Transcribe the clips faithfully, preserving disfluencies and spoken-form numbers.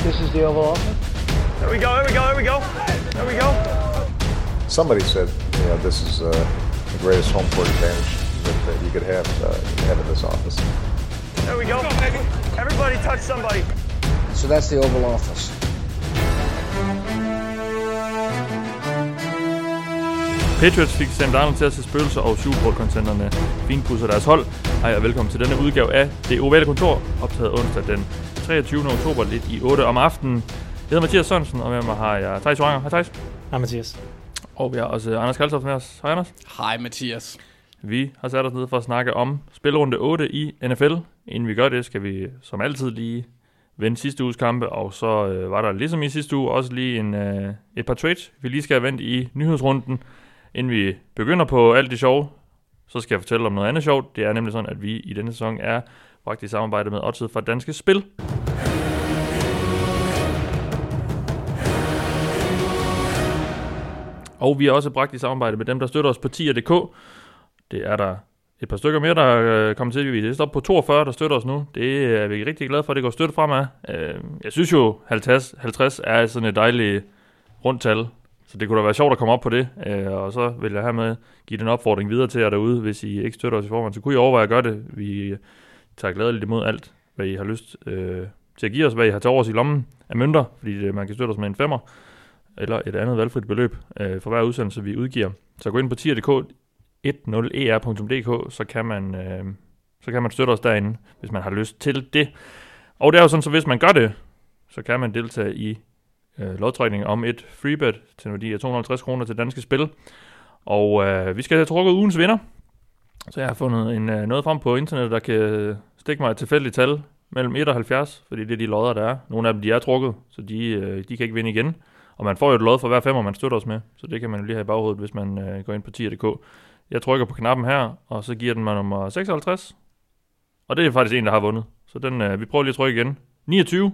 This is the Oval Office. There we go, there we go, there we go. There we go. Somebody said, you know, this is uh, the greatest home court advantage that, that you could have, uh, have in this office. There we go. Everybody touch somebody. So that's the Oval Office. Patriots fik Sam Darnold til at se spøgelser og Super Bowl-contenderne finpudser deres hold. Hej og velkommen til denne udgave af Det Ovale Kontor, optaget onsdag den treogtyvende oktober lidt i otte om aftenen. Jeg hedder Mathias Sørensen, og med mig har jeg Thijs Wanger. Hej Thijs. Hej Mathias. Og vi har også Anders Kaltoft med os. Hej Anders. Hej Mathias. Vi har sat os ned for at snakke om spilrunde otte i N F L. Inden vi gør det, skal vi som altid lige vende sidste uges kampe, og så øh, var der ligesom i sidste uge også lige en, øh, et par trades, vi lige skal have vendt i nyhedsrunden. Inden vi begynder på alt det sjove, så skal jeg fortælle om noget andet sjovt. Det er nemlig sådan, at vi i denne sæson er bragt i samarbejde med Odset fra Danske Spil. Og vi er også bragt i samarbejde med dem, der støtter os på tier punktum d k. Det er der et par stykker mere, der øh, kommer til. Vi er oppe på toogfyrre, der støtter os nu. Det er vi rigtig glade for, at det går støtte fremad. Øh, jeg synes jo, halvtreds, halvtreds er sådan et dejligt rundt tal. Så det kunne da være sjovt at komme op på det, øh, og så vil jeg hermed give den opfordring videre til jer derude, hvis I ikke støtter os i forvejen. Så kunne I overveje at gøre det. Vi tager gladeligt imod alt, hvad I har lyst øh, til at give os, hvad I har til overs i lommen af mønter, fordi det, man kan støtte os med en femmer, eller et andet valgfrit beløb øh, for hver udsendelse, vi udgiver. Så gå ind på tier punktum d k, ti e r punktum d k, så kan man, øh, så kan man støtte os derinde, hvis man har lyst til det. Og det er jo sådan, så hvis man gør det, så kan man deltage i Øh, lodtrækning om et freebet til en værdi af to hundrede og halvtreds kroner til Danske Spil. Og øh, vi skal have trukket ugens vinder. Så jeg har fundet en, øh, noget frem på internettet, der kan stikke mig et tilfældigt tal mellem et og halvfjerds, fordi det er de lodder, der er. Nogle af dem, de er trukket, så de, øh, de kan ikke vinde igen. Og man får jo et lod for hver femmer, man støtter os med. Så det kan man jo lige have i baghovedet, hvis man øh, går ind på tier punktum d k. Jeg trykker på knappen her, og så giver den mig nummer seksoghalvtreds. Og det er faktisk en, der har vundet. Så den, øh, vi prøver lige at trykke igen. niogtyve.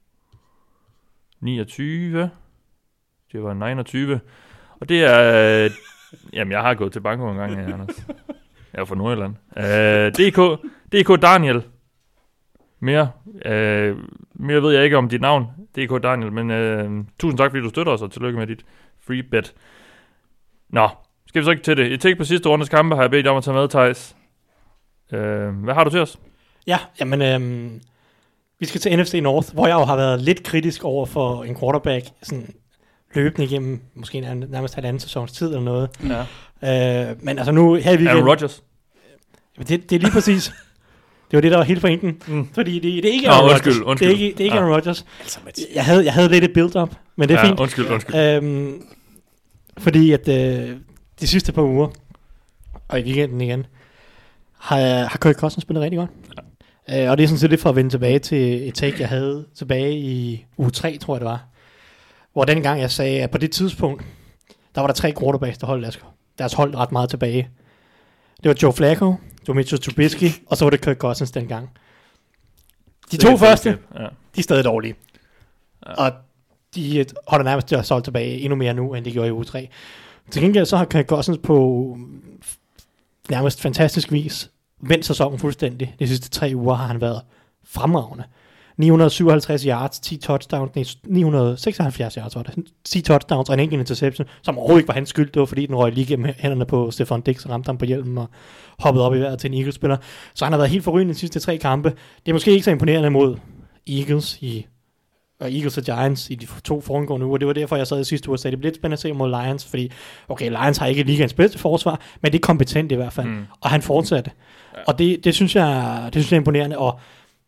niogtyve. Det var niogtyve. Og det er... Øh, jamen, jeg har gået til banko en gang, Anders. Jeg er fra Nordjylland. Øh, D K, D K Daniel. Mere. Øh, mere ved jeg ikke om dit navn, D K Daniel, men øh, tusind tak, fordi du støtter os, og tillykke med dit free bet. Nå, skal vi så ikke til det. Et take på sidste rundes kampe har jeg bedt om at tage med, Thijs. Øh, hvad har du til os? Ja, jamen... Øh... Vi skal til N F C North, hvor jeg jo har været lidt kritisk over for en quarterback, sådan løbende igennem måske nærmest halvanden sæsons tid eller noget. Ja. Øh, men altså nu her i weekenden... Aaron Rodgers? Det, det er lige præcis. Det var det, der var hele pointen. Mm. Fordi det, det er ikke Nå, Aaron undskyld, Rodgers. undskyld. Det er ikke, det er ikke ja. Aaron Rodgers. Jeg havde, jeg havde lidt et build-up, men det er ja, fint. Undskyld, undskyld. Øhm, fordi at øh, de sidste par uger, og i weekenden igen, har, har Kirk Cousins spillet rigtig godt. Ja. Uh, og det er sådan set lidt for at vende tilbage til et take, jeg havde tilbage i uge tre, tror jeg det var. Hvor dengang jeg sagde, at på det tidspunkt, der var der tre quarterbacks, der holdt deres, deres hold ret meget tilbage. Det var Joe Flacco, det var Mitchell Trubisky, og så var det Kirk Cousins dengang. De to første, ja. De er stadig dårlige. Ja. Og de holder nærmest deres hold tilbage endnu mere nu, end de gjorde i uge tre. Til gengæld så har Kirk Cousins på nærmest fantastisk vis vendt sæsonen fuldstændig. De sidste tre uger har han været fremragende. ni hundrede og syvoghalvtreds yards, ti touchdowns, nej, ni hundrede og seksoghalvfjerds yards var det. ti touchdowns og en enkelt interception, som overhovedet ikke var hans skyld. Det var fordi, den røg lige gennem hænderne på Stefan Diggs og ramte ham på hjelmen og hoppede op i vejret til en Eagles-spiller. Så han har været helt forrygende de sidste tre kampe. Det er måske ikke så imponerende mod Eagles i og Eagles og Giants i de to forengående uger. Det var derfor, jeg sad i sidste uge og sagde, det bliver lidt spændende at se mod Lions, fordi, okay, Lions har ikke ligaens bedste forsvar, men det er kompetent i hvert fald. Mm. Og han fortsatte. Ja. Og det, det, synes jeg, det synes jeg er imponerende. Og,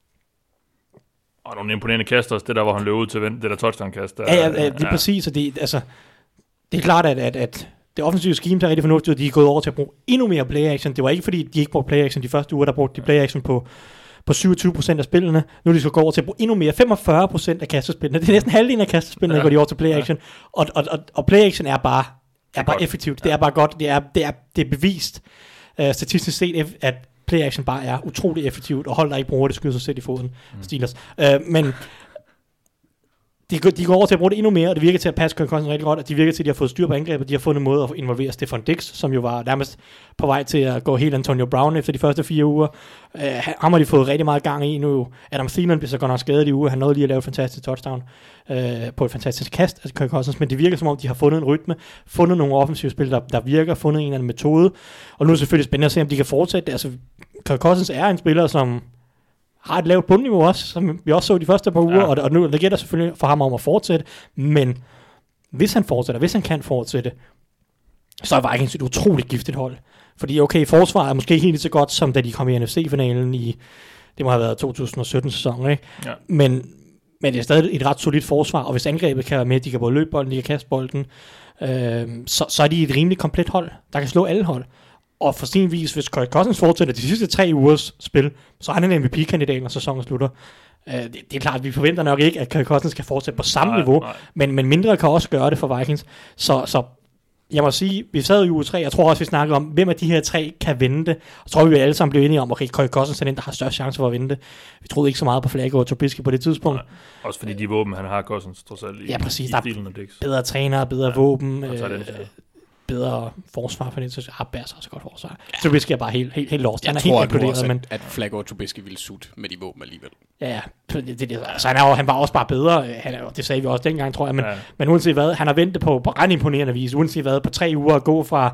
og nogle imponerende kaster også, det der, hvor han løb ud til det der touchdown-kast. Ja, ja, det er ja. præcis. Og det, altså, det er klart, at, at, at det offensive scheme, der er rigtig fornuftigt, og de er gået over til at bruge endnu mere play-action. Det var ikke, fordi de ikke brugte play-action de første uger, der brugte de play-action på på syvogtyve procent af spillene. Nu de skal gå over til at bruge endnu mere, femogfyrre procent af kastespillene. Det er næsten halvdelen af kastespillene, der ja. går de over til play-action. Ja. Og, og, og, og play-action er bare, er bare effektivt. Det er bare godt. Det er, det er, det er bevist uh, statistisk set, at play-action bare er utrolig effektivt, og hold der ikke bruger det, skyder sig selv i foden. Mm. Steelers. Uh, men de, de går over til at bruge det endnu mere, og det virker til at passe Kirk Cousins rigtig godt, og de virker til, at de har fået styr på angrebet, de har fundet en måde at involvere Stefon Diggs, som jo var nærmest på vej til at gå helt Antonio Brown efter de første fire uger. Uh, ham har de fået rigtig meget gang i nu. Adam Thielen bliver så godt nok skadet i uge, han nåede lige at lave et fantastisk touchdown uh, på et fantastisk kast af Kirk Cousins, men det virker som om, de har fundet en rytme, fundet nogle offensive spil, der, der virker, fundet en eller anden metode, og nu er det selvfølgelig spændende at se, om de kan fortsætte. Altså, Kirk Cousins er en spiller, som har et lavt bundniveau også, som vi også så de første par uger, ja. og, og nu det gælder selvfølgelig for ham om at fortsætte, men hvis han fortsætter, hvis han kan fortsætte, så er Vikings et utroligt giftigt hold. Fordi okay, forsvaret er måske ikke helt så godt, som da de kom i N F C-finalen i, det må have været to tusind og sytten-sæsonen, ikke? Ja. Men, men det er stadig et ret solidt forsvar, og hvis angrebet kan være med, de kan både løbe bolden, de kan kaste bolden, øh, så, så er de et rimelig komplet hold, der kan slå alle hold. Og for sin vis, hvis Kirk Cousins fortsætter de sidste tre ugers spil, så er han en M V P-kandidat, når sæsonen slutter. Uh, det, det er klart, at vi forventer nok ikke, at Kirk Cousins skal fortsætte på samme nej, niveau, nej. Men, men mindre kan også gøre det for Vikings. Så, så jeg må sige, vi sad i uge tre, jeg tror også, vi snakkede om, hvem af de her tre kan vinde det. Og tror vi, vi alle sammen blev enige om, okay, Kirk Cousins er den, der har størst chance for at vinde det. Vi troede ikke så meget på Flacco og Trubisky på det tidspunkt. Nej. Også fordi de våben, han har Cousins, trods alt i, ja, præcis, i der Thielen og Diggs. Bedre træner, bedre ja. våben. Øh, bedre forsvar for den, så har Bears også godt forsvar. Ja. Trubisky er bare helt, helt, helt lost. Jeg han er tror, helt imponeret, også, men at, at Flacco og Trubisky ville sutte med de våben alligevel. Ja, ja. Det, det, altså, han, er jo, han var også bare bedre. Han er, det sagde vi også dengang, tror jeg. Men, ja. men uanset hvad, han har ventet på, på ret imponerende vis. Uanset hvad, på tre uger at gå fra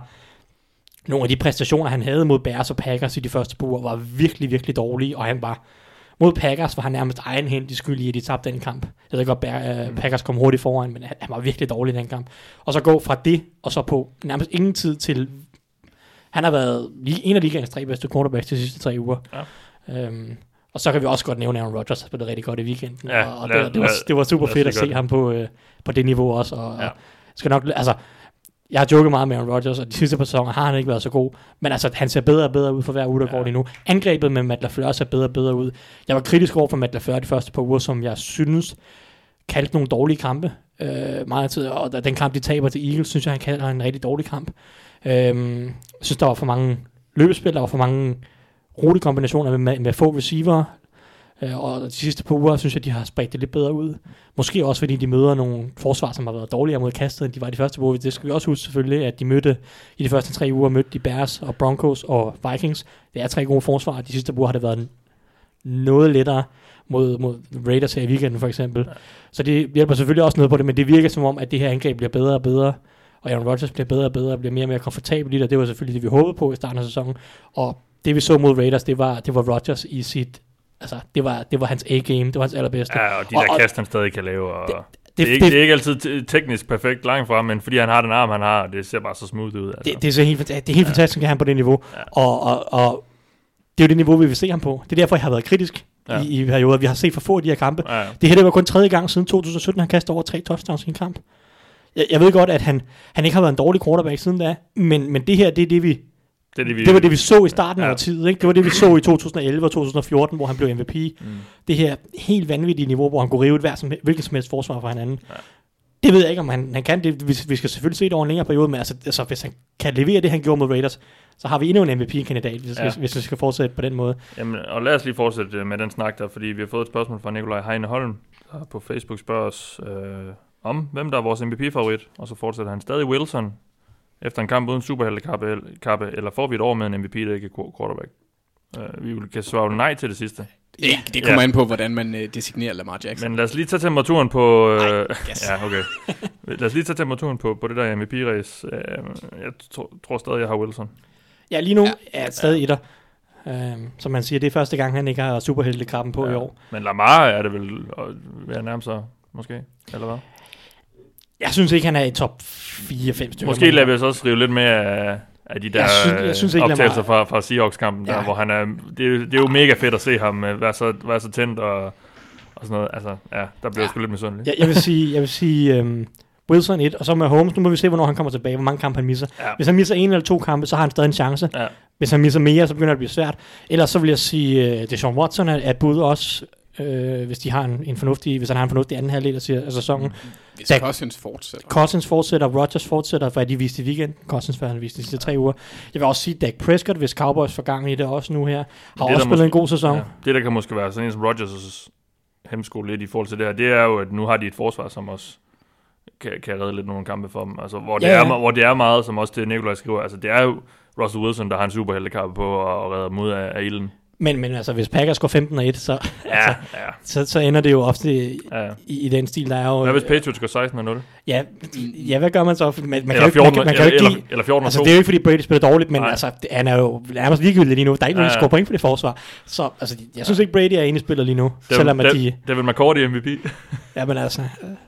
nogle af de præstationer, han havde mod Bears og Packers i de første par uger, var virkelig, virkelig dårlige. Og han var mod Packers, var han nærmest egenhændig skyld i, at de tabte den kamp. Jeg ved godt, at uh, Packers kom hurtigt foran, men han, han var virkelig dårlig i den kamp. Og så gå fra det, og så på nærmest ingen tid til... Han har været en af ligaens tre bedste quarterbacks de sidste tre uger. Ja. Øhm, og så kan vi også godt nævne, at Aaron Rodgers har spillet rigtig godt i weekenden. Ja, og det, lad, det, var, det var super fedt at se ham på, øh, på det niveau også. Og, ja. og skal nok, altså, jeg har joket meget med Aaron Rodgers, og de sidste par sæsoner har han ikke været så god. Men altså, han ser bedre og bedre ud for hver uge, der ja. går det nu. Angrebet med Matt LaFleur ser bedre og bedre ud. Jeg var kritisk over for Matt LaFleur de første par uger, som jeg synes kaldte nogle dårlige kampe. Øh, meget tid, og den kamp, de taber til Eagles, synes jeg, han kalder en rigtig dårlig kamp. Øh, jeg synes, der var for mange løbespil, der var for mange rolige kombinationer med, med få receiver. Øh, og de sidste par uger, synes jeg, de har spredt det lidt bedre ud. Måske også, fordi de møder nogle forsvar, som har været dårligere mod kastet, end de var de første uger. Det skal vi også huske selvfølgelig, at de mødte i de første tre uger, mødte de Bears og Broncos og Vikings. Det er tre gode forsvar. De sidste uger har det været noget lettere mod, mod Raiders her i weekenden for eksempel. Ja. Så det hjælper selvfølgelig også noget på det, men det virker som om, at det her angreb bliver bedre og bedre, og Aaron Rodgers bliver bedre og bedre, og bliver mere og mere komfortabel i det, og det var selvfølgelig det, vi håbede på i starten af sæsonen. Og det vi så mod Raiders, det var, det var Rodgers i sit, altså det var, det var hans A-game, det var hans allerbedste. Ja, og de der og, kast, han stadig kan lave, og det, det, det, er ikke, det, det er ikke altid teknisk perfekt langt fra, men fordi han har den arm, han har, det ser bare så smooth ud. Altså. Det, det, er så helt, det er helt ja. fantastisk, at han på det niveau, ja. og, og, og det er jo det niveau, vi vil se ham på. Det er derfor, jeg har været kritisk ja. i, i perioder. Vi har set for få af de her kampe. Ja, ja. Det her det var kun tredje gang siden to tusind og sytten, han kastede over tre touchdowns i en kamp. Jeg, jeg ved godt, at han, han ikke har været en dårlig quarterback siden da, men, men det her, det er det, vi... Det, er det, vi, det var det, vi så i starten ja. af årtiet, ikke? Det var det, vi så i to tusind og elleve og to tusind og fjorten, hvor han blev M V P. Mm. Det her helt vanvittige niveau, hvor han kunne rive et hver som, hvilket som helst forsvar for hinanden. Ja. Det ved jeg ikke, om han, han kan. Det, vi, vi skal selvfølgelig se det over en længere periode, men altså, altså, hvis han kan levere det, han gjorde mod Raiders, så har vi endnu en M V P-kandidat, hvis, ja. hvis, hvis vi skal fortsætte på den måde. Jamen, og lad os lige fortsætte med den snak der, fordi vi har fået et spørgsmål fra Nikolaj Heine Holm, der på Facebook spørger os øh, om, hvem der er vores M V P-favorit, og så fortsætter han stadig Wilson efter en kamp uden superheltekappe, eller får vi et år med en M V P, der ikke er quarterback? Uh, vi kan svare nej til det sidste. Det, det kommer ja. an på, hvordan man uh, designerer Lamar Jackson. Men lad os lige tage temperaturen på... Uh, Ej, yes. Ja, okay. Lad os lige tage temperaturen på, på det der M V P-race. Uh, jeg tro, tror stadig, jeg har Wilson. Ja, lige nu ja. er det stadig etter. Uh, som man siger, det er første gang, han ikke har superheltekappen på ja. i år. Men Lamar er det vel ved at nærme sig, måske? Eller hvad? Jeg synes ikke, han er i top fire fem stykker. Måske lader vi os også skrive lidt mere af, af de der jeg synes, jeg synes ikke, optagelser fra, fra Seahawks-kampen, ja. der, hvor han er... Det, det er jo mega fedt at se ham være så, være så tændt og, og sådan noget. Altså, ja, der bliver ja. sgu lidt misundelig. Jeg, jeg vil sige, jeg vil sige um, Wilson et, og så med Holmes. Nu må vi se, hvornår han kommer tilbage, hvor mange kampe han misser. Ja. Hvis han misser en eller to kampe, så har han stadig en chance. Ja. Hvis han misser mere, så begynder det at blive svært. Ellers så vil jeg sige, uh, Deshaun Watson er et bud også... Øh, hvis de har en, en fornuftig, hvis han har en fornuftig anden halvdel af sæsonen. Hvis da, Cousins fortsætter. Cousins fortsætter, Rodgers fortsætter, for de viste i weekenden. Cousins for han viste de sidste tre uger. Jeg vil også sige, Dak Prescott, hvis Cowboys får gang i det også nu her, har det, også spillet måske, en god sæson. Ja, det der kan måske være sådan en som Rodgers hemsko lidt i forhold til det her, det er jo, at nu har de et forsvar, som også kan, kan redde lidt nogle kampe for dem. Altså, hvor, det ja, ja. er, hvor det er meget, som også det Nikolaj skriver, altså det er jo Russell Wilson, der har en superheltekamp på og, og redder dem ud af, af ilden. Men, men altså, hvis Packers går femten og et, så, ja, altså, ja. Så, så ender det jo ofte i, ja. i, i den stil, der er jo... Hvad hvis Patriots går seksten og nul? Ja, ja, hvad gør man så? Man, man eller, kan fjorten, man, man kan eller, ikke give, eller, eller fjorten og altså, to. det er jo ikke, fordi Brady spiller dårligt, men Nej. altså, han er jo nærmest ligegyldig lige nu. Der er ikke nogen, der ja, ja. scorer point for det forsvar. Så altså, jeg synes ikke, Brady er inde i spillet lige nu. Det, selvom at det, de... det er vel McCourty M V P. Ja, men altså...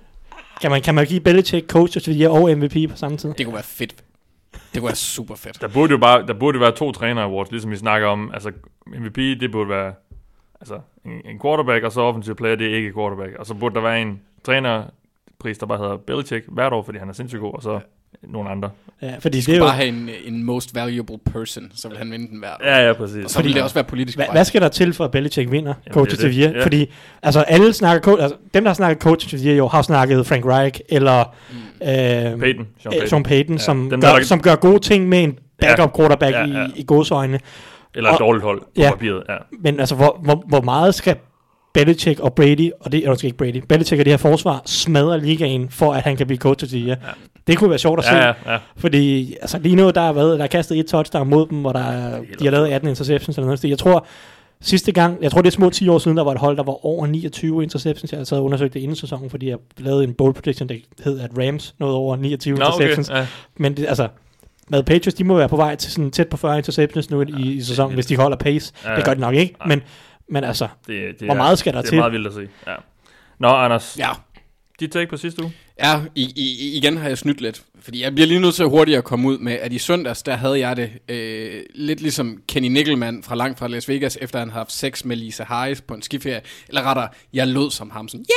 Kan man, kan man give Belichick coach og M V P på samme tid? Det kunne være fedt. Det kunne være super fedt. Der burde jo bare, der burde være to træner awards, ligesom vi snakker om. Altså, M V P, det burde være altså, en, en quarterback, og så offensive player, det er ikke quarterback. Og så burde der være en trænerpris, der bare hedder Belichick hvert år, fordi han er sindssygt god, og så ja. nogle andre. Ja, fordi de det er jo... bare have en, en most valuable person, så vil han vinde den hver år. Ja, ja, præcis. Og så vil det også være politisk. Hva, hvad skal der til for, at Belichick vinder Coach of the Year? Ja. Fordi altså, alle snakker coach, altså, dem, der har snakket Coach of the Year, jo, har snakket Frank Reich, eller mm. øh, Payton, Sean Payton, Sean Payton ja. som, dem, gør, der... som gør gode ting med en backup ja. quarterback ja, ja. i, i godsøjne. Eller et dårligt hold på ja, papiret. Ja. Men altså, hvor, hvor, hvor meget skal Belichick og Brady, og det er måske ikke Brady, Belichick og det her forsvar smadrer ligaen, for at han kan blive coach of the year. Ja. Det kunne være sjovt at se, ja, ja, ja. fordi altså, lige nu, der har været, der er kastet et touchdown mod dem, hvor der, de har lavet atten interceptions eller noget. Jeg tror, sidste gang, jeg tror det er små ti år siden, der var et hold, der var over niogtyve interceptions. Jeg har taget undersøgt det inden sæsonen, fordi jeg lavede en bold prediction, der hed, at Rams nåede over niogtyve Nå, interceptions. Okay, ja. Men det, altså, med Patriots, de må være på vej til sådan tæt på fyrre interceptions nu ja, i, i sæsonen, hvis de holder pace. Ja, ja. Det gør de nok ikke, ja. men, men altså, det, det hvor meget skal der det til? Det er meget vildt at se. Ja. Nå, Anders. Ja. De take på sidste uge? Ja, i, i, igen har jeg snydt lidt. Fordi jeg bliver lige nødt til at hurtigt at komme ud med, at i søndags, der havde jeg det øh, lidt ligesom Kenny Nickelman fra langt fra Las Vegas, efter han har haft sex med Lisa Hayes på en skiferie. Eller rettere, jeg lød som ham sådan,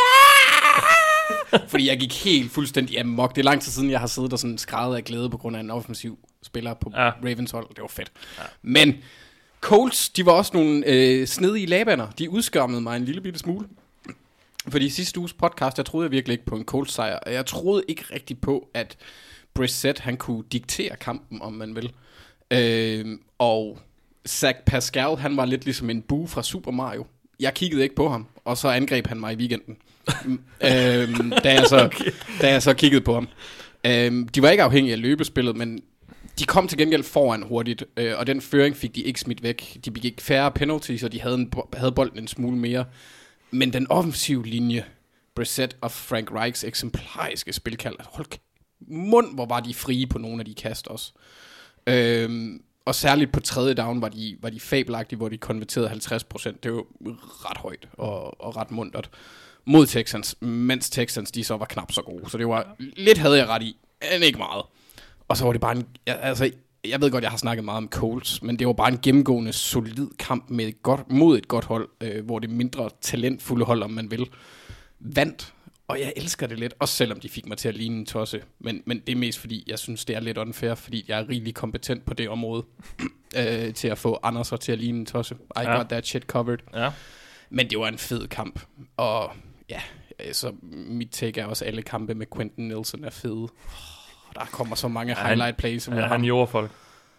yeah! Fordi jeg gik helt fuldstændig amok. Det er lang tid siden, jeg har siddet og sådan skrædet af glæde på grund af en offensiv spiller på ja. Ravens hold. Det var fedt. Ja. Men Colts, de var også nogle øh, snedige labander. De udskammede mig en lille bitte smule. Fordi sidste uges podcast, jeg troede jeg virkelig ikke på en Colts sejr, og jeg troede ikke rigtig på, at Brissett, han kunne diktere kampen, om man vil. Øh, og Zach Pascal, han var lidt ligesom en bue fra Super Mario. Jeg kiggede ikke på ham, og så angreb han mig i weekenden, øh, da, jeg så, okay. da jeg så kiggede på ham. Øh, de var ikke afhængige af løbespillet, men de kom til gengæld foran hurtigt, øh, og den føring fik de ikke smidt væk. De begik færre penalties, og de havde, en, havde bolden en smule mere. Men den offensive linje, Brissett og Frank Reichs eksemplariske spilkald, hold mund, hvor var de frie på nogle af de kast også. Øhm, og særligt på tredje down var de, var de fabelagtige, hvor de konverterede halvtreds procent. Det var ret højt og, og ret muntert mod Texans, mens Texans de så var knap så gode. Så det var lidt havde jeg ret i, men ikke meget. Og så var det bare en, altså jeg ved godt, jeg har snakket meget om Colts, men det var bare en gennemgående, solid kamp med et godt, mod et godt hold, øh, hvor det mindre talentfulde hold, om man vil, vandt. Og jeg elsker det lidt, også selvom de fik mig til at ligne en tosse. Men, men det er mest fordi, jeg synes, det er lidt unfair, fordi jeg er rigtig kompetent på det område, øh, til at få Anders til at ligne en tosse. I ja. got that shit covered. Ja. Men det var en fed kamp. Og ja, så mit take er også, alle kampe med Quentin Nelson er fede. Der kommer så mange ja, highlight plays. Ja, han gjorde folk.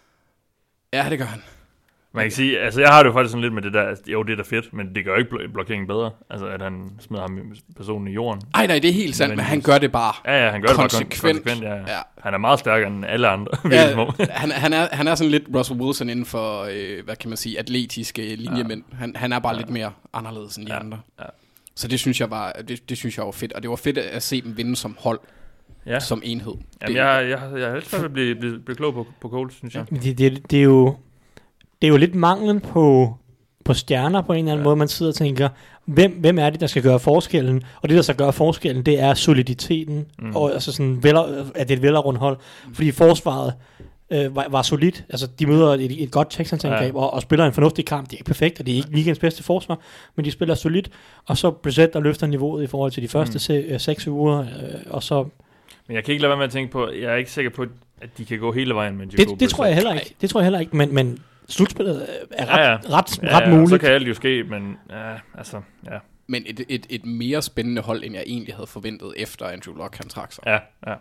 Ja, det gør han. Man kan sige, altså jeg har det jo faktisk sådan lidt med det der, altså, jo det er da fedt, men det gør ikke bl- blokeringen bedre, altså at han smider ham personen i jorden. Ej nej, det er helt sandt, men han gør det bare ja, ja, han gør konsekvent. Det bare kon- konsekvent ja. Ja. Han er meget stærkere end alle andre. Ja, han, han, er, han er sådan lidt Russell Wilson inden for, øh, hvad kan man sige, atletiske linjemænd. Ja. Han, han er bare ja. lidt mere anderledes end de ja. andre. Ja. Så det synes jeg var, det, det synes jeg var fedt, og det var fedt at se dem vinde som hold. Ja. Som enhed. Jamen, jeg, jeg, jeg er helt svært at blive, blive, blive klog på, på Colts, synes jeg. Det, det, det, er jo, det er jo lidt manglen på, på stjerner på en eller anden ja. måde. Man sidder og tænker, hvem, hvem er det, der skal gøre forskellen? Og det, der skal gøre forskellen, det er soliditeten. Mm. Og altså sådan, vel, at det er et velrundt hold. Mm. Fordi forsvaret øh, var, var solidt. Altså, de møder et, et godt Texans-angreb ja. og, og spiller en fornuftig kamp. Det er ikke perfekt, og det er ikke weekends bedste forsvar, men de spiller solidt. Og så Brissett, der løfter niveauet i forhold til de første mm. se, seks uger. Øh, og så... Men jeg kan ikke lade være med at tænke på, jeg er ikke sikker på, at de kan gå hele vejen med Jacob det, det tror jeg heller ikke. Det tror jeg heller ikke, men, men slutspillet er ret, ja, ja. ret, ja, ret ja, muligt. Så kan alt jo ske, men ja, altså, ja. Men et, et, et mere spændende hold, end jeg egentlig havde forventet, efter Andrew Luck han trak sig. Ja, ja.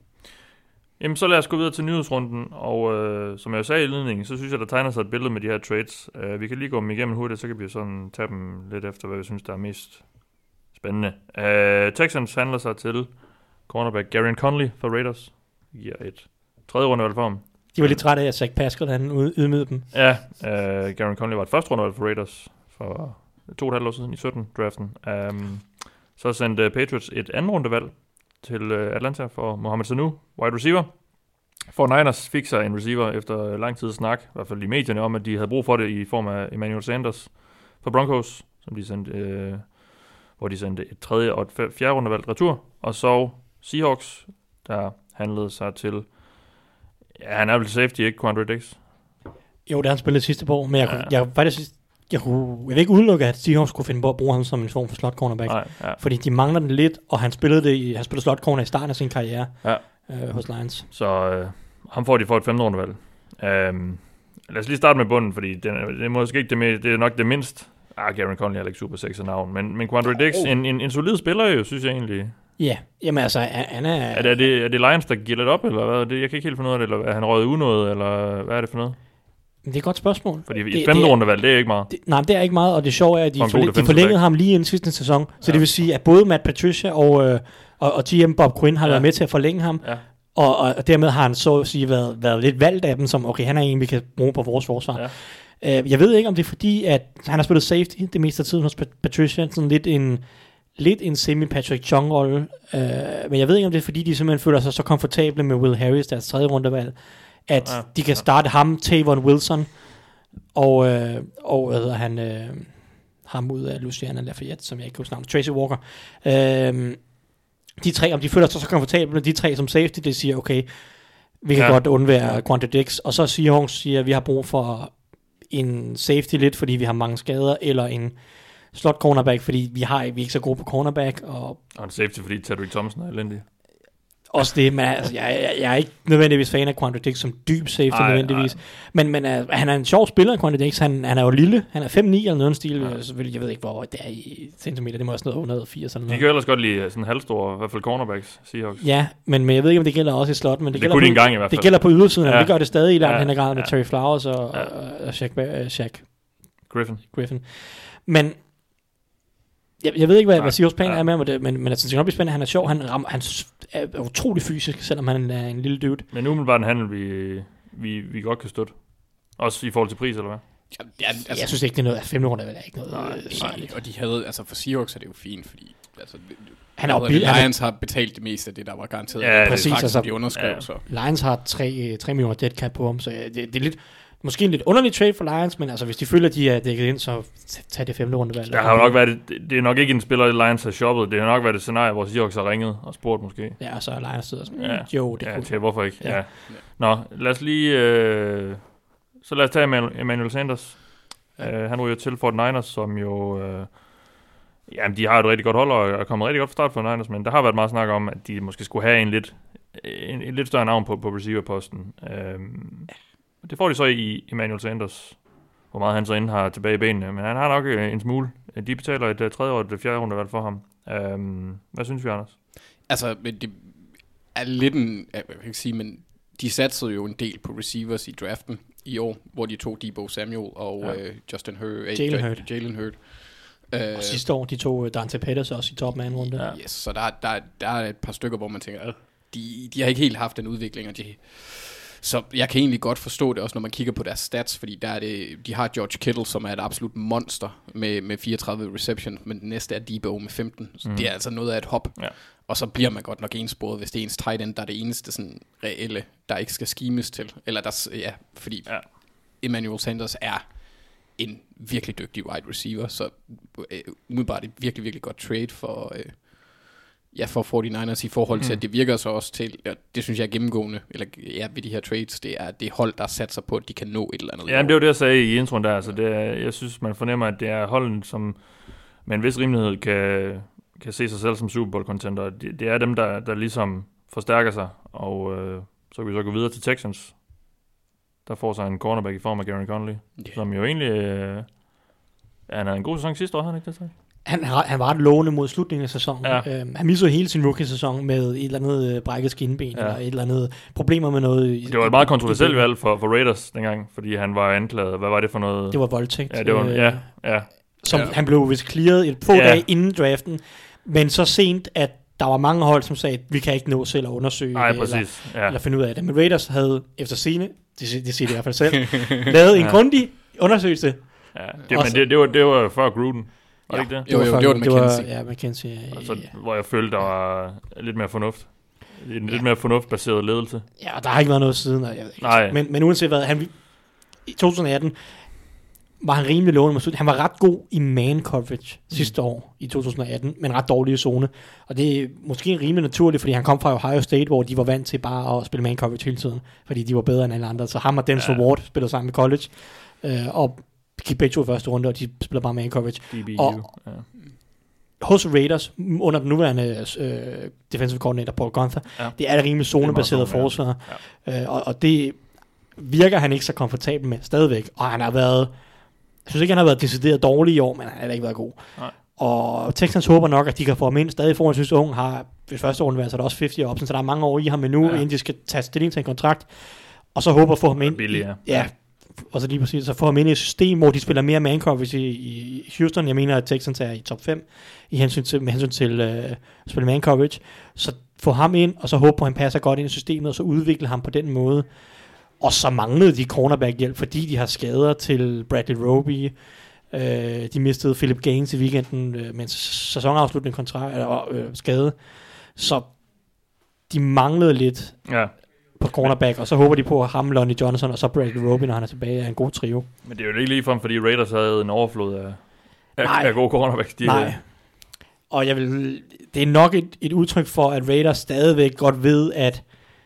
Jamen, så lad os gå videre til nyhedsrunden, og øh, som jeg sagde i indledningen, så synes jeg, der tegner sig et billede med de her trades. Uh, vi kan lige gå dem igennem hurtigt, så kan vi sådan tage dem lidt efter, hvad vi synes, der er mest Spændende. Uh, Texans handler sig til cornerback Garion Conley for Raiders. Giver et tredje rundevalg for ham. De var lidt trætte af, at Zach Pascal han ydmygede dem. Ja, uh, Garion Conley var et første rundevalg for Raiders for to og et halvt år siden i sytten-draften. Um, så sendte Patriots et andet rundevalg til uh, Atlanta for Mohamed Sanu, wide receiver. For Niners fik sig en receiver efter lang tid snak, i hvert fald i medierne, om at de havde brug for det i form af Emmanuel Sanders for Broncos, som de sendte, øh, hvor de sendte et tredje og et fjerde rundevalg retur. Og så Seahawks, der handlede sig til, ja, han er vel safety, ikke Quandre Dix? Jo, det har han spillet sidste år, men jeg, ja. jeg, jeg faktisk... Jeg, kunne, jeg vil ikke udelukke, at Seahawks kunne finde på at bruge ham som en form for slot cornerback. Nej, ja. Fordi de mangler den lidt, og han spillede, det i, han spillede slot corner i starten af sin karriere ja. øh, hos Lions. Så øh, ham får de for et femte rundevalg. Um, lad os lige starte med bunden, fordi det, det er måske ikke det, med, det er nok det mindst. Ah, Garen Conley er ikke super sexy navn, men, men Quandre Dix, oh. en, en, en solid spiller jo, synes jeg egentlig. Ja, yeah. Jamen altså, han er... Er det, er, det, er det Lions, der giver lidt op, eller hvad? Det, jeg kan ikke helt finde ud af det, eller er han røget unådet, eller hvad er det for noget? Det er et godt spørgsmål. Fordi det, et femte rundevalg, det er ikke meget. Det, nej, det er ikke meget, og det sjove er, at de, forlæ- de forlængede ham lige inden sidste sæson. Så ja. Det vil sige, at både Matt Patricia og, øh, og, og G M Bob Quinn har ja. været med til at forlænge ham. Ja. Og, og, og dermed har han så at sige været, været lidt valgt af dem, som okay, han er en, vi kan bruge på vores forsvar. Ja. Uh, jeg ved ikke, om det er fordi, at han har spillet safety det meste af tiden hos Patricia. Sådan lidt en, lidt en semi-Patrick Chung-rolle. Uh, men jeg ved ikke, om det er fordi, de simpelthen føler sig så komfortable med Will Harris, deres tredje rundevalg, at ja. de kan starte ham, Tavon Wilson, og, øh, og hvad hedder han, øh, ham ud af Luciana Lafayette, som jeg ikke kan huske, Tracy Walker. Øh, de tre, om de føler sig så komfortable med de tre som safety, det siger, okay, vi kan ja. godt undvære Quandre Dix, og så siger Hawks, siger, at vi har brug for en safety lidt, fordi vi har mange skader, eller en slot cornerback, fordi vi har vi er ikke så gode på cornerback. Og, og en safety, fordi Tedrick Thompson er elendig. Også det, men altså, jeg, jeg, jeg er ikke nødvendigvis fan af Quandre Dix som dyb safety ej, nødvendigvis. Ej. Men, men uh, han er en sjov spiller, Quandre Dix. Han, han er jo lille. Han er fem ni eller noget stil. Jeg, jeg ved ikke, hvor det er i centimeter. Det må også noget et hundrede og firs eller noget. De kan ellers godt lide sådan halvstore, i hvert fald cornerbacks, Seahawks. Ja, men, men jeg ved ikke, om det gælder også i slot. Men det, det gælder, på, en gang, i hvert fald. Det gælder på ydersiden. Ja. Det gør det stadig i langt ja. hen ad grad ja. med Terry Flowers og, ja. og, og Shaq, uh, Shaq Griffin. Griffin. Men Jeg, jeg ved ikke, hvad, hvad Seahawks plan ja. er med, men, men, men altså, det kan nok blive spændende. Han er sjov, han, ram, han er utrolig fysisk, selvom han er en lille dude. Men umiddelbart en handel, vi, vi, vi godt kan støtte. Også i forhold til pris, eller hvad? Ja, ja, altså, jeg synes ikke, det er noget. Femte runde er vel ikke noget. Nej, nej, og de havde, altså for Seahawks er det jo fint, fordi altså, han er jo bil, Lions har betalt det meste af det, der var garanteret. Ja, præcis. Faktisk, altså, de underskrev, ja. så. Lions har tre millioner dead cap på ham, så det, det er lidt... Måske en lidt underlig trade for Lions, men altså hvis de føler, at de er dækket ind, så tag det femte rundevalg. Det har jo nok været, det, det er nok ikke en spiller, Lions har shoppet. Det har nok været et scenarie, hvor Seahawks har ringet og spurgt måske. Ja, og så er Lions sidder sådan, ja. jo, det er ja, cool. til, hvorfor ikke? Ja. Ja. Nå, lad os lige, øh, så lad os tage Emmanuel Sanders. Ja. Uh, han ryger til Fort Niners, som jo, øh, jamen de har et rigtig godt hold og er kommet rigtig godt fra start for Niners, men der har været meget snak om, at de måske skulle have en lidt, en, en lidt større navn på, på receiverposten. Uh, Det får de så i Emmanuel Sanders, hvor meget han så inden har tilbage i benene. Men han har nok øh, en smule. De betaler et uh, tredje og et fjerde rundevalg for ham. Um, hvad synes vi, Anders? Altså, det er lidt en... Jeg kan ikke sige, men de satsede jo en del på receivers i draften i år, hvor de tog Deebo Samuel og ja. uh, Justin Hurt. Jalen Hurt. Jalen Hurt. Uh, og sidste år, de tog Dante Pettis også i top man runde. Ja. Yes, så der, der, der er et par stykker, hvor man tænker, de, de har ikke helt haft den udvikling, og de... Så jeg kan egentlig godt forstå det også, når man kigger på deres stats, fordi der er det, de har George Kittle, som er et absolut monster med, med fireogtredive receptions, men den næste er Deebo med femten. Så mm. det er altså noget af et hop. Ja. Og så bliver man godt nok ensporet, hvis det er ens tight end, der er det eneste sådan reelle, der ikke skal schemes til. Eller der, ja, fordi ja. Emmanuel Sanders er en virkelig dygtig wide receiver, så øh, umiddelbart et virkelig, virkelig godt trade for... Øh, Ja, for forty-niners i forhold til, mm. at det virker så også til, ja, det synes jeg er gennemgående, eller ja, ved de her trades, det er det hold, der satser på, at de kan nå et eller andet. Ja, det var det, jeg sagde i introen der, altså det er, jeg synes, man fornemmer, at det er holden, som med en vis rimelighed kan, kan se sig selv som Super Bowl-contender. Det, det er dem, der, der ligesom forstærker sig, og øh, så kan vi så gå videre til Texans, der får sig en cornerback i form af Gary Conley, yeah. som jo egentlig, øh, ja, han havde en god sæson sidste år, han ikke det sagt? Han, han var ret lovende mod slutningen af sæsonen. Ja. Øhm, han missede hele sin rookie-sæson med et eller andet øh, brækket skinben, ja. eller et eller andet problemer med noget. Det var et meget kontroversielt valg for, for Raiders dengang, fordi han var anklaget. Hvad var det for noget? Det var voldtægt. Ja, det var, øh, ja, ja. Som ja. han blev vist clearet et få ja. dage inden draften, Men så sent, at der var mange hold, som sagde, at vi kan ikke nå selv at undersøge Nej, det, præcis. Eller, Ja. eller finde ud af det. Men Raiders havde efter sine, det, det siger de i hvert fald selv, lavet en Ja. grundig undersøgelse. Ja, det, men det, det, var, det var før Gruden, var Ja. det ikke det? Jo, jo, det var den det var, McKenzie. ja, McKenzie. Ja, Altså, ja. hvor jeg følte, der var lidt mere fornuft. En lidt mere fornuftbaseret ledelse. ja, og der har ikke været noget siden. Og jeg ved ikke. Nej. Men, men uanset hvad, han, i to tusind atten var han rimelig lovende. Han var ret god i man coverage sidste mm. år i to tusind atten, men ret dårlig i zone. Og det er måske rimelig naturligt, fordi han kom fra Ohio State, hvor de var vant til bare at spille man coverage hele tiden, fordi de var bedre end alle andre. Så ham og Denzel ja. Ward spiller sammen med college, øh, og gik begge to i første runde, og de spiller bare man coverage. D B U, Og ja. hos Raiders, under den nuværende øh, defensive coordinator Paul Gunther, Ja. det er et rimelig zonebaseret zone, ja. forsvar. Ja. Øh, og, og det virker han ikke så komfortabel med stadigvæk. Og han har været, jeg synes ikke, han har været decideret dårlig i år, men han har ikke været god. Nej. Og Texans håber nok, at de kan få ham ind. Stadig foran, synes ung har ved første runde, så er der også halvtreds op, så der er mange år i ham endnu, ja. inden de skal tage stilling til en kontrakt. Og så håber at få ham ind. Billig, ja. ja. Og så lige præcis, så får ham ind i et system, hvor de spiller mere man coverage i, i Houston. Jeg mener, at Texans er i top fem i hensyn til, med hensyn til uh, at spille man coverage. Så få ham ind, og så håber på, at han passer godt ind i systemet, og så udvikle ham på den måde. Og så manglede de cornerback-hjælp, fordi de har skader til Bradley Roby. Uh, de mistede Philip Gaines i weekenden uh, med en sæsonafslutning kontrakt, eller uh, skade. Så de manglede lidt Ja. på cornerback, og så håber de på at ham, Lonnie Johnson, og så Bradley Roby, når han er tilbage, er en god trio. Men det er jo ikke ligefrem, fordi Raiders havde en overflod af, Nej. af, af gode cornerbacks. De, Nej. Og jeg vil, det er nok et, et udtryk for, at Raiders stadigvæk godt ved, at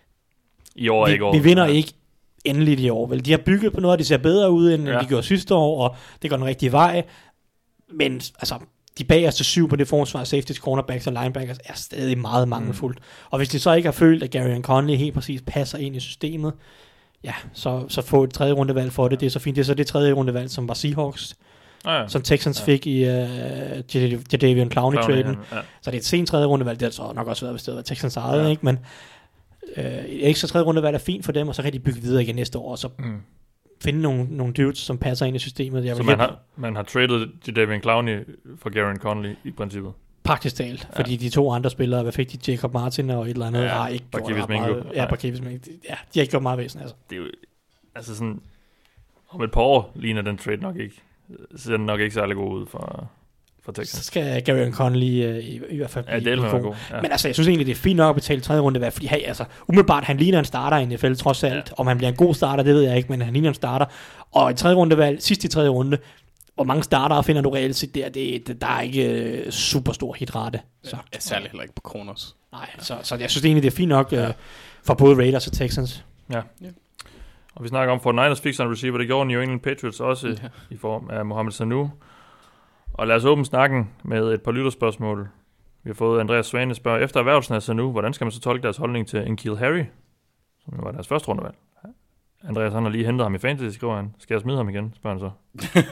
I år er vi, ikke år. vi vinder ja. ikke endeligt i år. Vel, de har bygget på noget, de ser bedre ud, end Ja. de gjorde sidste år, og det går den rigtige vej. Men altså, de bagerste syv på det forsvar, safeties, cornerbacks og linebackers, er stadig meget mangelfuldt. Mm. Og hvis de så ikke har følt, at Gary Conley helt præcis passer ind i systemet, ja, så, så få et tredje rundevalg for det. Det er så fint. Det er så det tredje rundevalg, som var Seahawks, Ah, ja. som Texans Ja. fik i uh, Jadeveon Clowney-traden. Ja. Så det er et sent tredje rundevalg. Det har så nok også været, hvis det var Texans eget, Ja. ikke? Men øh, et ekstra tredje rundevalg er fint for dem, og så kan de bygge videre igen næste år, og så Mm. finde nogle, nogle dudes, som passer ind i systemet. Jeg Så vil man man har, man har traded Jadeveon Clowney for Gary Conley i princippet. praktisk talt, Ja. fordi de to andre spillere, hvad fik de, Jacob Martin og et eller andet, Ja, har ikke gjort Barkevius ret Mingo. meget. Ja, Nej. Barkevius Mingo. Ja, de har ikke gjort meget væsen, altså. Det er jo, altså sådan, om et par år ligner den trade nok ikke, ser den nok ikke særlig god ud for, for Så Texans. skal Gary Conley øh, i, i hvert fald Ja, blive, det er blive god. god. Ja. Men altså, jeg synes egentlig, det er fint nok at betale tredje runde værd, fordi hey, altså, umiddelbart, han ligner en starter i N F L, trods alt. Ja. Om han bliver en god starter, det ved jeg ikke, men han ligner en starter. Og i tredje runde valg, sidst i tredje runde, hvor mange starter finder du reelt set der? Det, det, der er ikke uh, super stor hitrate. Så. Ja, særligt heller ikke på Kronos. Nej, så, så jeg synes egentlig, det er fint nok uh, for både Raiders og Texans. Ja. Og vi snakker om, for Niners fik en receiver, det gjorde New England Patriots også Ja. i form af Mohamed Sanu. Og lad os åbne snakken med et par lytterspørgsmål. Vi har fået Andreas Svane spørger, efter erhvervelsen af Sanu, hvordan skal man så tolke deres holdning til N'Keal Harry, som jo var deres første rundevalg? Andreas, han har lige hentet ham i fantasy, skriver han. Skal jeg smide ham igen, spørger han så.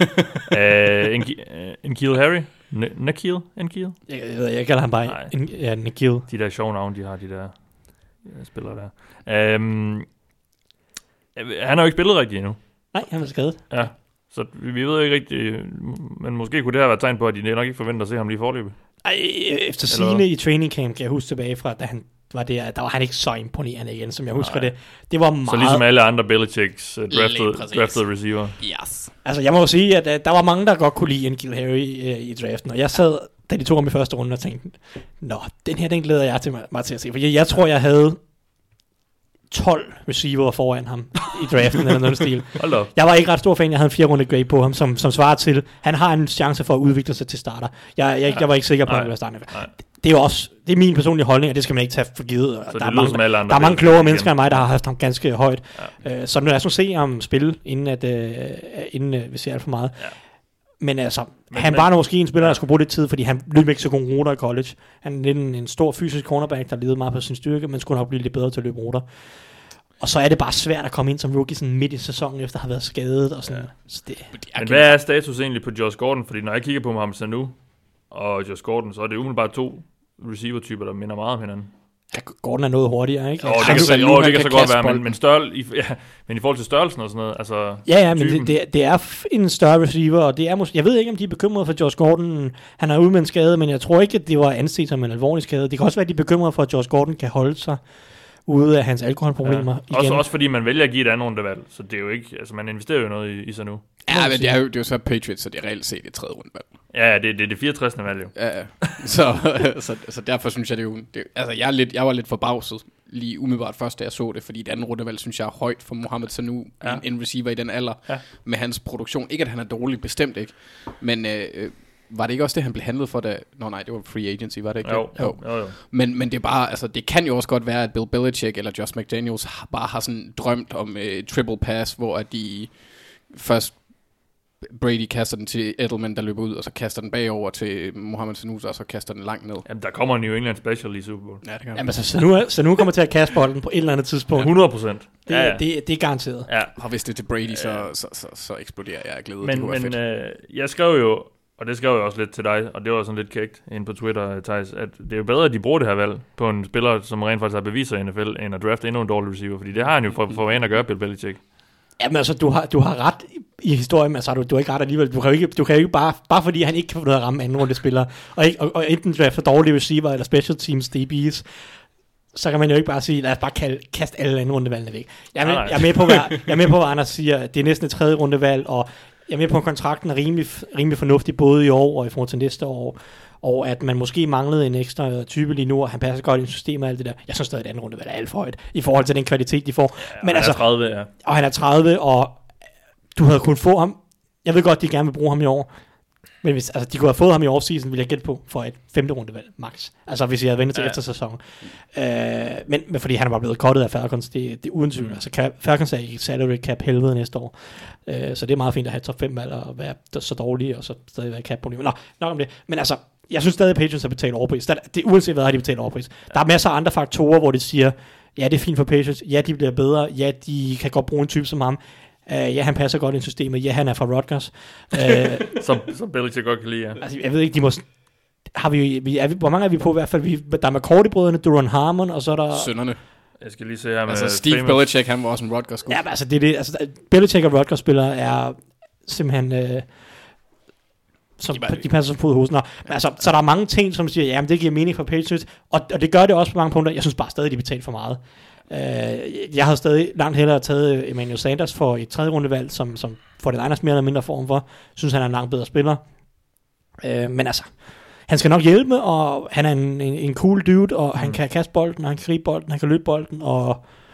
uh, N'Keal Harry? N'Keal? N'Keal? Jeg, jeg, ved, jeg kalder ham bare Nej. en, ja, N'Keal. De der sjove navne, de har, de der ja, spillere der. Um, han har jo ikke spillet rigtigt endnu. Nej, han er skadet. Ja, så vi, vi ved jo ikke rigtigt, men måske kunne det have været tegn på, at de nok ikke forventer at se ham lige forløbet. Ej, efter Eller sine i training camp, kan jeg huske tilbage fra, da han var der, der var han ikke så imponerende igen, som jeg husker Nej. det. Det var meget... Så ligesom alle andre Belichicks uh, Lige drafted, præcis. drafted receiver. Yes. Altså, jeg må jo sige, at uh, der var mange, der godt kunne lide N'Keal Harry uh, i draften, og jeg sad, da de tog ham i første runde, og tænkte, nå, den her, den glæder jeg til mig, mig til at se, for jeg, jeg tror, jeg havde tolv receiver foran ham i draften, eller noget stil. Hold da op. Jeg var ikke ret stor fan, jeg havde en fire runde grade på ham, som, som svarer til, han har en chance for at udvikle sig til starter. Jeg, jeg, jeg var ikke sikker på, at han ville være starter. Nej. Det er jo også, det er min personlige holdning, og det skal man ikke tage for givet. Så der, det er lyder mange, som alle andre. der er mange Belichick klogere igen. mennesker end mig, der har haft ham ganske højt. Ja. Øh, så lad os nu se ham spille, inden, at, øh, inden øh, vi ser alt for meget. Ja. Men altså, Men- han men- var måske en spiller, Ja. der skulle bruge lidt tid, fordi han løb ikke så gode ruter i college. Han er lidt en, en stor fysisk cornerback, der levede meget på sin styrke, men skulle nok blive lidt bedre til at løbe ruter. Og så er det bare svært at komme ind som rookie sådan midt i sæsonen, efter at have været skadet og sådan. Ja. Så det, Men hvad er status egentlig på Josh Gordon? Fordi når jeg kigger på Mohamed Sanu og Josh Gordon, så er det umiddelbart to receiver-typer, der minder meget om hinanden. Ja, Gordon er noget hurtigere, ikke? Jo, det Han kan, kan så, så- jo, han det kan kan så godt kaste være, men, bolden. men, størrel, i, ja, men i forhold til størrelsen og sådan noget, altså... Ja, ja, men typen. det, det, det er f- en større receiver, og det er måske, jeg ved ikke, om de er bekymrede for Josh Gordon. Han er ude med en skade, men jeg tror ikke, at det var anset som en alvorlig skade. Det kan også være, at de er bekymrede for, at Josh Gordon kan holde sig ude af hans alkoholproblemer Ja. igen. Også, også fordi man vælger at give et andet rundevalg, så det er jo ikke... Altså, man investerer jo noget i, i sig nu. Ja, men det er jo, det er jo så Patriots, så det er reelt set et tredje rundevalg. Ja, det, det er det fireogtres. valg jo. Ja, ja. så, så, så derfor synes jeg, det er jo... Det, altså, jeg, er lidt, jeg var lidt forbavset lige umiddelbart først, da jeg så det, fordi det andet rundevalg, synes jeg, er højt for Mohamed Sanu, Ja. en, en receiver i den alder, Ja. med hans produktion. Ikke, at han er dårlig, bestemt ikke. Men øh, øh, var det ikke også det, han blev handlet for, da... Nå nej, det var free agency, var det ikke? Jo, det? jo, jo. jo. Men, men det er bare, altså, det kan jo også godt være, at Bill Belichick eller Josh McDaniels har, bare har sådan drømt om øh, triple pass, hvor at de først Brady kaster den til Edelman, der løber ud, og så kaster den bagover til Mohamed Sanu, og så kaster den langt ned. Jamen, der kommer en New England Special i Super Bowl. Ja, det kan Jamen, så, så, nu, er- så nu kommer til at kaste bolden på et eller andet tidspunkt. hundrede procent. Det, Ja, ja. det, det er garanteret. ja. Og hvis det er til Brady, så, så, så, så eksploderer jeg af glæde. det Men, kunne være men fedt. øh, jeg skrev jo, og det skrev jeg også lidt til dig, og det var sådan lidt kægt inde på Twitter, Thijs, at det er jo bedre, at de bruger det her valg på en spiller, som rent faktisk har beviser i N F L, end at drafte endnu en dårlig receiver, fordi det har han jo for, for at gøre, Bill Belichick. Jamen altså, du har, du har ret i historien, men altså, du, du har ikke ret alligevel. Du kan jo ikke, du kan jo ikke bare, bare fordi han ikke kan få noget at ramme anden runde spillere, og, ikke, og, og enten drafter dårlige receiver eller special teams D B's, så kan man jo ikke bare sige, lad os bare kalde, kaste alle anden rundevalgene væk. Jeg er, med, Nej, nej. jeg, er med på, hvad, jeg er med på, hvad Anders siger, det er næsten et tredje rundevalg, og jeg er med på, at kontrakten er rimelig, rimelig fornuftig, både i år og i forhold til næste år, og at man måske manglede en ekstra type lige nu, og han passer godt i systemet og alt det der. Jeg synes stadig, at et andet rundevalg er alt for højt, i forhold til den kvalitet, de får. Ja, Men han altså, er tredive, ja. og han er tredive, og du havde kunnet få ham. Jeg ved godt, de gerne vil bruge ham i år. Men hvis altså, de kunne have fået ham i offseason, ville jeg gætte på, for et femte rundevalg, max. Altså hvis jeg havde ventet til Ja. efter sæsonen. Øh, men, men fordi han var blevet cuttet af Falcons, det, det er uden tvivl. Mm. Altså cap, Falcons er i salary cap helvede næste år. Øh, så det er meget fint at have top fem valg og være så dårlige, og så stadig være cap problemer. Nå, nok om det. Men altså, jeg synes stadig, at Patriots har betalt overpris. Det, det, uanset hvad har de betalt overpris. Der er masser af andre faktorer, hvor de siger, ja, det er fint for Patriots, ja, de bliver bedre, ja, de kan godt bruge en type som ham. Uh, ja, han passer godt ind i systemet. Ja, han er fra Rutgers. Uh, Som, som Belichick godt kan lide, ja. altså, jeg ved ikke, de må... Har vi, vi, er vi, hvor mange er vi på i hvert fald? Vi, der er McCourty-brødrene, Duron Harmon, og så er der... Sønderne. Jeg skal lige se her med... Altså Steve famous- Belichick, han var også en Rutgers skud. Ja, men altså, det er det. Altså, Belichick og Rutgers-spillere er simpelthen... Uh, som, de, bare- de passer som fod i hosen. Nå, men altså, så der er mange ting, som siger, jamen det giver mening for Patriots, og, og det gør det også på mange punkter. Jeg synes bare stadig, de betaler for meget. Uh, jeg havde stadig langt hellere taget Emmanuel Sanders for et tredje rundevalg, som, som får det Niners mere eller mindre form for. Synes han er en langt bedre spiller. Uh, men altså, han skal nok hjælpe, og han er en, en, en cool dude, og han kan kaste bolden, og han kan gribe bolden, han kan løbe bolden, og,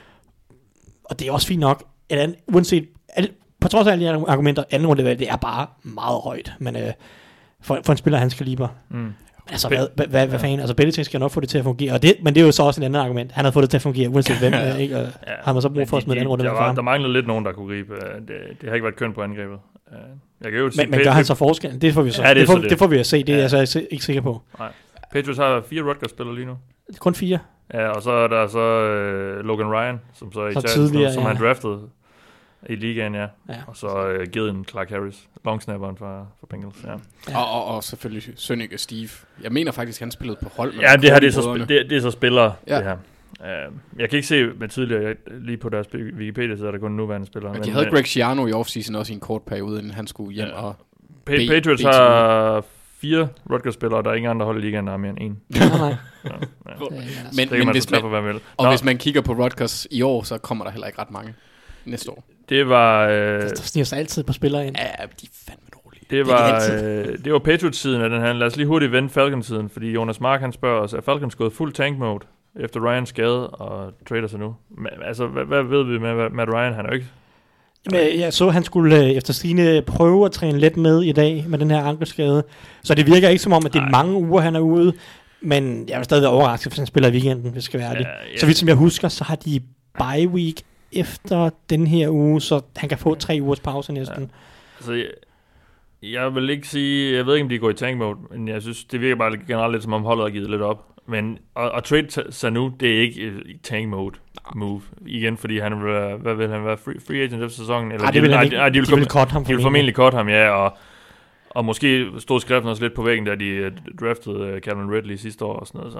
og det er også fint nok. Et andet, uanset, al, på trods af alle de argumenter, anden rundevalg, det er bare meget højt, men uh, for, for en spiller af hans kaliber. Mm. Altså, hvad, hvad, hvad, hvad fanden? Altså, Belichick skal nok få det til at fungere. Og det, men det er jo så også et andet argument. Han havde fået det til at fungere, uanset hvem. øh, ikke? Og Ja. har man så brug for at smide den anden runde der, med var, ham. der manglede lidt nogen, der kunne gribe. øh, Det, det har ikke været kønt på angrebet. Øh, Jeg kan jo sige, Men, men gør han så forskellen? Det får vi så. Ja, det er det, får, så det. det får vi at se. Det er Ja. jeg så ikke, ikke sikker på. Nej. Patriots har fire Rutgers-spillere lige nu. Kun fire. Ja, og så er der så uh, Logan Ryan, som så er i Så Chargers, tidligere, som ja. han draftede i ligaen, ja. Ja. Og så uh, Gideon Clark Harris, longsnapperen fra, fra Bengals, ja. Ja. Og, og, og selvfølgelig Sønneke Steve. Jeg mener faktisk, han spillede på hold med Ja, det her det er, så, McCourty-brødrene. sp- det, det er så spillere, Ja. det her. Uh, jeg kan ikke se med tidligere, jeg, lige på deres Wikipedia, så er der kun nuværende spillere. Men de havde Greg Schiano i offseason også i en kort periode, inden han skulle hjem. Ja. Og Pa- B- Patriots B- har fire Rutgers-spillere, og der er ingen andre hold i ligaen, der har mere end en. Nej, nej. Ja, ja. Det er- altså- Men, Det kan men man hvis så tage for, man, hvad man vil. og Nå, hvis man kigger på Rutgers i år, så kommer der heller ikke ret mange næste år. det var... Øh, Der sniger sig altid på spillere ind. Ja, de er fandme dårlige. Det Det er var, de øh, det var Patriots-siden af den her. Lad os lige hurtigt vende Falcons-siden, fordi Jonas Mark han spørger os, er Falcons gået fuld tank mode efter Ryans skade og trader sig nu? Men, altså, hvad, hvad ved vi med Matt Ryan? Han er jo ikke... Men jeg så, at han skulle øh, efter sine prøve at træne lidt med i dag med den her ankelskade. Så det virker ikke som om, at det er Nej. mange uger, han er ude. Men jeg vil stadig være overrasket, hvis han spiller i weekenden, hvis jeg skal være ærlig. Ja, ja. Så vidt som jeg husker, så har de bye week efter den her uge, så han kan få tre ugers pause næsten. Ja. Altså, jeg, jeg vil ikke sige... Jeg ved ikke, om de går i tank mode, men jeg synes, det virker bare generelt lidt, som om holdet har givet lidt op. Men at, at trade Sanu, det er ikke i tank mode move. Igen, fordi han vil være, hvad vil han være, free, free agent efter sæsonen? Eller Ej, de det vil vil- han nej, ikke. nej, De vil komme- cut ham De vil formentlig cut ham, ja, og, og måske stod skriften også lidt på væggen, da de uh, draftede uh, Calvin Ridley sidste år og sådan noget, så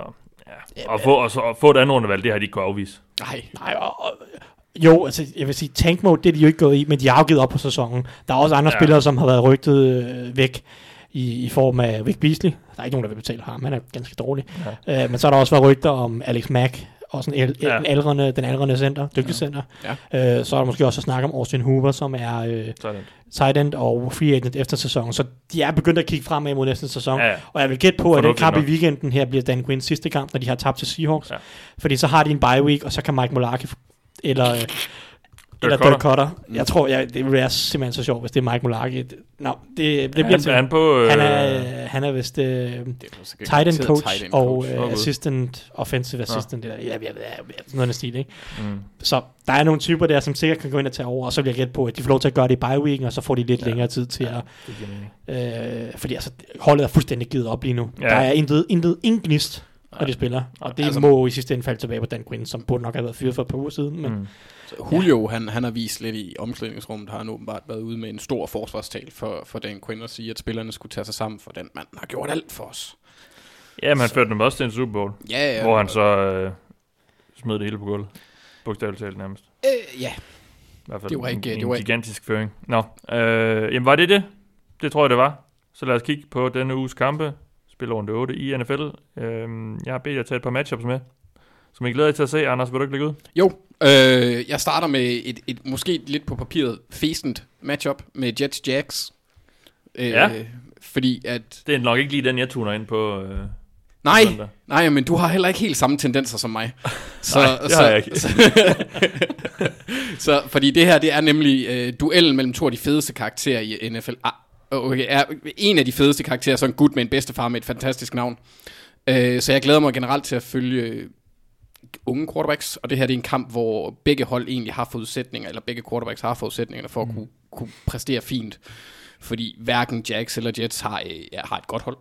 Ja. Og, få, og, så, og få et andet rundevalg, det har de ikke kunnet afvise. Nej. Nej, og, og, jo, altså, jeg vil sige, tank mode, det er de jo ikke gået i, men de har jo givet op på sæsonen. Der er også andre ja. spillere, som har været rygtet øh, væk i, i form af Vic Beasley. Der er ikke nogen, der vil betale ham, han er ganske dårlig. Ja. Øh, men så har der også været rygter om Alex Mack, også en el- ja. den aldrende, den aldrende center, dygtig ja. center. Ja. Øh, så er der måske også at snakke om Austin Hoover, som er øh, tight end og free agent efter sæsonen. Så de er begyndt at kigge fremad mod næste sæson. Ja, ja. Og jeg vil gætte på, at den kamp nok. i weekenden her bliver Dan Quinns sidste kamp, når de har tabt til Seahawks. Ja. Fordi så har de en bye week, og så kan Mike Mularkey eller... Eller Dirk Cutter. Mm. Jeg tror, jeg, det vil være simpelthen så sjovt, hvis det er Mike Mularkey. Nå, det, det bliver han, han, på, øh, han er han er vist uh, tight end coach tight end og uh, assistant, offensive assistant. Ja. Eller, ja, ja, ja, sådan noget stil, ikke? Mm. Så der er nogle typer der, som sikkert kan gå ind og tage over, og så bliver jeg gætte på, at de får lov til at gøre det i bye-weeken, og så får de lidt ja. længere tid til ja, at... Øh, fordi altså, holdet er fuldstændig givet op lige nu. Ja. Der er intet, intet ingen gnist, når de spiller. Og det altså, må i sidste ende falde tilbage på Dan Quinn, som burde nok have været fyret for et par uger siden, men... Mm. Julio, ja. han, han har vist lidt i omklædningsrummet, har han åbenbart været ude med en stor forsvarstal for, for Dan Quinn og sige, at spillerne skulle tage sig sammen, for den mand har gjort alt for os. Ja, men han førte dem også til en Super Bowl, ja, ja, hvor han så øh, smed det hele på gulvet. Bogstaveligt talt nærmest. Øh, ja. I hvert fald det var ikke, en, det en var gigantisk føring. Nå, øh, jamen var det det? Det tror jeg, det var. Så lad os kigge på denne uges kampe. Spilrunde otte i N F L. Øh, jeg har bedt jer at tage et par matchups med, som jeg glæder jer til at se. Anders, vil du ikke lægge ud? Jo, øh, jeg starter med et, et måske lidt på papiret fæsent matchup med Jets-Jags. Øh, ja. Fordi at... Det er nok ikke lige den, jeg tuner ind på. Øh, nej, på nej, men du har heller ikke helt samme tendenser som mig. Så, nej, det så, har jeg ikke. så, så, fordi det her, det er nemlig øh, duellen mellem to af de fedeste karakterer i N F L. Ah, okay, er en af de fedeste karakterer, så en gut med en bedstefar med et fantastisk navn. Øh, så jeg glæder mig generelt til at følge unge quarterbacks, og det her det er en kamp, hvor begge hold egentlig har forudsætninger, eller begge quarterbacks har forudsætningerne for at mm. kunne, kunne præstere fint, fordi hverken Jags eller Jets har, ja, har et godt hold.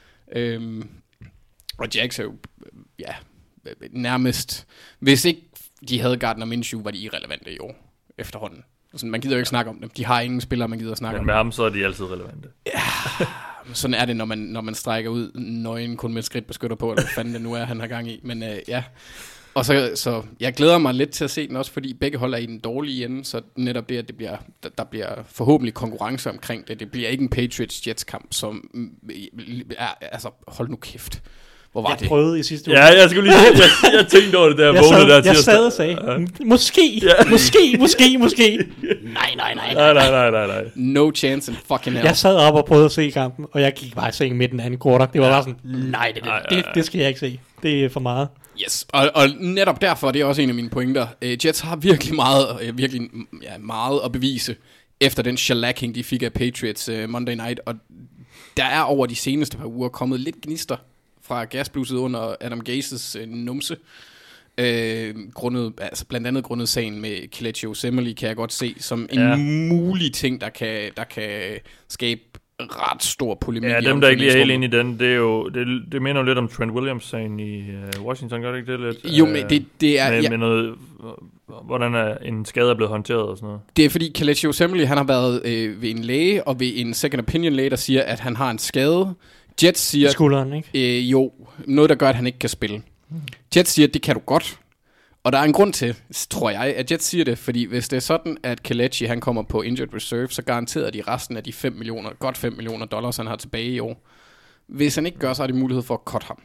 Øhm, og Jags er jo ja, nærmest, hvis ikke de havde Gardner Minshew, var de irrelevante i år efterhånden. Altså, man gider jo ikke snakke om dem. De har ingen spillere, man gider at snakke Men om. Men med ham, så er de altid relevante. Ja, sådan er det, når man, når man strækker ud nøgen kun med et skridt beskytter på, eller hvad fanden det nu er, han har gang i. Men øh, ja, og så, så jeg glæder mig lidt til at se den også, fordi begge hold er i den dårlige ende, så netop det, at det bliver, der, der bliver forhåbentlig konkurrence omkring det. Det bliver ikke en Patriots-Jets-kamp, som er, altså, hold nu kæft. Hvor var jeg det? prøvede i sidste uge. Ja, jeg skulle lige jeg, jeg tænkte over det der jeg vågne sad, der til. Jeg sad og sagde, ja. måske, ja. måske, måske, måske. Nej, nej, nej, nej. Nej, nej, nej, nej. No chance in fucking hell. Jeg sad op og prøvede at se kampen, og jeg gik bare i seng midt den anden quarter. Det var bare sådan, nej, det, det, det, det skal jeg ikke se. Det er for meget. Yes, og, og netop derfor, det er også en af mine pointer. Uh, Jets har virkelig meget, uh, virkelig, ja, meget at bevise efter den shellacking, de fik af Patriots uh, Monday Night. Og der er over de seneste par uger kommet lidt gnister fra gasbluset under Adam Gases øh, numse. Øh, grundet, altså blandt andet grundet sagen med Kelechi Osemele, kan jeg godt se, som en ja. mulig ting, der kan, der kan skabe ret stor polemik. Ja, dem der ikke lige er helt inde i den, det er jo, det, det minder jo lidt om Trent Williams-sagen i uh, Washington, gør det ikke det lidt? Jo, men det, det er... Med, ja. med noget, hvordan er en skade er blevet håndteret og sådan noget. Det er fordi Kelechi Osemele, han har været øh, ved en læge, og ved en second opinion læge, der siger, at han har en skade. Jets siger... Skulderen, ikke? Øh, jo, noget der gør, at han ikke kan spille. Mm. Jets siger, at det kan du godt. Og der er en grund til, tror jeg, at Jets siger det, fordi hvis det er sådan, at Kelechi, han kommer på injured reserve, så garanterer de resten af de fem millioner, godt fem millioner dollars, han har tilbage i år. Hvis han ikke gør, så har de mulighed for at cut ham.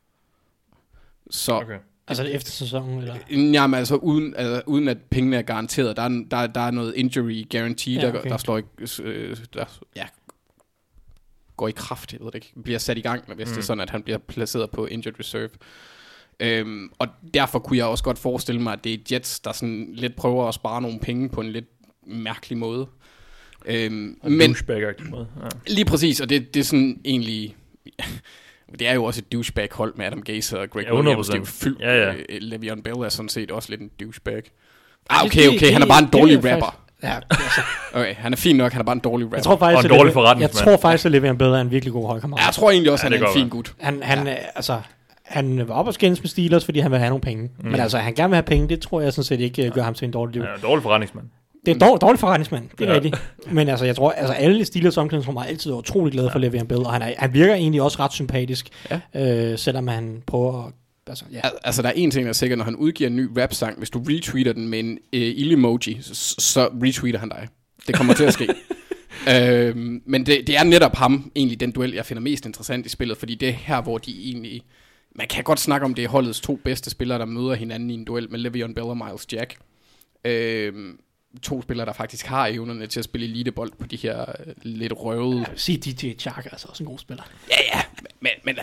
Så... Okay. Altså efter sæsonen, eller? Jamen altså, uden, altså, uden at pengene er garanteret. Der er, der, der er noget injury guarantee, ja, okay. der, der slår ikke... Øh, der, ja, går i kraft, jeg ved det ikke, bliver sat i gang, hvis mm. det er sådan, at han bliver placeret på injured reserve. Øhm, og derfor kunne jeg også godt forestille mig, at det er Jets, der sådan lidt prøver at spare nogle penge på en lidt mærkelig måde. Øhm, en men douchebag-agtig måde. Ja. Lige præcis, og det, det er sådan egentlig... det er jo også et douchebag-hold med Adam Gase og Greg ja, Williams. Det er jo fyldt. Ja, ja. Le'Veon Bell er sådan set også lidt en douchebag. Ah, okay, okay, han er bare en dårlig rapper. Ja, altså. Okay, han er fin nok, han er bare en dårlig rapper. Jeg tror faktisk, og en dårlig forretningsmand. Jeg tror faktisk, at Le'Veon Bell er en virkelig god holdkammerat. Ja, jeg tror egentlig også, ja, han er en fin være. gut. Han, han, ja. altså, han var op og skændes med Steelers, fordi han vil have nogle penge. Mm. Men altså, han gerne vil have penge, det tror jeg sådan set ikke gør ham til en dårlig liv. Ja, en dårlig forretningsmand. Det er en dårlig, dårlig forretningsmand, det er ja. rigtigt. Men altså, jeg tror, altså alle Steelers omklædningsrum er altid utrolig glade for ja. Le'Veon Bell, og han, er, han virker egentlig også ret sympatisk, ja. øh, selvom han prøver at altså, ja. Al- altså, der er en ting, der er sikkert, når han udgiver en ny rap-sang, hvis du retweeter den med en øh, ild-emoji, så, så retweeter han dig. Det kommer til at ske. øhm, men det, det er netop ham, egentlig den duel, jeg finder mest interessant i spillet, fordi det er her, hvor de egentlig... Man kan godt snakke om, det er holdets to bedste spillere, der møder hinanden i en duel med Le'Veon Bell og Miles Jack. Øhm, to spillere, der faktisk har evnerne til at spille elitebold på de her øh, lidt røvede... Jeg vil sige, D J Chark er altså også en god spiller. Ja, ja, men... men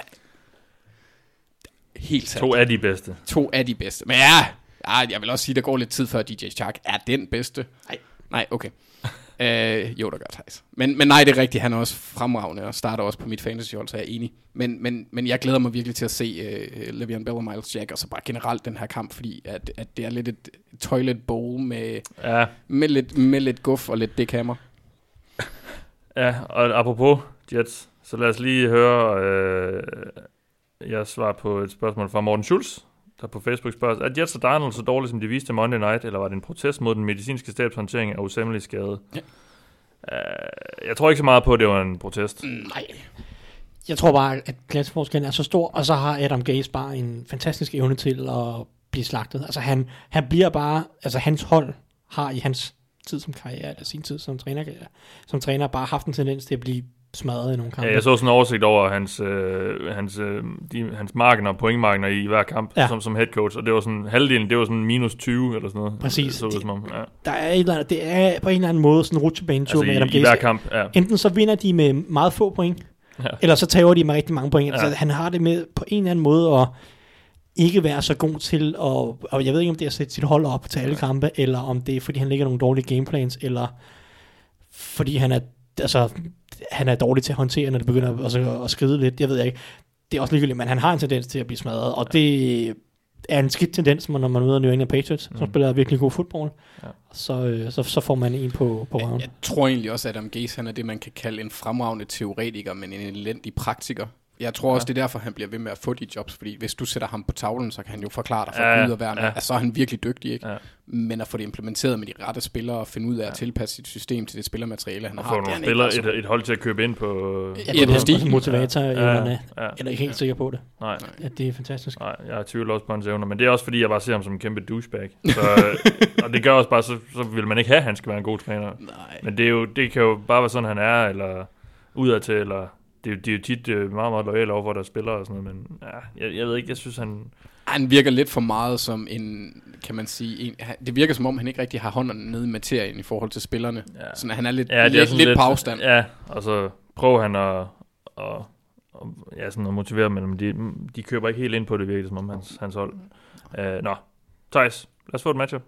helt sandt. To af de bedste. To af de bedste. Men ja, ja, jeg vil også sige, der går lidt tid før D J Chark er den bedste. Nej. Nej, okay. øh, jo, der gør Thijs. Men, men nej, det er rigtigt. Han er også fremragende og starter også på mit fantasyhold, så jeg er enig. Men, men, men jeg glæder mig virkelig til at se uh, Le'Veon Bell og Miles Jack, og så bare generelt den her kamp, fordi at, at det er lidt et toilet bowl med, Ja. med, lidt, med lidt guf og lidt dækhammer. Ja, og apropos Jets, så lad os lige høre øh, jeg svar på et spørgsmål fra Morten Schulz, der på Facebook spørger, er Jets og Darnold så dårligt, som de viste Monday Night, eller var det en protest mod den medicinske stabshåndtering af usæmmelig skade? Ja. Uh, jeg tror ikke så meget på, at det var en protest. Nej. Jeg tror bare, at klasseforskellen er så stor, og så har Adam Gase bare en fantastisk evne til at blive slagtet. Altså han, han bliver bare, altså hans hold har i hans tid som karriere, eller sin tid som træner, som træner bare haft en tendens til at blive smadret i nogle kampe. Ja, jeg så sådan en oversigt over hans, øh, hans, øh, de, hans marginer, pointmarginer i hver kamp, ja. som, som head coach, og det var sådan, halvdelen, det var sådan minus tyve, eller sådan noget. Præcis. Så, som om, ja. Der er et eller andet, det er på en eller anden måde sådan en rutsjebanetur Altså med i, Adam i Gase. hver kamp, ja. Enten så vinder de med meget få point, ja. eller så tager de med rigtig mange point. Ja. Altså han har det med på en eller anden måde at ikke være så god til, at, og jeg ved ikke, om det er at sætte sit hold op til alle kampe, eller om det er, fordi han lægger nogle dårlige gameplans, eller fordi han er, altså, han er dårlig til at håndtere, når det begynder at, altså, at skride lidt. Jeg ved ikke. Det er også ligegyldigt, men han har en tendens til at blive smadret, og det er en skidt tendens, når man møder New England Patriots, mm. som spiller virkelig god fodbold. Ja. Så, så, så får man en på, på røven. Jeg, jeg tror egentlig også, at Adam Gase, han er det, man kan kalde en fremragende teoretiker, men en elendig praktiker. Jeg tror også, ja. det er derfor, han bliver ved med at få de jobs, fordi hvis du sætter ham på tavlen, så kan han jo forklare dig fra ja, Gud og værne. Ja. Altså, så er han virkelig dygtig, ikke? Ja. Men at få det implementeret med de rette spillere, og finde ud af at tilpasse sit system til det spillermateriale, han og har. Og få nogle spillere, et, et hold til at købe ind på... Ja, ja, det er motivator, ja, ja, ja. Jeg er ikke helt ja. sikker på det. Nej. Ja, det er fantastisk. Nej, jeg er tvivl også på hans evner, men det er også fordi, jeg bare ser ham som en kæmpe douchebag. Så, og det gør også bare, så, så vil man ikke have, at han skal være en god træner. Nej. Men det, er jo, det kan jo bare være sådan, han er, eller udadtil, eller... Det, det er jo tit meget, meget lojale over for deres spillere og sådan noget, men ja, jeg, jeg ved ikke, jeg synes, han... Han virker lidt for meget som en, kan man sige, en, det virker som om, han ikke rigtig har hånden nede i materien i forhold til spillerne. Ja. Sådan, han er lidt, ja, lidt, lidt, lidt på afstand. Ja, og så prøver han at, at, at, ja, sådan at motivere dem, men de, de køber ikke helt ind på det, virker som om hans, hans hold. Uh, nå, Thijs, lad os få et matchup.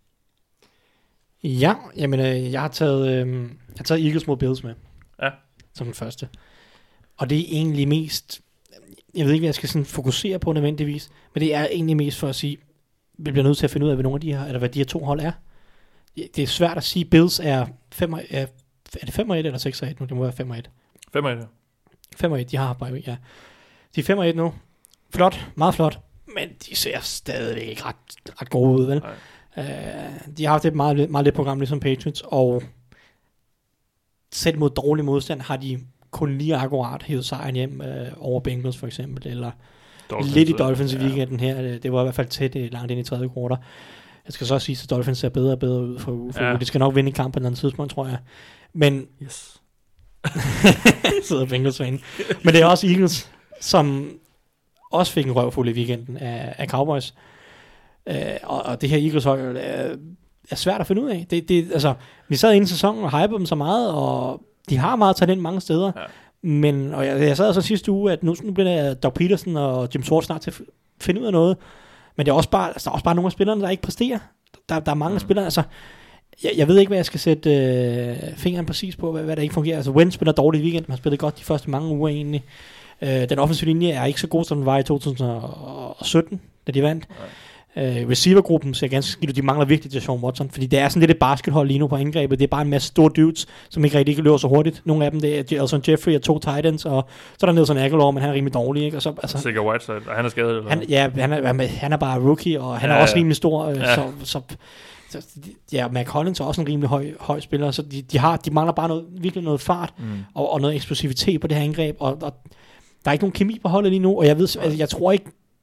Ja, jamen, øh, jeg har taget, øh, jeg har taget Eagles mod Bills med. Ja. Som den første. Og det er egentlig mest, jeg ved ikke, hvad jeg skal sådan fokusere på nødvendigvis, men det er egentlig mest for at sige, vi bliver nødt til at finde ud af, hvad nogle af de her, eller hvad de her to hold er. Det er svært at sige, Bills er fem og, er, er det fem og et eller seks og et nu? Det må være fem og et. fem og et, ja. fem og et, de har bare, ja. De er fem og et nu. Flot, meget flot, men de ser stadig ikke ret, ret gode ud, vel? Uh, de har haft et meget, meget lidt program, ligesom Patriots, og selv mod dårlig modstand har de kun lige akkurat hævet sejren hjem øh, over Bengals for eksempel, eller Dolphins, lidt i Dolphins i weekenden her. Det var i hvert fald tæt langt ind i tredje kvartal. Jeg skal så sige, at Dolphins ser bedre og bedre ud for uge for ja. uge. De skal nok vinde i kampen på et andet tidspunkt, tror jeg. Men yes. sidder Bengals fan. Men det er også Eagles, som også fik en røvfuld i weekenden af, af Cowboys. Uh, og, og det her Eagles hold uh, er svært at finde ud af. Det, det, altså, vi sad inde i sæsonen og hypede dem så meget, og de har meget talent mange steder. Ja. Men, og jeg, jeg sad så sidste uge, at nu, nu bliver det Doug Peterson og Jim Schwartz snart til at finde ud af noget. Men det er også bare, altså, der er også bare nogle af spillerne, der ikke præsterer. Der, der er mange mm. spillere, altså... Jeg, jeg ved ikke, hvad jeg skal sætte øh, fingeren præcis på, hvad, hvad der ikke fungerer. Altså, Wentz spiller dårligt i weekenden, han spillede godt de første mange uger egentlig. Øh, den offensive linje er ikke så god, som den var i to tusind og sytten, da de vandt. Øh, receivergruppen ser ganske skidt ud. De mangler virkelig til Sean Watson, fordi det er sådan lidt et baskethold lige nu på angrebet. Det er bare en masse store dudes, som ikke rigtig løber så hurtigt. Nogle af dem, det er Elson Jeffrey og to tight ends, og så er der Nelson Aguilar, men han er rimelig dårlig, ikke? Og så, altså, Sikker Whiteside, og han er skadet, eller? Han, ja, han er, han er bare rookie, og han ja, er også rimelig stor, øh, ja. så... så Så, ja, Mac Hollins er også en rimelig høj, høj spiller, så de, de, har, de mangler bare noget, virkelig noget fart mm. og, og noget eksplosivitet på det her angreb, og, og der er ikke nogen kemi på holdet lige nu, og jeg ved, altså, jeg tror ikke,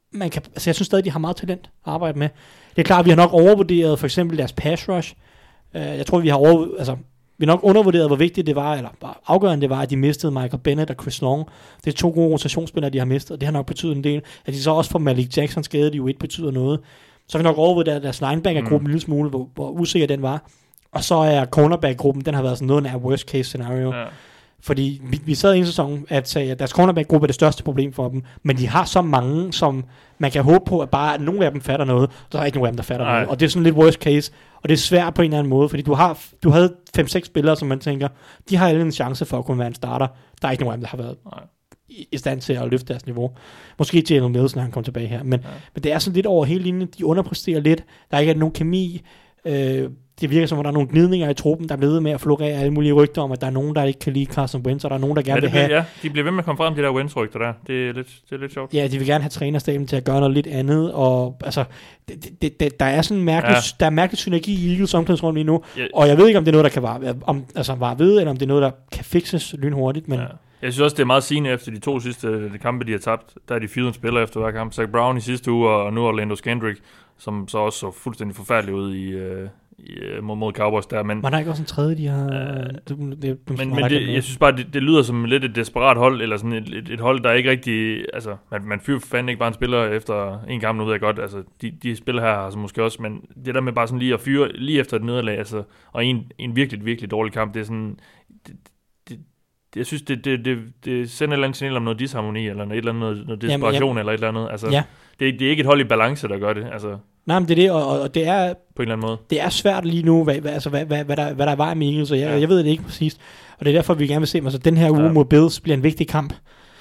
man kan, altså jeg synes stadig, de har meget talent at arbejde med. Det er klart, at vi har nok overvurderet for eksempel deres pass rush. Uh, jeg tror, vi har over, altså, vi har nok undervurderet, hvor vigtigt det var, eller hvor afgørende det var, at de mistede Michael Bennett og Chris Long. Det er to gode rotationsspillere, de har mistet, og det har nok betydet en del. At de så også får Malik Jackson skade, de jo ikke betyder noget. Så har vi nok overvurderet deres linebacker-gruppe mm. en lille smule, hvor, hvor usikker den var. Og så er cornerback-gruppen, den har været sådan noget af worst case scenario. Ja. Fordi vi, vi sad i en sæson at sige, at deres cornerback-gruppe er det største problem for dem, men de har så mange, som man kan håbe på, at bare at nogle af dem fatter noget, så er ikke nogen af dem, der fatter Ej. noget. Og det er sådan lidt worst case, og det er svært på en eller anden måde, fordi du har du havde fem seks spillere, som man tænker, de har alle en chance for at kunne være en starter. Der er ikke nogen af dem, der har været Ej. i stand til at løfte deres niveau. Måske Jalen Mills, når han kommer tilbage her. Men, ja. men det er sådan lidt over hele linjen, de underpresterer lidt, der er ikke nogen kemi, øh, det virker som, at der er nogle gnidninger i truppen, der er blevet med at florere alle mulige rygter om, at der er nogen, der ikke kan lide Carson Wentz, og der er nogen, der gerne ja, vil bliver, have... Ja, de bliver ved med at komme frem til de der Wentz-rygter der. Det er, lidt, det er lidt sjovt. Ja, de vil gerne have trænerstaben til at gøre noget lidt andet, og altså, det, det, det, der er sådan en mærkelig, ja. der er mærkelig synergi i Eagles omklædningsrum lige nu, ja. og jeg ved ikke, om det er noget, der kan vare, om, altså, vare ved, eller om det er noget, der kan fikses lynhurtigt, men... Ja. Jeg synes også, det er meget sigende efter de to sidste kampe, de har tabt. Der er de fyret en spiller efter hver kamp. Zach Brown i sidste uge, og nu Orlando Scandrick, som så også så fuldstændig forfærdeligt ud i... Øh, mod, mod Cowboys der, men... Man har ikke også en tredje, de har... Øh, du, det, du, men men det, jeg synes bare, det, det lyder som lidt et desperat hold, eller sådan et, et, et hold, der ikke rigtig... Altså, man, man fyrer fandme ikke bare en spiller efter en kamp, nu ved jeg godt, altså, de, de spiller her altså måske også, men det der med bare sådan lige at fyre lige efter et nederlag, altså, og en, en virkelig, virkelig dårlig kamp, det er sådan... Det, det, jeg synes, det, det, det, det sender et eller andet signal om noget disharmoni, eller et eller andet noget, noget desperation, jamen, eller et eller andet, altså... Ja. Det, det er ikke et hold i balance, der gør det, altså... Nej, men det er det, og, og det er... På en eller anden måde. Det er svært lige nu, hvad, hvad, altså, hvad, hvad, hvad, der, hvad der er vej med Eagles, så jeg, ja. jeg ved det ikke præcis. Og det er derfor, vi gerne vil se, at altså, den her uge ja. mod Bills bliver en vigtig kamp.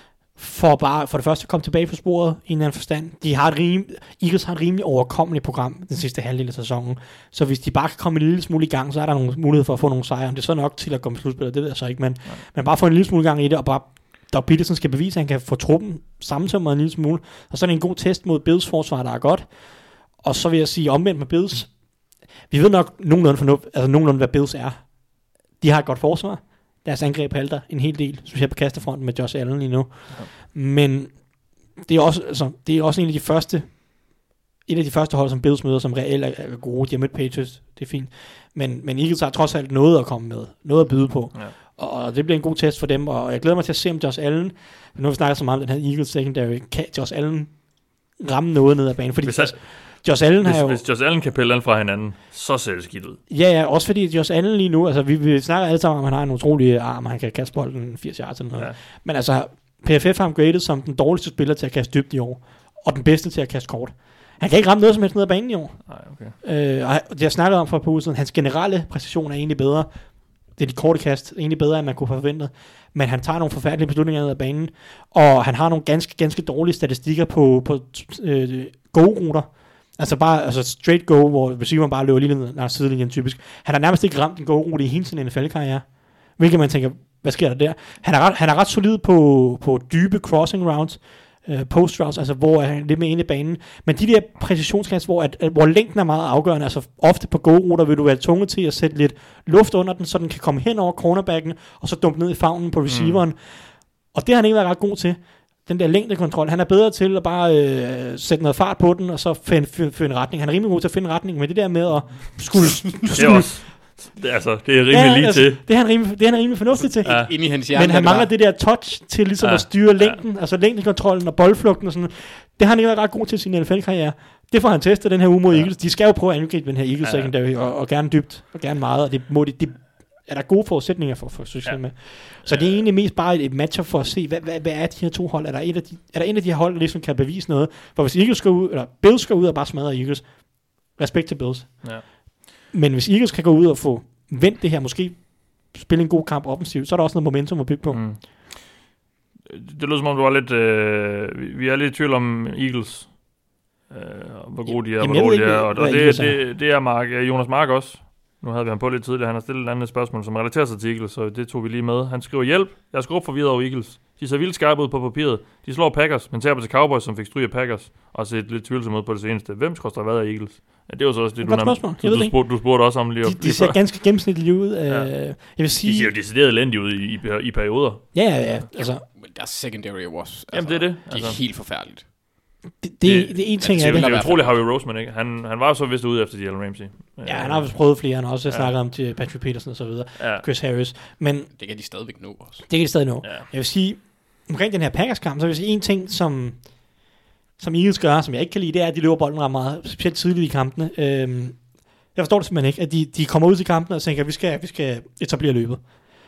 For bare for det første at komme tilbage på sporet i en eller anden forstand. De har et rim, Eagles har et rimelig overkommeligt program den sidste halvdel af sæsonen. Så hvis de bare kan komme en lille smule i gang, så er der nogle mulighed for at få nogle sejre. Om det er så nok til at komme i slutspillet, det ved jeg så ikke. Men, ja. men bare få en lille smule i gang i det, og bare Doug Peterson skal bevise, at han kan få truppen sammentømret en lille smule. Og så er det en god test mod Bills forsvar, der er godt. Og så vil jeg sige omvendt med Bills. Vi ved nok nogenlunde, fornuft, altså nogenlunde hvad Bills er. De har et godt forsvar. Deres angreb halter en hel del, specielt på kastefronten med Josh Allen lige nu. Ja. Men det er, også, altså, det er også en af de første, et af de første hold, som Bills møder, som reelt er, er gode. De har mødt Patriots, det er fint. Men, men Eagles har trods alt noget at komme med. Noget at byde på. Ja. Og det bliver en god test for dem. Og jeg glæder mig til at se, om Josh Allen, nu har vi snakket så meget om den her Eagles secondary, kan Josh Allen ramme noget ned ad banen. Fordi Hvis Josh Allen hvis, har jo... Hvis Josh Allen kan pille den fra hinanden, så ser det skidt ud. Ja, ja, også fordi Josh Allen lige nu, altså vi, vi snakker alle sammen om, at han har en utrolig arm, han kan kaste bolden firs yards eller noget. Ja. Men altså, P F F har ham graded som den dårligste spiller til at kaste dybt i år, og den bedste til at kaste kort. Han kan ikke ramme noget som helst ned ad banen i år. Nej, okay. Øh, og det jeg snakkede om for et par uger siden, hans generelle præcision er egentlig bedre. Det er de korte kast, egentlig bedre, end man kunne forvente. Men han tager nogle forfærdelige beslutninger ned ad banen, og han har nogle ganske, ganske dårlige statistikker på, på øh, go-ruter. Altså bare altså straight go, hvor receiveren bare løber lige ned ad sidelinjen typisk. Han har nærmest ikke ramt en go-rute i hele sin N F L-karriere. Hvilket man tænker, hvad sker der der? Han er ret, han er ret solid på, på dybe crossing routes, øh, post routes, altså hvor han er lidt mere inde i banen. Men de der præcisionskast, hvor, at, at, hvor længden er meget afgørende, altså ofte på go-ruter vil du være tvunget til at sætte lidt luft under den, så den kan komme hen over cornerbacken, og så dumpe ned i favnen på receiveren. Mm. Og det har han ikke været ret god til. Den der længdekontrol. Han er bedre til at bare øh, sætte noget fart på den, og så finde find en retning. Han er rimelig god til at finde en retning, men det der med at skulle... det er også... Det, altså, det er rimelig ja, lige altså, til. Det er han rimelig, det er han rimelig fornuftig til. Ja. Inde i hans hjerne, men han mangler det der touch til ligesom ja. at styre længden, ja. altså længdekontrollen og boldflugten og sådan. Det har han ikke været ret god til sin N F L-karriere. Det får han testet den her uge mod ja. Eagles. De skal jo prøve at angribe den her Eagles ja. secondary, og, og gerne dybt, og gerne meget, og det må de... de er der gode forudsætninger for, for succes ja. med. Så det er egentlig mest bare et matchup for at se, hvad, hvad, hvad er de her to hold? Er der, et af de, er der en af de her hold, der ligesom kan bevise noget? For hvis Eagles skal ud, eller Bills skal ud og bare smadre Eagles, respekt til Bills. Ja. Men hvis Eagles kan gå ud og få vendt det her, måske spille en god kamp offensivt, så er der også noget momentum at bygge på. Mm. Det lyder som om, du var lidt... Øh, vi er lidt i tvivl om Eagles. Øh, hvor gode de er, hvor dårlige de er. Og, og det, det, det er Mark, Jonas Mark også. Nu havde vi ham på lidt tidligere. Han har stillet et andet spørgsmål, som relaterer sig til Eagles, så det tog vi lige med. Han skriver, hjælp, jeg er sgu forvirret over Eagles. De ser vildt skarpe ud på papiret. De slår Packers, men taber til Cowboys, som fik stryg af Packers, og set lidt tvivlsomt ud på det seneste. Hvem skrøster hvad af Eagles? Ja, det var så også det, du, du, du, spurgte, du spurgte også om lige. De, de ser ganske gennemsnitlige ud. Øh, ja. Jeg vil sige, de ser jo decideret elendige ud i, i, i perioder. Ja, ja, ja. Altså. Men deres secondary was... Jamen, altså, det er det. Det er altså. helt forfærdeligt. Det, det, det, det er en ting det, af det. Det er utroligt, Harvey Roseman, ikke? Han, han var jo så vist ude efter Jalen Ramsey. Ja, han har vist prøvet flere. Han har også ja. snakket om til Patrick Peterson og så videre. Ja. Chris Harris. Men det kan de stadigvæk nå også. Det kan de stadig nå. Ja. Jeg vil sige, omkring den her Packers-kamp, så vil jeg sige en ting, som, som Eagles gør, som jeg ikke kan lide, det er, at de løber bolden ret meget, specielt tidligt i kampene. Øhm, jeg forstår det simpelthen ikke, at de, de kommer ud til kampen og tænker, at vi skal, vi skal etablere løbet.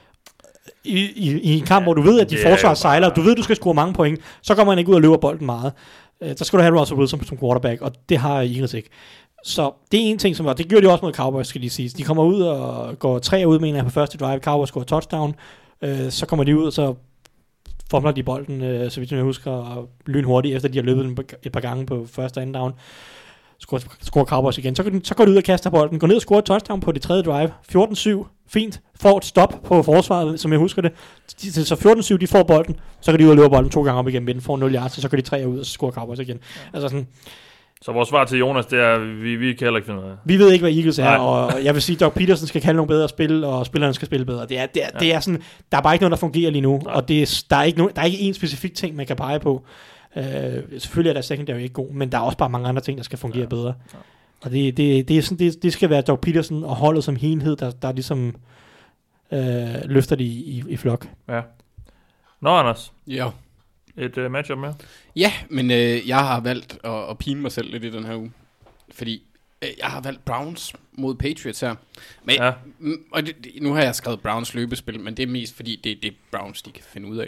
I, i, i en kamp, ja, hvor du ved, at de forsvarer sejler, og du ved, at du skal score mange point, så kommer man ikke ud og løber bolden meget. Øh, så skal du have Russell Wilson som quarterback, og det har Eagles ikke. Så det er en ting, som var, det gjorde de også mod Cowboys, skal de sige. De kommer ud og går tre ud, mener jeg, på første drive. Cowboys scorer touchdown. Øh, så kommer de ud, og så formler de bolden, øh, så vidt jeg husker, lynhurtigt, efter de har løbet et par gange på første og anden down. Scorer, scorer Cowboys igen. Så, så går de ud og kaster bolden. Går ned og scorer touchdown på det tredje drive. fjorten syv. Fint. Får et stop på forsvaret, som jeg husker det. De, så fjorten syv, de får bolden. Så kan de ud og løbe bolden to gange op igen midten. Får nul yards, så kan de tre ud, og så scorer Cowboys igen. Ja. Altså sådan. Så vores svar til Jonas, det er, vi, vi kan heller ikke finde ud af. Vi ved ikke, hvad Eagles er, og jeg vil sige, at Doug Peterson skal kalde nogle bedre spil, og spillerne skal spille bedre. Det er, det er, ja. det er sådan, der er bare ikke noget, der fungerer lige nu, Nej. og det er, der, er ikke no, der er ikke en specifik ting, man kan pege på. Uh, selvfølgelig er der secondary ikke god, men der er også bare mange andre ting, der skal fungere ja. bedre. Ja. Og det, det, det, er sådan, det, det skal være Doug Peterson og holdet som helhed, der, der ligesom uh, løfter det i, i, i flok. Ja. Nå, Anders. Ja. Et uh, matchup mere? Ja, men øh, jeg har valgt at, at pine mig selv lidt i den her uge. Fordi øh, jeg har valgt Browns mod Patriots her. Men, ja. m- og det, det, nu har jeg skrevet Browns løbespil, men det er mest fordi, det er det Browns, de kan finde ud af.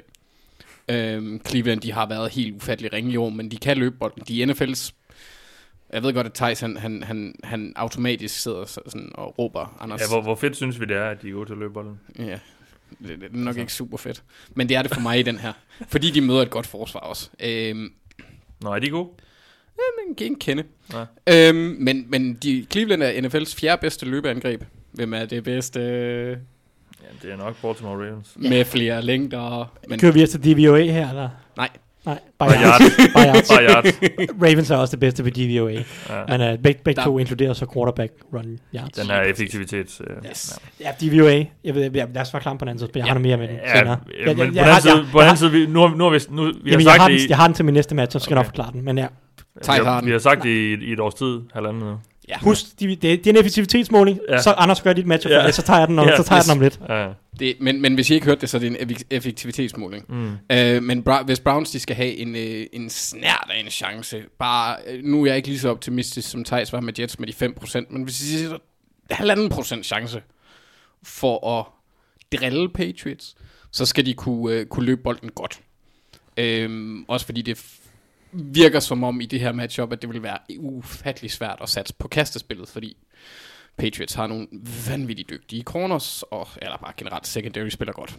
Øhm, Cleveland, de har været helt ufattelig ringe i år, men de kan løbe bolden. De er N F L's... Jeg ved godt, at Thijs, han, han, han, han automatisk sidder sådan og råber, Anders... Ja, hvor, hvor fedt synes vi det er, at de er gode til at løbe bolden? Ja. Det, det er nok altså. ikke super fedt. Men det er det for mig i den her. Fordi de møder et godt forsvar også. Øhm, Nå, er de gode? Ja, men ikke kende. Øhm, men men de, Cleveland er N F L's fjerde bedste løbeangreb. Hvem er det bedste? Ja, det er nok Baltimore Ravens. Med ja. flere længder. Men kører vi efter D V O A her, eller? Nej. Nej, bare yards. Bare yards. Bare yards. Ravens er også det bedste på D V O A. Ja. Men uh, begge beg to inkluderer så quarterback run yards. Den her effektivitets... Uh, yes. Ja, D V O A. Jeg ved, jeg, lad os være klar på den anden side. Jeg ja. har noget mere med den ja, senere. Ja, men jeg, jeg, på den side, på den side vi, nu, nu har vi, nu, vi jamen, har sagt jeg har det den, jeg har den til min næste match, så skal okay. jeg nok forklare den. Men ja. Vi har, vi har sagt det i, i et års tid, halvandet nu. Ja. Husk, det, det er en effektivitetsmåling. Ja. Så Anders gør dit match, ja. så tager jeg den om, ja. så tager jeg den om lidt. Ja. Det, men, men hvis I ikke hørte det, så er det en effektivitetsmåling. Mm. Uh, men bra- hvis Browns de skal have en, uh, en snært af en chance, bare, uh, nu er jeg ikke lige så optimistisk som Thijs var med Jets med de fem procent, men hvis I siger halvanden procent chance for at drille Patriots, så skal de kunne, uh, kunne løbe bolden godt. Uh, også fordi det virker som om i det her matchup, at det vil være ufattelig svært at satse på kastespillet, fordi Patriots har nogle vanvittigt dygtige corners, og, eller bare generelt secondary spiller godt.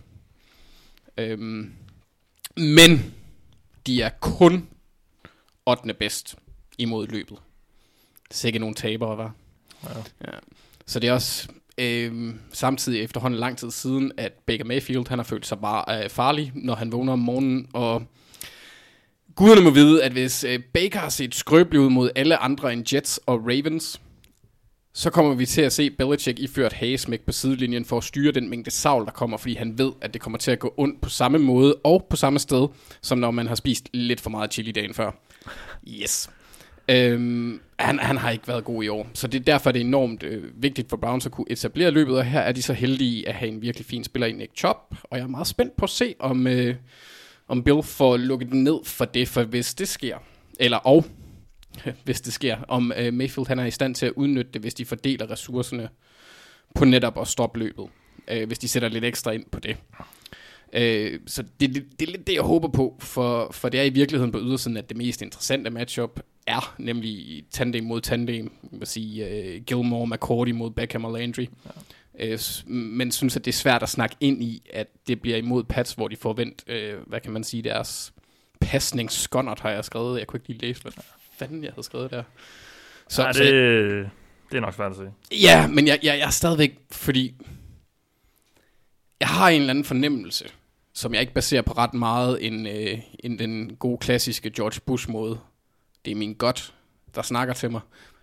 Øhm, men de er kun ottende bedst imod løbet. Det er ikke nogen tabere, var. Ja. Ja. Så det er også øhm, samtidig efterhånden lang tid siden, at Baker Mayfield han har følt sig bare øh, farlig, når han vågner om morgenen, og guderne må vide, at hvis øh, Baker har set skrøbelig ud mod alle andre end Jets og Ravens, så kommer vi til at se Belichick iført hagesmæk på sidelinjen for at styre den mængde savl, der kommer, fordi han ved, at det kommer til at gå ondt på samme måde og på samme sted, som når man har spist lidt for meget chili dagen før. Yes. Øhm, han, han har ikke været god i år, så det er derfor, det er enormt øh, vigtigt for Browns at kunne etablere løbet, og her er de så heldige at have en virkelig fin spiller i Nick Chubb, og jeg er meget spændt på at se, om, øh, om Bill får lukket ned for det, for hvis det sker, eller og, hvis det sker, om øh, Mayfield han er i stand til at udnytte det, hvis de fordeler ressourcerne på netop at stoppe løbet, øh, hvis de sætter lidt ekstra ind på det. Øh, så det, det, det er lidt det, jeg håber på, for, for det er i virkeligheden på ydersiden, at det mest interessante matchup er nemlig tandem mod tandem, jeg vil sige uh, Gilmore, McCourty mod Beckham og Landry. Ja. Øh, men synes, at det er svært at snakke ind i, at det bliver imod Pats, hvor de får vendt, øh, hvad kan man sige, deres pasningsskonnert har jeg skrevet. Jeg kunne ikke lige læse, hvad fanden jeg havde skrevet der. Så, ja, det, så, det er nok svært at se. Ja, men jeg, jeg, jeg er stadigvæk, fordi jeg har en eller anden fornemmelse, som jeg ikke baserer på ret meget end, øh, end den gode klassiske George Bush-måde. Det er min gut, der snakker til mig.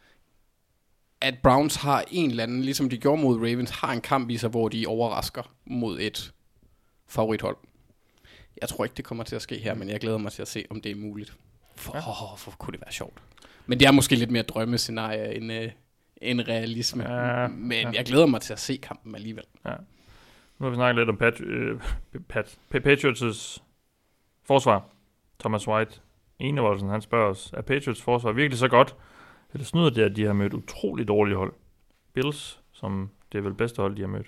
At Browns har en eller anden, ligesom de gjorde mod Ravens, har en kamp i sig, hvor de overrasker mod et favorithold. Jeg tror ikke, det kommer til at ske her, men jeg glæder mig til at se, om det er muligt. For, ja. oh, for kunne det være sjovt. Men det er måske lidt mere drømmescenarie end, øh, end realisme. Ja, Men ja. jeg glæder mig til at se kampen alligevel. Ja. Nu har vi snakket lidt om Pat, øh, Pat, Patriots forsvar. Thomas White, Enevoldsen, han spørger os, er Patriots forsvar virkelig så godt? Eller snyder det, at de har mødt utroligt dårlige hold? Bills, som det er vel bedste hold, de har mødt.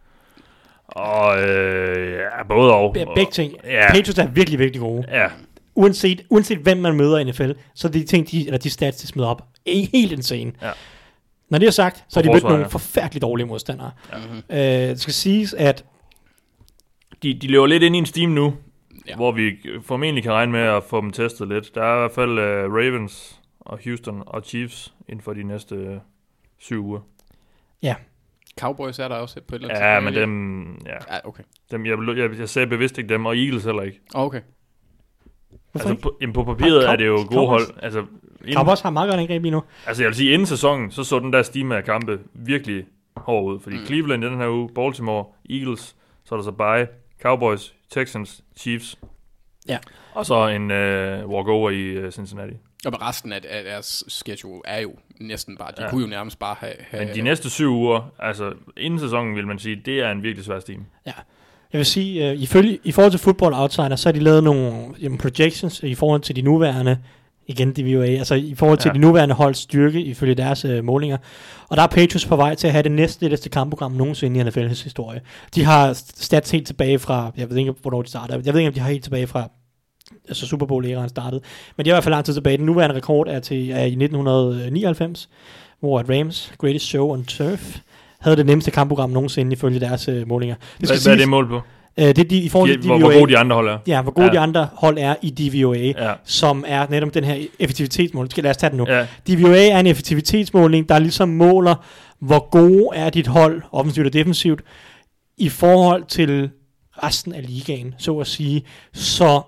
Og øh, ja, både og. Be- begge ting. Ja. Patriots er virkelig, virkelig gode. Ja. Uanset, uanset hvem man møder i N F L, så er de ting, de, eller de stats, de smider op, er helt insane. Ja. Når det er sagt, så har de mødt nogle ja. forfærdeligt dårlige modstandere. Ja. Øh, det skal siges, at de, de løber lidt ind i en steam nu, ja. hvor vi formentlig kan regne med at få dem testet lidt. Der er i hvert fald uh, Ravens og Houston og Chiefs inden for de næste uh, syv uger. Ja. Cowboys er der også på et eller andet. Ja, men dem, ja. ja okay. dem jeg, jeg, jeg sagde bevidst ikke dem, og Eagles heller ikke. Okay. Altså på, på papiret Cow- er det jo gode Cowboys. hold. Altså, inden, Cowboys har meget godt angreb lige nu. Altså jeg vil sige, inden sæsonen, så så den der stime af kampe virkelig hård ud. Fordi mm. Cleveland i den her uge, Baltimore, Eagles, så er der så bare Cowboys, Texans, Chiefs. Ja. Og så en uh, walkover i uh, Cincinnati. Og resten af, af deres schedule er jo næsten bare, de ja. kunne jo nærmest bare have, have... Men de næste syv uger, altså inden sæsonen vil man sige, det er en virkelig svær stime. Ja. Jeg vil sige, uh, ifølge, i forhold til Football Outsiders, så har de lavet nogle jamen, projections i forhold til de nuværende, igen D V O A, altså i forhold til ja. de nuværende holds styrke ifølge deres uh, målinger. Og der er Patriots på vej til at have det næstletteste kampprogram nogensinde i N F L's historie. De har stats helt tilbage fra, jeg ved ikke, hvornår de startede, jeg ved ikke, om de har helt tilbage fra, altså Super Bowl-æraen startede, men de er i hvert fald lang tid tilbage. Den nuværende rekord er, til, er i nitten nioghalvfems, hvor Rams, Greatest Show on Turf, havde det nemmeste kampprogram nogensinde ifølge deres uh, målinger. Det hvad, hvad er det mål på? Uh, det er de, i forhold til de, hvor, hvor gode de andre hold er. Ja, hvor gode ja. de andre hold er i D V O A, ja. som er netop den her effektivitetsmåling. Skal lad os tage den nu. Ja. D V O A er en effektivitetsmåling, der ligesom måler, hvor gode er dit hold, offensivt og defensivt, i forhold til resten af ligaen, så at sige. Så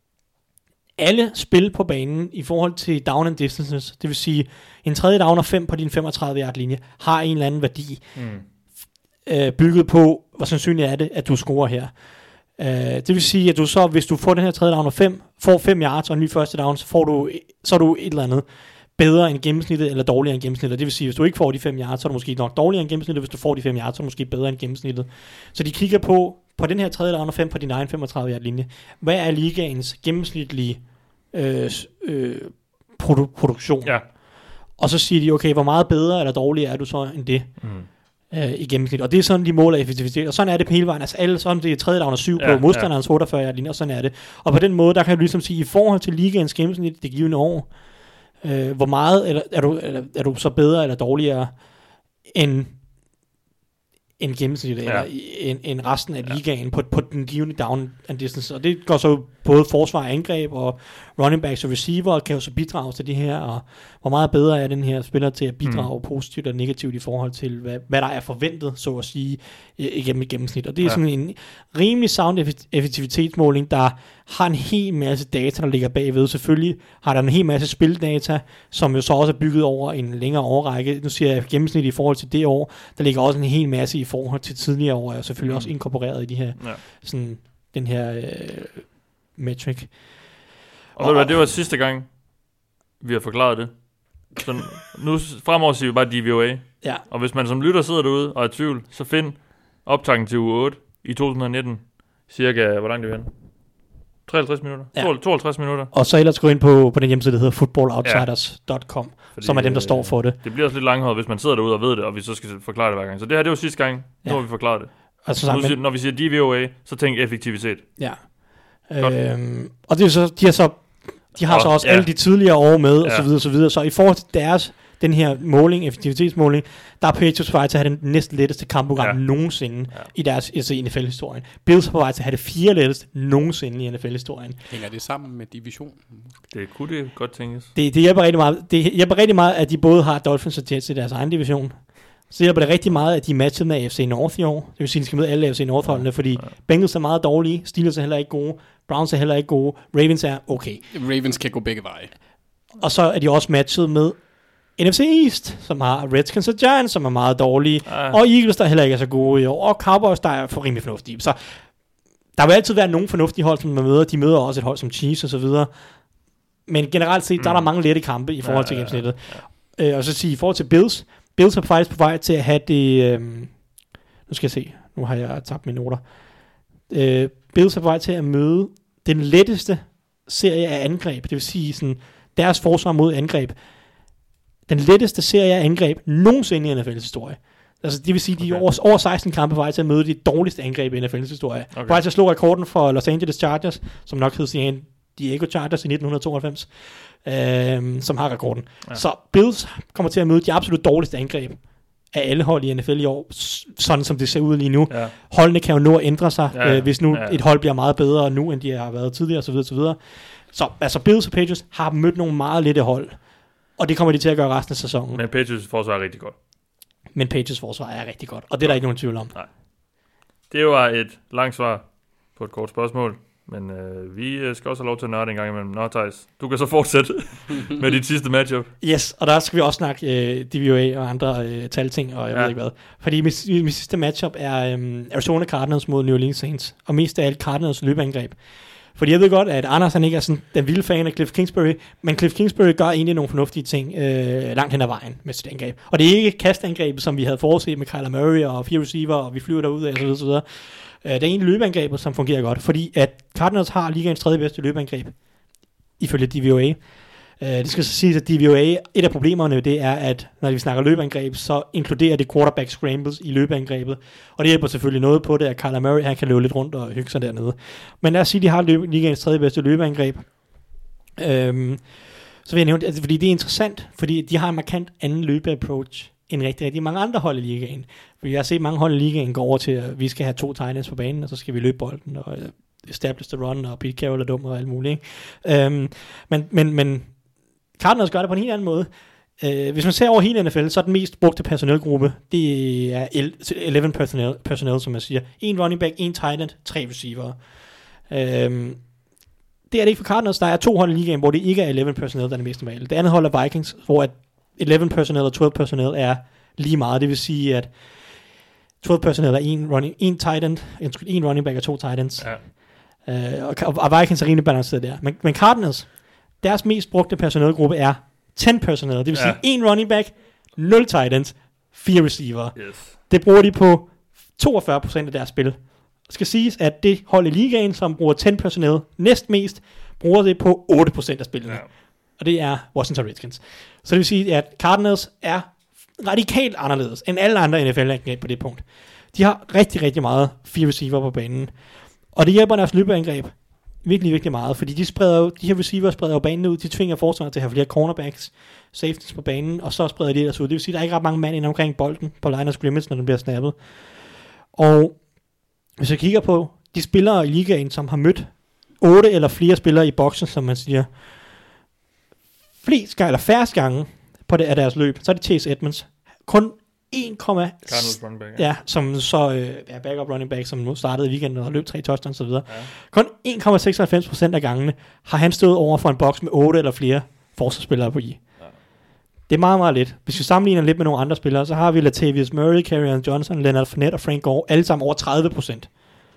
alle spil på banen i forhold til down and distances, det vil sige en tredje down og fem på din femogtredive yard linje, har en eller anden værdi, mm. øh, bygget på, hvor sandsynligt er det, at du scorer her. Øh, det vil sige, at du så, hvis du får den her tredje down og fem, får fem yards og en ny første down, så, får du, så er du et eller andet bedre end gennemsnittet, eller dårligere end gennemsnittet. Det vil sige, hvis du ikke får de fem yards, så er du måske nok dårligere end gennemsnittet. Hvis du får de fem yards, så er du måske bedre end gennemsnittet. Så de kigger på, på den her tredje down og fem på din egen femogtredive yard linje. Hvad er ligaens gennemsnitlige øh, øh, produ- produktion? Ja. Og så siger de, okay, hvor meget bedre eller dårligere er du så end det mm. øh, i gennemsnit? Og det er sådan, de måler effektivitet. Og sådan er det på hele vejen. Altså alle, sådan det er tredje down og syv ja, på modstanderens ja. otteogfyrre yard linje, og sådan er det. Og på den måde, der kan du ligesom sige, i forhold til ligaens gennemsnit det givende år, Øh, hvor meget eller, er, du, eller, er du så bedre eller dårligere end, end gennemsnittet, ja. eller end, end resten af ja. ligaen på, på den givende down and distance. Og det går så både forsvar og angreb, og running backs og receiver kan jo så bidrage til det her, og hvor meget bedre er den her spiller til at bidrage mm. positivt og negativt i forhold til, hvad, hvad der er forventet, så at sige, igennem et gennemsnit. Og det er ja. sådan en rimelig sound effektivitetsmåling, der har en hel masse data, der ligger bagved. Selvfølgelig har der en hel masse spildata, som jo så også er bygget over en længere årrække. Nu siger jeg gennemsnit i forhold til det år. Der ligger også en hel masse i forhold til tidligere år, og selvfølgelig mm. også inkorporeret i de her, ja. sådan, den her øh, metric. Og, og, og det var sidste gang, vi har forklaret det. Så nu fremover siger vi bare D V O A. Ja. Og hvis man som lytter sidder derude og er i tvivl, så find optakten til uge otte i to tusind nitten. Cirka, hvor langt er vi hen? treoghalvtreds minutter? Ja. tooghalvtreds minutter. Og så ellers gå ind på, på den hjemmeside, der hedder football outsiders punktum com, ja. som er dem, der står for det. Det bliver også lidt langhåret, hvis man sidder derude og ved det, og vi så skal forklare det hver gang. Så det her, det var sidste gang. Nu ja. har vi forklaret det. Altså, nu, men, når vi siger D V O A, så tænk effektivitet. Ja. Øhm, og det er så, de har så, de har og, så også ja. alle de tidligere år med, og ja. så videre, og så videre. Så i forhold til deres, den her måling, effektivitetsmåling, der er Patriots på vej til at have den næsten letteste kampprogram ja. nogensinde ja. i deres altså i N F L-historien. Bills er på vej til at have det fire letteste nogensinde i N F L-historien. Hænger det sammen med divisionen? Det kunne det godt tænkes. Det, det hjælper rigtig meget. Det hjælper rigtig meget, at de både har Dolphins og Jets i deres egen division. Så hjælper det rigtig meget, at de er matchet med A F C North i år. Det vil sige, at de skal møde alle A F C North-holdene, fordi ja. Bengals er meget dårlige, Steelers er heller ikke gode, Browns er heller ikke gode, Ravens er okay. Ravens kan gå begge veje. Og så er de også matchet med N F C East, som har Redskins og Giants, som er meget dårlige, ja. og Eagles, der heller ikke er så gode i år, og Cowboys, der er for rimelig fornuftige. Så der vil altid være nogle fornuftige hold, som man møder. De møder også et hold som Chiefs og så videre. Men generelt set, mm. der er der mange lette kampe i forhold til ja, gennemsnittet. Ja, ja. Øh, og så sige, i forhold til Bills, Bills er faktisk på vej til at have det... Øh, nu skal jeg se, nu har jeg tabt mine noter. Øh, Bills er på vej til at møde den letteste serie af angreb, det vil sige sådan, deres forsvar mod angreb. Den letteste serie af angreb nogensinde i N F L's historie. Altså, det vil sige, de er okay. over, over seksten kampe på vej til at møde de dårligste angreb i N F L's historie. Okay. På vej til at slå rekorden for Los Angeles Chargers, som nok hed San Diego Chargers i nitten tooghalvfems, øh, som har rekorden. Ja. Så Bills kommer til at møde de absolut dårligste angreb af alle hold i N F L i år, sådan som det ser ud lige nu. Ja. Holdene kan jo nå at ændre sig, ja, ja. Øh, hvis nu ja. et hold bliver meget bedre nu, end de har været tidligere, osv. osv. Så altså Bills og Patriots har mødt nogle meget lette hold, og det kommer de til at gøre resten af sæsonen. Men Patriots forsvar er rigtig godt. Men Patriots forsvar er rigtig godt, og det er der ikke nogen tvivl om. Nej. Det var et langt svar på et kort spørgsmål, men øh, vi skal også have lov til at nørde en gang imellem. Nå, Thijs, du kan så fortsætte med dit sidste matchup. Yes, og der skal vi også snakke øh, D V O A og andre øh, talting, og jeg ja. ved ikke hvad. Fordi mit, mit sidste matchup er øh, Arizona Cardinals mod New Orleans Saints, og mest af alt Cardinals løbeangreb. Fordi jeg ved godt, at Anders han ikke er sådan den vilde fan af Cliff Kingsbury, men Cliff Kingsbury gør egentlig nogle fornuftige ting øh, langt hen ad vejen med sit angreb. Og det er ikke kastangrebet, som vi havde forudset med Kyler Murray og fire receiver, og vi flyver derud af, og så videre, så videre. Øh, det er egentlig løbeangrebet, som fungerer godt, fordi at Cardinals har ligaens tredje bedste løbeangreb, ifølge D V O A. Uh, det skal så siges, at D V O A, et af problemerne det er, at når vi snakker løbeangreb, så inkluderer det quarterback scrambles i løbeangrebet, og det hjælper selvfølgelig noget på det, at Kyler Murray han kan løbe lidt rundt og hygge sig dernede. Men lad os sige, at de har løbe, ligaens tredje bedste løbeangreb. Um, så vil jeg nævne, altså, fordi det er interessant, fordi de har en markant anden løbeapproach end rigtig, rigtig mange andre hold i ligaen. Fordi jeg har set mange hold i ligaen gå over til, at vi skal have to tight ends på banen, og så skal vi løbe bolden, og establish the run, og Pete Carroll er dum og alt muligt. Um, men, men, men Cardinals gør det på en helt anden måde. Uh, hvis man ser over hele N F L, så er den mest brugte personelgruppe, det er elleve personnel, personnel, som man siger. En running back, en tight end, tre receiver. Uh, det er det ikke for Cardinals. Der er to hold i ligaen, hvor det ikke er elleve personnel, der er det mest normale. Det andet hold er Vikings, hvor at elleve personnel og tolv personnel er lige meget. Det vil sige, at tolv personnel er en, running, en tight end, en running back og to tight ends. Ja. Uh, og, og Vikings er rimelig balanceret der. Men, men Cardinals, deres mest brugte personelgruppe er ti personnel. Det vil sige, ja. en running back, nul tight ends, fire receiver. Yes. Det bruger de på toogfyrre procent af deres spil. Det skal siges, at det hold i ligaen, som bruger ti personnel næst mest, bruger det på otte procent af spillene. Ja. Og det er Washington Redskins. Så det vil sige, at Cardinals er radikalt anderledes end alle andre N F L-angreb på det punkt. De har rigtig, rigtig meget fire receiver på banen. Og det hjælper deres løbeangreb virkelig, virkelig meget, fordi de spreder jo, de her receiver spreder jo banen ud, de tvinger forsvaret til at have flere cornerbacks, safeties på banen, og så spreder de ellers ud. Det vil sige, at der er ikke ret mange mand ind omkring bolden på line of scrimmage, når den bliver snappet. Og hvis jeg kigger på de spillere i ligaen, som har mødt otte eller flere spillere i boksen, som man siger, flest gange, eller færrest gange på det af deres løb, så er det Chase Edmonds. Kun en, Cardinals running back, ja. ja, som så øh, er backup running back, som nu startede i weekenden og løb tre touchdowns og så videre. Ja. Kun en komma seksoghalvfems procent af gangene har han stået over for en boks med otte eller flere forsvarsspillere på i. Ja. Det er meget, meget lidt. Hvis vi sammenligner lidt med nogle andre spillere, så har vi Latavius Murray, Kerryon Johnson, Leonard Fournette og Frank Gore, alle sammen over tredive procent.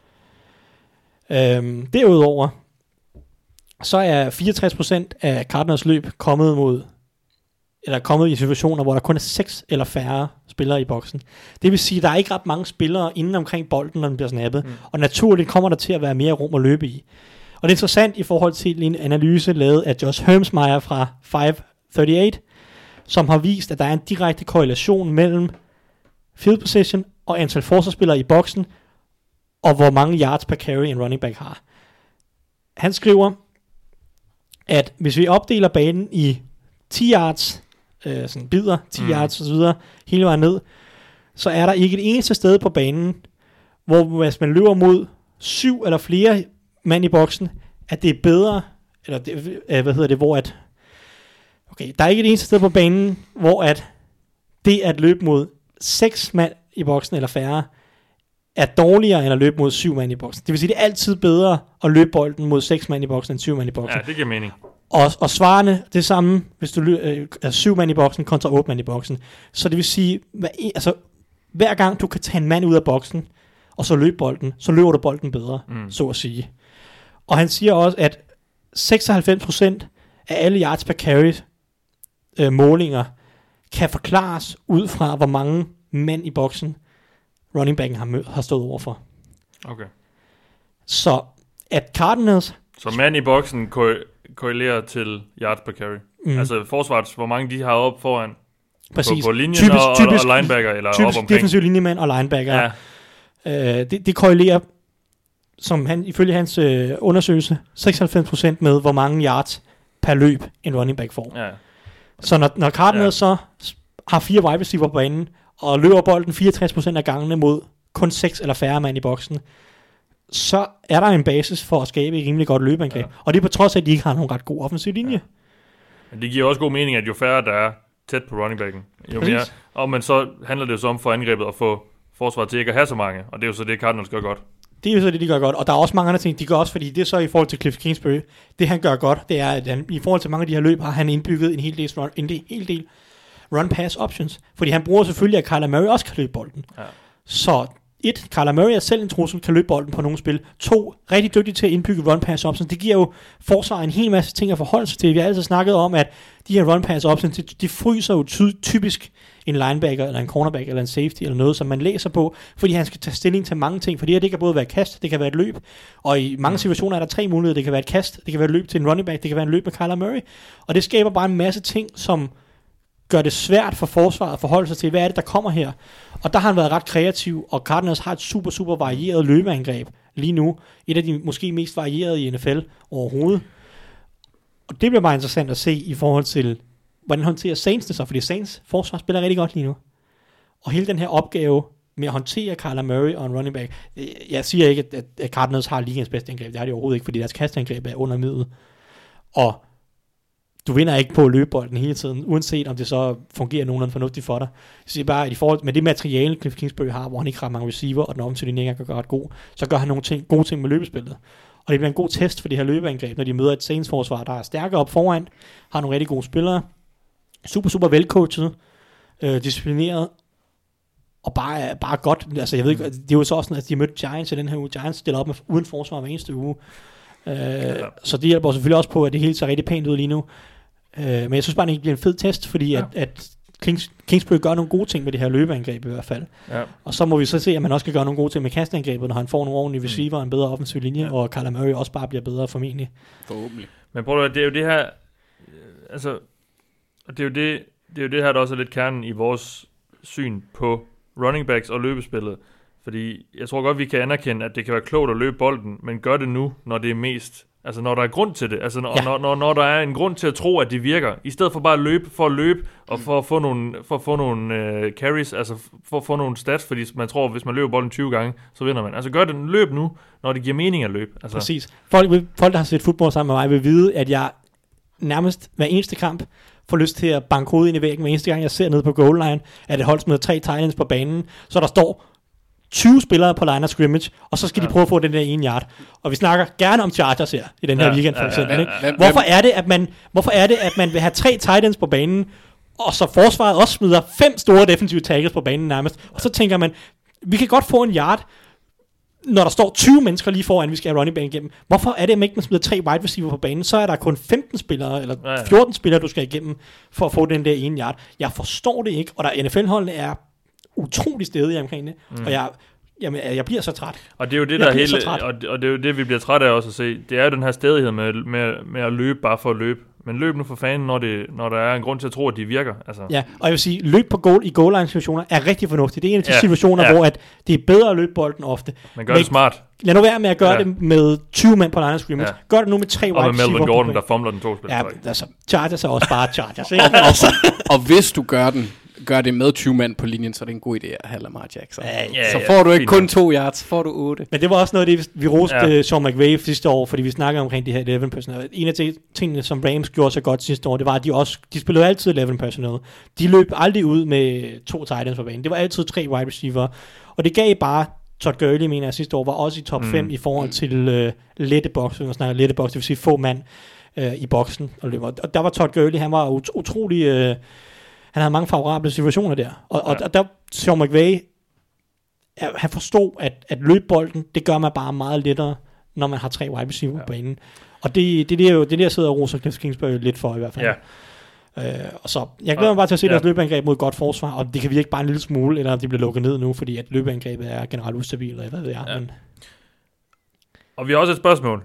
Øhm, derudover, så er fireogtres procent af Cardinals løb kommet mod eller kommet i situationer, hvor der kun er seks eller færre spillere i boksen. Det vil sige, at der er ikke ret mange spillere inden omkring bolden, når den bliver snappet. Mm. Og naturligt kommer der til at være mere rum at løbe i. Og det er interessant i forhold til en analyse lavet af Josh Hermsmeyer fra fem treogtredive, som har vist, at der er en direkte korrelation mellem field position og antal forsvarsspillere i boksen, og hvor mange yards per carry en running back har. Han skriver, at hvis vi opdeler banen i ti yards, øh, sådan bidder, ti mm. yards og så videre, hele vejen ned, så er der ikke et eneste sted på banen, hvor hvis man løber mod syv eller flere mand i boksen, at det er bedre, eller det, øh, hvad hedder det, hvor at, okay, der er ikke et eneste sted på banen, hvor at det at løbe mod seks mand i boksen eller færre, er dårligere end at løbe mod syv mand i boksen. Det vil sige, det er altid bedre at løbe bolden mod seks mand i boksen end syv mand i boksen. Ja, det giver mening. Og, og svarende det samme, hvis du øh, er syv mand i boksen kontra otte mand i boksen. Så det vil sige, hver, altså, hver gang du kan tage en mand ud af boksen, og så løbe bolden, så løber du bolden bedre, mm. så at sige. Og han siger også, at seksoghalvfems procent at alle yards per carry øh, målinger kan forklares ud fra, hvor mange mænd i boksen running backen har, mød, har stået overfor. Okay. Så at Cardinals... Så mand i boksen ko- korrelerer til yards per carry. Mm. Altså forsvars, hvor mange de har op foran Præcis. På, på linjen typisk, og, typisk, og linebacker, eller typisk op omkring. defensiv linjemand og linebacker. Ja. Øh, det, det korrelerer, som han, ifølge hans øh, undersøgelse, seksoghalvfems procent med, hvor mange yards per løb en running back får. Ja. Så når, når Cardinals ja. så har fire wide receiver på banen, og løber bolden fireogtres procent af gangene mod kun seks eller færre mand i boksen, så er der en basis for at skabe et rimelig godt løbeangreb. Ja. Og det er på trods af, at de ikke har nogen ret god offensiv linje. Ja. Men det giver også god mening, at jo færre der er tæt på running backen, jo Præcis. mere. Og men så handler det jo så om for angrebet at få forsvaret til ikke at have så mange, og det er jo så det, Cardinals gør godt. Det er jo så det, de gør godt. Og der er også mange andre ting, de gør også, fordi det er så i forhold til Cliff Kingsbury. Det han gør godt, det er, at han, i forhold til mange af de her løb, har han indbygget en hel del, run, en del, hel del run-pass options. Fordi han bruger selvfølgelig, at Kyler Murray også kan løbe bolden. Ja. Så et, Kyler Murray er selv en trussel, kan løbe bolden på nogle spil. To, rigtig dygtig til at indbygge run-pass options. Det giver jo forsvaret en hel masse ting at forholde sig til. Vi har altid snakket om, at de her run-pass options, de, de fryser jo ty- typisk en linebacker, eller en cornerback, eller en safety, eller noget, som man læser på, fordi han skal tage stilling til mange ting. Fordi det kan både være et kast, det kan være et løb, og i mange situationer er der tre muligheder. Det kan være et kast, det kan være et løb til en running back, det kan være en løb med Kyler Murray. Og det skaber bare en masse ting, som gør det svært for forsvaret at forholde sig til, hvad er det, der kommer her. Og der har han været ret kreativ, og Cardinals har et super, super varieret løbeangreb lige nu. Et af de måske mest varierede i N F L overhovedet. Og det bliver bare interessant at se i forhold til, hvordan håndterer Saints det så, fordi Saints forsvar spiller rigtig godt lige nu. Og hele den her opgave med at håndtere Kyler Murray og en running back, jeg siger ikke, at, at Cardinals har ligens bedste angreb, det har de overhovedet ikke, fordi deres kastangreb er under middel. Og du vinder ikke på at løbe bolden hele tiden, uanset om det så fungerer nogenlunde fornuftigt for dig. Jeg siger bare, at i forhold med det materiale, Cliff Kingsbury har, hvor han ikke har mange receiver, og den omstilling ikke kan gøre ret god, så gør han nogle ting, gode ting med løbespillet. Og det bliver en god test for det her løbeangreb, når de møder et Saints-forsvar, der er stærkere op foran, har nogle rigtig gode spillere, super, super velcoachet, øh, disciplineret, og bare, bare godt. Altså, jeg ved ikke, det er jo så også sådan, at de mødte Giants i den her uge. Giants stiller op med uden forsvar hver eneste uge. Øh, ja. Så det hjælper selvfølgelig også på, at det hele ser rigtig pænt ud lige nu. Øh, men jeg synes bare, det bliver en fed test, fordi ja. at, at Kings, Kingsbury gør nogle gode ting med det her løbeangreb i hvert fald. Ja. Og så må vi så se, at man også kan gøre nogle gode ting med kastangrebet, når han får nogle ordentlige receiver, en bedre offensiv linje, ja. og Kyler Murray også bare bliver bedre formentlig. Forhåbentlig. Men prøv at det er jo det her, altså, det er jo det, det er jo det her, der også er lidt kernen i vores syn på running backs og løbespillet. Fordi jeg tror godt, vi kan anerkende, at det kan være klogt at løbe bolden, men gør det nu, når det er mest, altså når der er grund til det, altså når, ja. når, når, når der er en grund til at tro, at det virker, i stedet for bare at løbe for at løbe, og for at få nogle, for at få nogle uh, carries, altså for at få nogle stats, fordi man tror, at hvis man løber bolden tyve gange, så vinder man. Altså gør det løb nu, når det giver mening at løbe. Altså. Præcis. Folk, folk, der har set fodbold sammen med mig, vil vide, at jeg nærmest hver eneste kamp får lyst til at banke hovedet ind i væggen, hver eneste gang jeg ser nede på goal line, at et hold smider tre tight ends på banen, så der står tyve spillere på line of scrimmage, og så skal ja. de prøve at få den der ene yard. Og vi snakker gerne om Chargers her, i den her ja, weekend for eksempel. Ja, ja, ja. Hvorfor er det, at man, hvorfor er det, at man vil have tre tight ends på banen, og så forsvaret også smider fem store defensive tackles på banen nærmest, og så tænker man, vi kan godt få en yard, når der står tyve mennesker lige foran, vi skal have running back igennem. Hvorfor er det, at man ikke smider tre wide receiver på banen? Så er der kun femten spillere, eller fjorten spillere, du skal igennem, for at få den der ene yard. Jeg forstår det ikke, og der N F L-holdene er utrolig stedige omkring det, mm. og jeg, jamen, jeg bliver så træt. Og det er jo det, der hele, og, det, og det er jo det, vi bliver træt af også at se. Det er jo den her stedighed med, med, med at løbe bare for at løbe. Men løb nu for fanden, når, det, når der er en grund til at tro, at de virker. Altså. Ja, og jeg vil sige, løb på goal i goal line situationer er rigtig fornuftigt. Det er en af de ja, situationer, ja. hvor at det er bedre at løbe bolden ofte. Men gør men, det smart. Lad nu være med at gøre ja. det med tyve mand på line of scrimmage. Ja. Gør det nu med tre wide receiver. Og med Melvin Gordon, der fumler den to spil. Ja, altså, Chargers er også bare Chargers. Ikke? altså. Og hvis du gør den, gør det med tyve mand på linjen, så er det en god idé at have Lamar Jackson. Ja, ja, så får du ikke kun to yards, får du otte. Men det var også noget af det, vi roste ja. Sean McVay sidste år, fordi vi snakkede omkring de her elleve personnel. En af de tingene, som Rams gjorde så godt sidste år, det var, at de også, de spillede altid elleve personnel. De løb aldrig ud med to tight ends på banen. Det var altid tre wide receiver. Og det gav bare, Todd Gurley, mener jeg sidste år, var også i top mm. fem i forhold til uh, lette boks, når man snakker lette boks, det vil sige få mand uh, i boksen. Og der var Todd Gurley, han var ut- utrolig... Uh, han havde mange favorable situationer der. Og, ja. og, og der, Sean McVay, han forstod, at, at løbe bolden, det gør man bare meget lettere, når man har tre wide receiver ja. på banen. Og det, det, det er jo det, der sidder og roser Cliff Kingsbury lidt for i hvert fald. Ja. Øh, og så, jeg glæder mig bare til at se ja. deres løbeangreb mod et godt forsvar, og det kan virke bare en lille smule, eller de bliver lukket ned nu, fordi at løbeangrebet er generelt ustabilt, og hvad ved jeg. Ja. Men... Og vi har også et spørgsmål,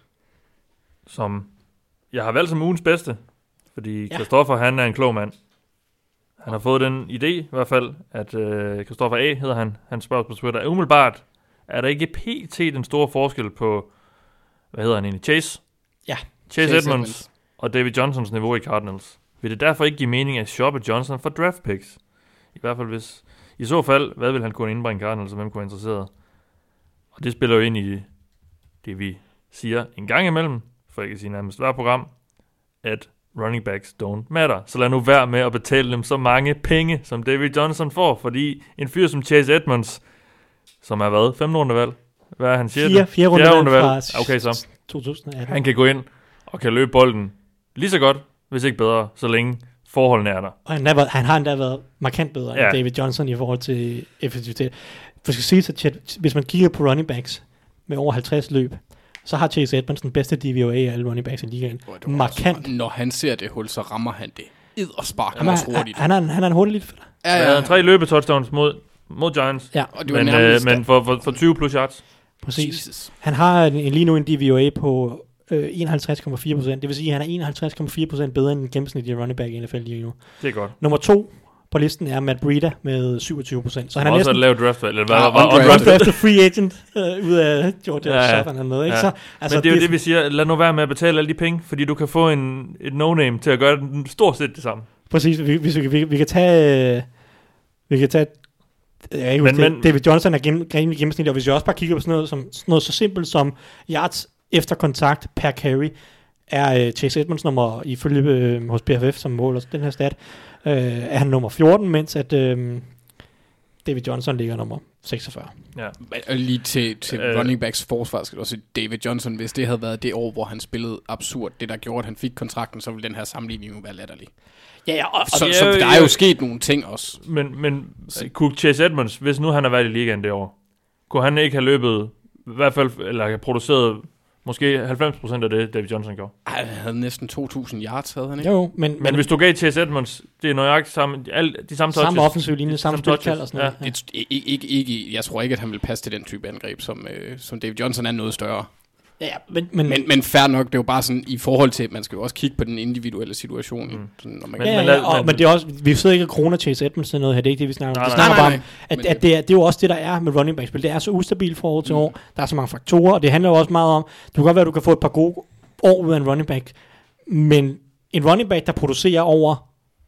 som jeg har valgt som ugens bedste, fordi ja. Christoffer, han er en klog mand. Han har fået den idé, i hvert fald, at øh, Christoffer A. hedder han, han spørger på Twitter, umiddelbart, er der ikke pt. Den store forskel på, hvad hedder han egentlig, Chase? Ja. Chase, Chase Edmonds, Edmonds og David Johnsons niveau i Cardinals. Vil det derfor ikke give mening at shoppe Johnson for draft picks? I hvert fald hvis... I så fald, hvad vil han kunne indbringe Cardinals, og hvem kunne være interesseret? Og det spiller jo ind i det, vi siger en gang imellem, for ikke at sige nærmest hver program, at running backs don't matter. Så lad nu være med at betale dem så mange penge, som David Johnson får, fordi en fyr som Chase Edmonds, som er hvad? Femte rundevalg? Hvad er han siger? Fire, fire rundevalg fra okay, så. to tusind atten. Han kan gå ind og kan løbe bolden lige så godt, hvis ikke bedre, så længe forholdene er der. Og han, været, han har endda været markant bedre ja. end David Johnson i forhold til effektivitet. For skal sige, at hvis man kigger på running backs med over halvtreds løb, så har Chase Edmonds den bedste D V O A af alle running backs i ligaen. Markant. Også, når han ser det hul, så rammer han det. Id og sparker han også hurtigt. Han er, han er en hurtig lille fælder. Ja, ja. Han havde tre løbetouchdowns mod, mod Giants, ja. og det var men, øh, men for, for, for tyve plus yards. Præcis. Jesus. Han har en, lige nu en D V O A på øh, enoghalvtreds komma fire procent. Det vil sige, at han er enoghalvtreds komma fire procent bedre end den gennemsnitlige running back i N F L lige nu. Det er godt. Nummer to på listen er Matt Breida med syvogtyve procent. Så han er også næsten... lavet draft, eller hvad? Ja, undrafted free agent øh, ud af Georgia ja, ja. Southern eller noget, ikke? Ja. Så, altså, men det er jo det, det, vi siger. Lad nu være med at betale alle de penge, fordi du kan få en, et no-name til at gøre den stort set det samme. Præcis. Vi, vi, vi, vi kan tage... Øh, vi kan tage... Ja, ikke, men, det, men, David Johnson er gennem, gennem, gennemsnit, og hvis jeg også bare kigger på sådan noget, som, sådan noget så simpelt som yards efter kontakt per carry, er øh, Chase Edmonds nummer, ifølge øh, hos P F F, som måler den her stat, øh, er han nummer fjorten, mens at øh, David Johnson ligger nummer seksogfyrre. Ja. Og lige til, til øh, running backs forsvar, skal du også sige, David Johnson, hvis det havde været det år, hvor han spillede absurd, det der gjorde, at han fik kontrakten, så ville den her sammenligning jo være latterlig. Ja, ja, og, så, og, så der er jo sket nogle ting også. Men, men kunne Chase Edmonds, hvis nu han har været i ligaen det år, kunne han ikke have løbet, i hvert fald, eller have produceret måske halvfems procent af det, David Johnson gjorde? Ej, han havde næsten to tusind yards, havde han ikke? Jo, men... Men, men hvis du gav Chase Edmonds, det er nøjagtigt samme, alle, de samme touches. Samme offensiv linje, samme spilkald og sådan noget. Ja. Det, ikke, ikke, ikke, jeg tror ikke, at han vil passe til den type angreb, som, øh, som David Johnson er noget større. Ja, men, men, men, men fair nok, det er jo bare sådan, i forhold til, at man skal jo også kigge på den individuelle situation. Mm. Sådan, når man men, ja, ja, ja, og, men, men det er også, vi sidder ikke og kroner Chase Edmonds til noget her, det er ikke det, vi snakker om. Vi snakker bare om, at, at det, er, det er jo også det, der er med running back-spil. Det er så ustabilt fra år til mm. år. Der er så mange faktorer, og det handler jo også meget om, det kan godt være, at du kan få et par gode år ud af en running back, men en running back, der producerer over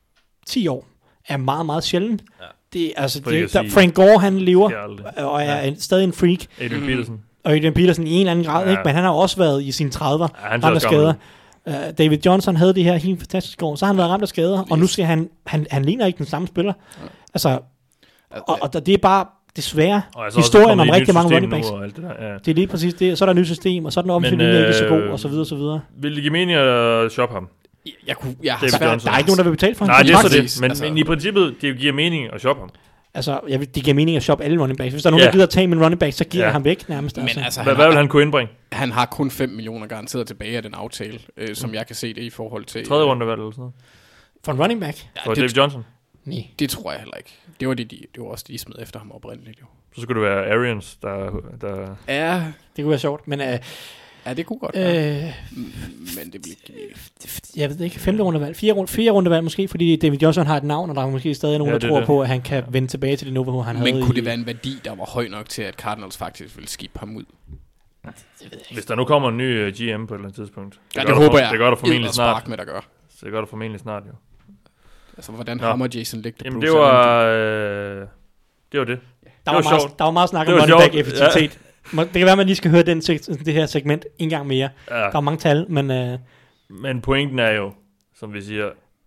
ti år, er meget, meget sjældent. Ja. Det, altså, det, der, Frank Gore, han lever, og er ja. en, stadig en freak. Adrian mm. Peterson. Og Adrian Peterson i en eller anden grad, ja. ikke? Men han har også været i sine trediver ja, ramt af skader. Uh, David Johnson havde det her helt fantastiske år, så har han været ramt af skader, og nu ser han, han, han ligner ikke den samme spiller. Ja. Altså, og, og det er bare desværre altså historien om rigtig mange running backs. Det, der, ja. det er lige præcis det. Så er der et nyt system, og så er den offensive linje ikke så god, og så videre, og så videre. Vil det give mening at shoppe ham? Jeg, jeg kunne, jeg har svært, der er ikke nogen, der vil betale for ham. Nej, det er så det. Men, altså, men i princippet, det giver mening at shoppe ham. Altså, jeg vil, det giver mening at shoppe alle running backs. Hvis der er nogen, yeah. der gider at tage min running back, så giver yeah. jeg ham væk nærmest. Men altså. Altså, hvad, hvad vil han kunne indbringe? Han har kun fem millioner garanteret tilbage af den aftale, øh, som mm. jeg kan se det i forhold til... Tredje rundevalg eller sådan noget? For en running back? Ja, for David Johnson? Nej. Det tror jeg heller ikke. Det var, det, de, det var også de smed efter ham oprindeligt, jo. Så skulle det være Arians, der... der... Ja, det kunne være sjovt, men... Uh, ja, det kunne godt være. Øh, men det bliver ikke... Jeg ved ikke, femte rundevalg. Fire, rund, fire rundevalg måske, fordi David Johnson har et navn, og der er måske stadig nogen, ja, der tror det. på, at han kan vende tilbage til det niveau, han men havde. Men kunne i, det være en værdi, der var høj nok til, at Cardinals faktisk ville skifte ham ud? Det ved jeg ikke. Hvis der nu kommer en ny uh, G M på et eller andet tidspunkt. Det, ja, det håber for, jeg. Det gør der formentlig snart. Med, der gør. Det gør der formentlig snart, jo. Altså, hvordan Nå. hammer Jason Lick det? Jamen, det var... Øh, det var det. Ja. Der, var var meget, der var meget snak om running back effektivitet. Ja. Det kan være, at man lige skal høre den, det her segment en gang mere. Ja. Der er mange tal, men... Øh... Men pointen er jo, som vi siger,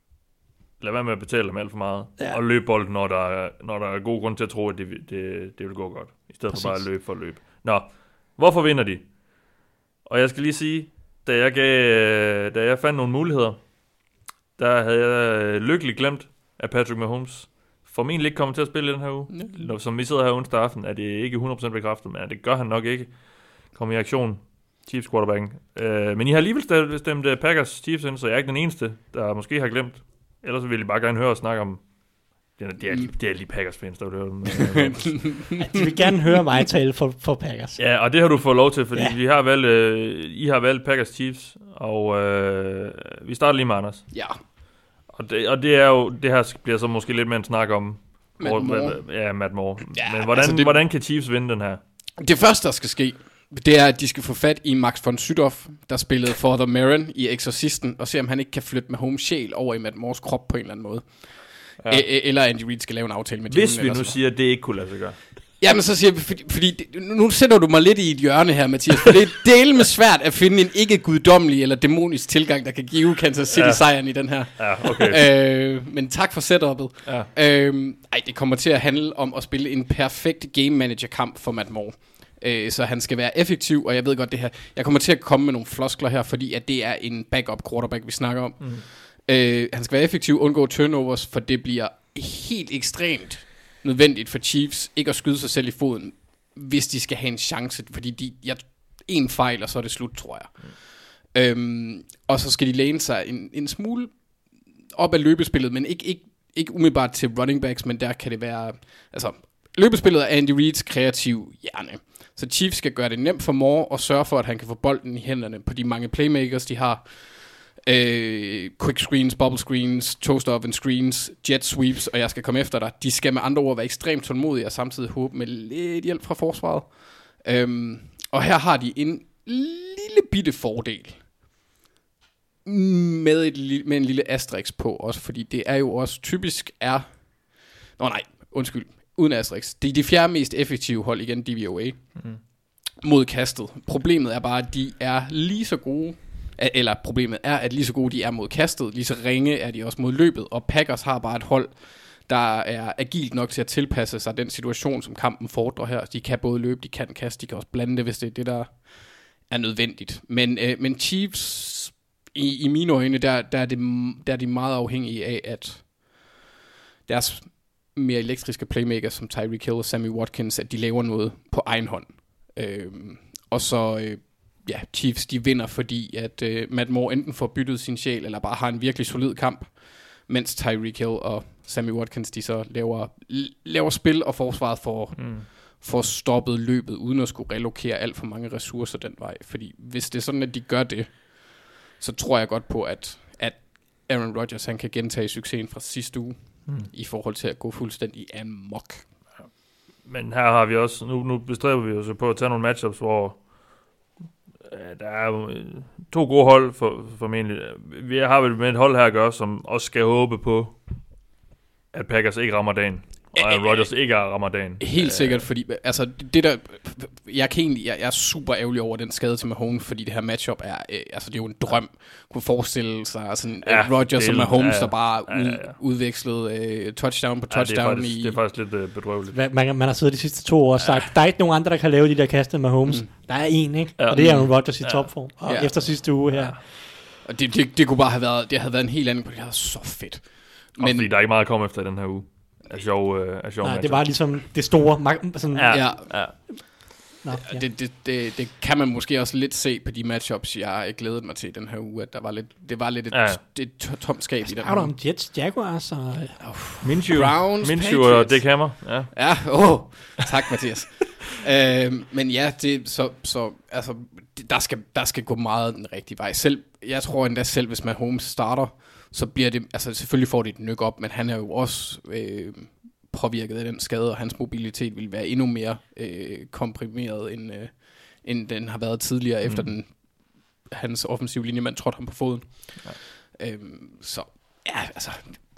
lad være med at betale dem alt for meget, ja. og løbe bolden, når der, er, når der er god grund til at tro, at det, det, det vil gå godt, i stedet Præcis. for bare at løbe for at løbe. Nå, hvorfor vinder de? Og jeg skal lige sige, da jeg, gav, da jeg fandt nogle muligheder, der havde jeg lykkeligt glemt, at Patrick Mahomes formentlig ikke kommer til at spille i den her uge. Mm. Som vi sidder her onsdag aften, er det ikke hundrede procent bekræftet, men det gør han nok ikke. Kommer i aktion Chiefs quarterbacken. Uh, men I har alligevel stemt, stemt Packers Chiefs ind, så jeg er ikke den eneste, der måske har glemt. Ellers vil jeg bare gerne høre og snakke om... Det er, det er, det er lige Packers-fans, der vil høre dem. Ja, de vil gerne høre mig tale for, for Packers. Ja, og det har du fået lov til, fordi ja. vi har valgt, øh, I har valgt Packers Chiefs, og øh, vi starter lige med Anders. Ja. Og det, og det er jo, det her bliver så måske lidt mere en snak om... Matt hvor, Moore. Ja, Matt Moore. Ja, Men hvordan, altså det, hvordan kan Chiefs vinde den her? Det første, der skal ske, det er, at de skal få fat i Max von Sydow, der spillede for The Marin i Exorcisten, og se, om han ikke kan flytte med Holmes sjæl over i Matt Moores krop på en eller anden måde. Ja. Æ- eller Andy Reid skal lave en aftale med Hvis vi nu siger, at det ikke kunne lade sig gøre. Jamen, så siger vi, fordi, fordi det, nu sætter du mig lidt i et hjørne her, Mathias, for det er delt med svært at finde en ikke guddommelig eller dæmonisk tilgang, der kan give Kansas City ja. sejren i den her. Ja, okay. Øh, men tak for setup'et. Ja. Øh, ej, det kommer til at handle om at spille en perfekt game manager kamp for Matt Moore. Øh, så han skal være effektiv, og jeg ved godt det her. Jeg kommer til at komme med nogle floskler her, fordi at det er en backup quarterback, vi snakker om. Mm. Øh, han skal være effektiv, undgå turnovers, for det bliver helt ekstremt nødvendigt for Chiefs ikke at skyde sig selv i foden, hvis de skal have en chance, fordi de, jeg, en fejl, og så er det slut, tror jeg. Mm. Øhm, og så skal de læne sig en, en smule op af løbespillet, men ikke, ikke, ikke umiddelbart til running backs, men der kan det være, altså, løbespillet er Andy Reids kreativ hjerne. Så Chiefs skal gøre det nemt for Moore, og sørge for, at han kan få bolden i hænderne på de mange playmakers, de har. Øh, quick screens, bubble screens, toast up and screens, jet sweeps, og jeg skal komme efter dig. De skal med andre ord være ekstremt tålmodige og samtidig håbe med lidt hjælp fra forsvaret. Øhm, og her har de en lille bitte fordel med, et, med en lille asterisk på også, fordi det er jo også typisk er... Nå nej, undskyld, uden asterisk. Det er de fjerde mest effektive hold igen, D V O A, mm. mod kastet. Problemet er bare, at de er lige så gode, eller problemet er, at lige så gode de er mod kastet, lige så ringe er de også mod løbet, og Packers har bare et hold, der er agilt nok til at tilpasse sig den situation, som kampen fordrer her. De kan både løbe, de kan kaste, de kan også blande det, hvis det er det, der er nødvendigt. Men, øh, men Chiefs, i, i mine øjne, der, der, er det, der er de meget afhængige af, at deres mere elektriske playmakers, som Tyreek Hill og Sammy Watkins, at de laver noget på egen hånd. Øh, og så... Øh, Ja, Chiefs, de vinder, fordi at uh, Matt Moore enten får byttet sin sjæl, eller bare har en virkelig solid kamp, mens Tyreek Hill og Sammy Watkins, de så laver, laver spil, og forsvaret får, mm. får stoppet løbet, uden at skulle relokere alt for mange ressourcer den vej. Fordi hvis det er sådan, at de gør det, så tror jeg godt på, at, at Aaron Rodgers, han kan gentage succesen fra sidste uge, mm. i forhold til at gå fuldstændig amok. Men her har vi også, nu, nu bestræber vi os på at tage nogle matchups, hvor der er jo to gode hold for, formentlig. Vi har vel med et hold her at gøre, som også skal håbe på, at Packers ikke rammer dagen, og at Rodgers ikke rammer dagen. Helt sikkert, fordi altså, det der, jeg, kan egentlig, jeg, jeg er super ærgerlig over den skade til Mahomes, fordi det her matchup er, øh, altså det er jo en drøm. Kunne forestille sig sådan ja, Rodgers og Mahomes, ja, ja. der bare ud, ja, ja. udvekslede øh, touchdown på touchdown. Ja, det, er faktisk, i, det er faktisk lidt øh, bedrøveligt. Man, man har siddet de sidste to år og sagt, ja. der er ikke nogen andre, der kan lave de der kaster med Mahomes. Mm. Der er en, ikke? Ja. Og det er Aaron Rodgers i ja. topform. Og ja. efter sidste uge her. Ja. Og det, det, det kunne bare have været, det havde været en helt anden, det havde været så fedt. Men fordi der er ikke meget at komme efter i den her uge. Af sjov, øh, af sjov Nej, matchup. det var ligesom det store... Sådan, ja, ja. ja. Nå, ja. Det, det, det, det kan man måske også lidt se på de matchups, jeg glædet mig til den her uge, at der var lidt, det var lidt et, ja. et tomt skab i den her uge. om Jets, Jaguars og... Uh, Minshew, Browns, Minshew og Dick Hammer. Ja, ja åh, tak Mathias. øh, men ja, det, så, så altså, der, skal, der skal gå meget den rigtige vej. Selv, jeg tror endda selv, hvis Mahomes starter, så bliver det, altså selvfølgelig får det et nyk op, men han er jo også øh, påvirket af den skade, og hans mobilitet vil være endnu mere øh, komprimeret, end, øh, end den har været tidligere, mm. efter den, hans offensive linjemand trådte ham på foden. Ja. Øhm, så ja, altså,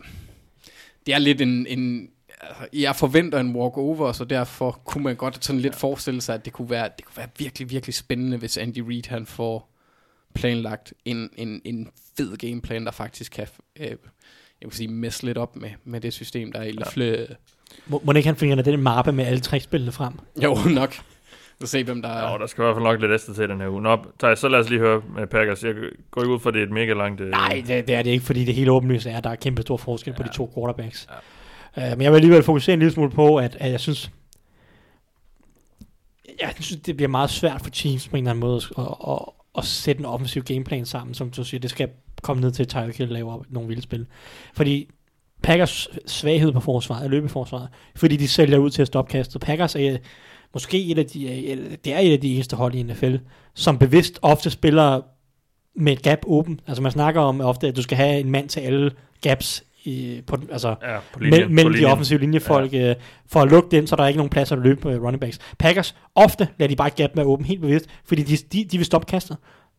det er lidt en, en altså, jeg forventer en walkover, så derfor kunne man godt sådan lidt ja. forestille sig, at det kunne være, det kunne være virkelig, virkelig spændende, hvis Andy Reid han får planlagt en, en, en fed gameplan, der faktisk kan øh, jeg vil sige, messe lidt op med, med det system, der er i Lefle. Må, må ikke han finde den mappe med alle tre spillene frem? Jo, nok. Så se, hvem der er. Jo, der skal i hvert fald nok lidt ekstra til den her uge. Nå, Thijs, så lad os lige høre med Packers. Jeg går ikke ud for, det er et mega langt... Øh... Nej, det, det er det ikke, fordi det hele åbenlyst er, at der er kæmpe stor forskel ja. på de to quarterbacks. Ja. Uh, men jeg vil alligevel fokusere en lille smule på, at, at jeg synes... jeg synes, det bliver meget svært for Chiefs på en eller anden måde at, at, at, at sætte en offensiv gameplan sammen, som du siger, det skal komme ned til, at Tyreek Hill laver nogle vilde spil. Fordi Packers svaghed på forsvaret, er løbeforsvaret, fordi de sælger ud til at stoppe kastet. Packers er måske et af de, det er et af de eneste hold i N F L, som bevidst ofte spiller med et gap åben. Altså man snakker om ofte, at du skal have en mand til alle gaps i, på, altså ja, på linjen, mellem på de linjen. offensive linjefolk, ja. øh, for at lukke den, så der er ikke nogen plads at løbe på running backs. Packers, ofte lader de bare gap med åben, helt bevidst, fordi de, de, de vil stoppe kastet.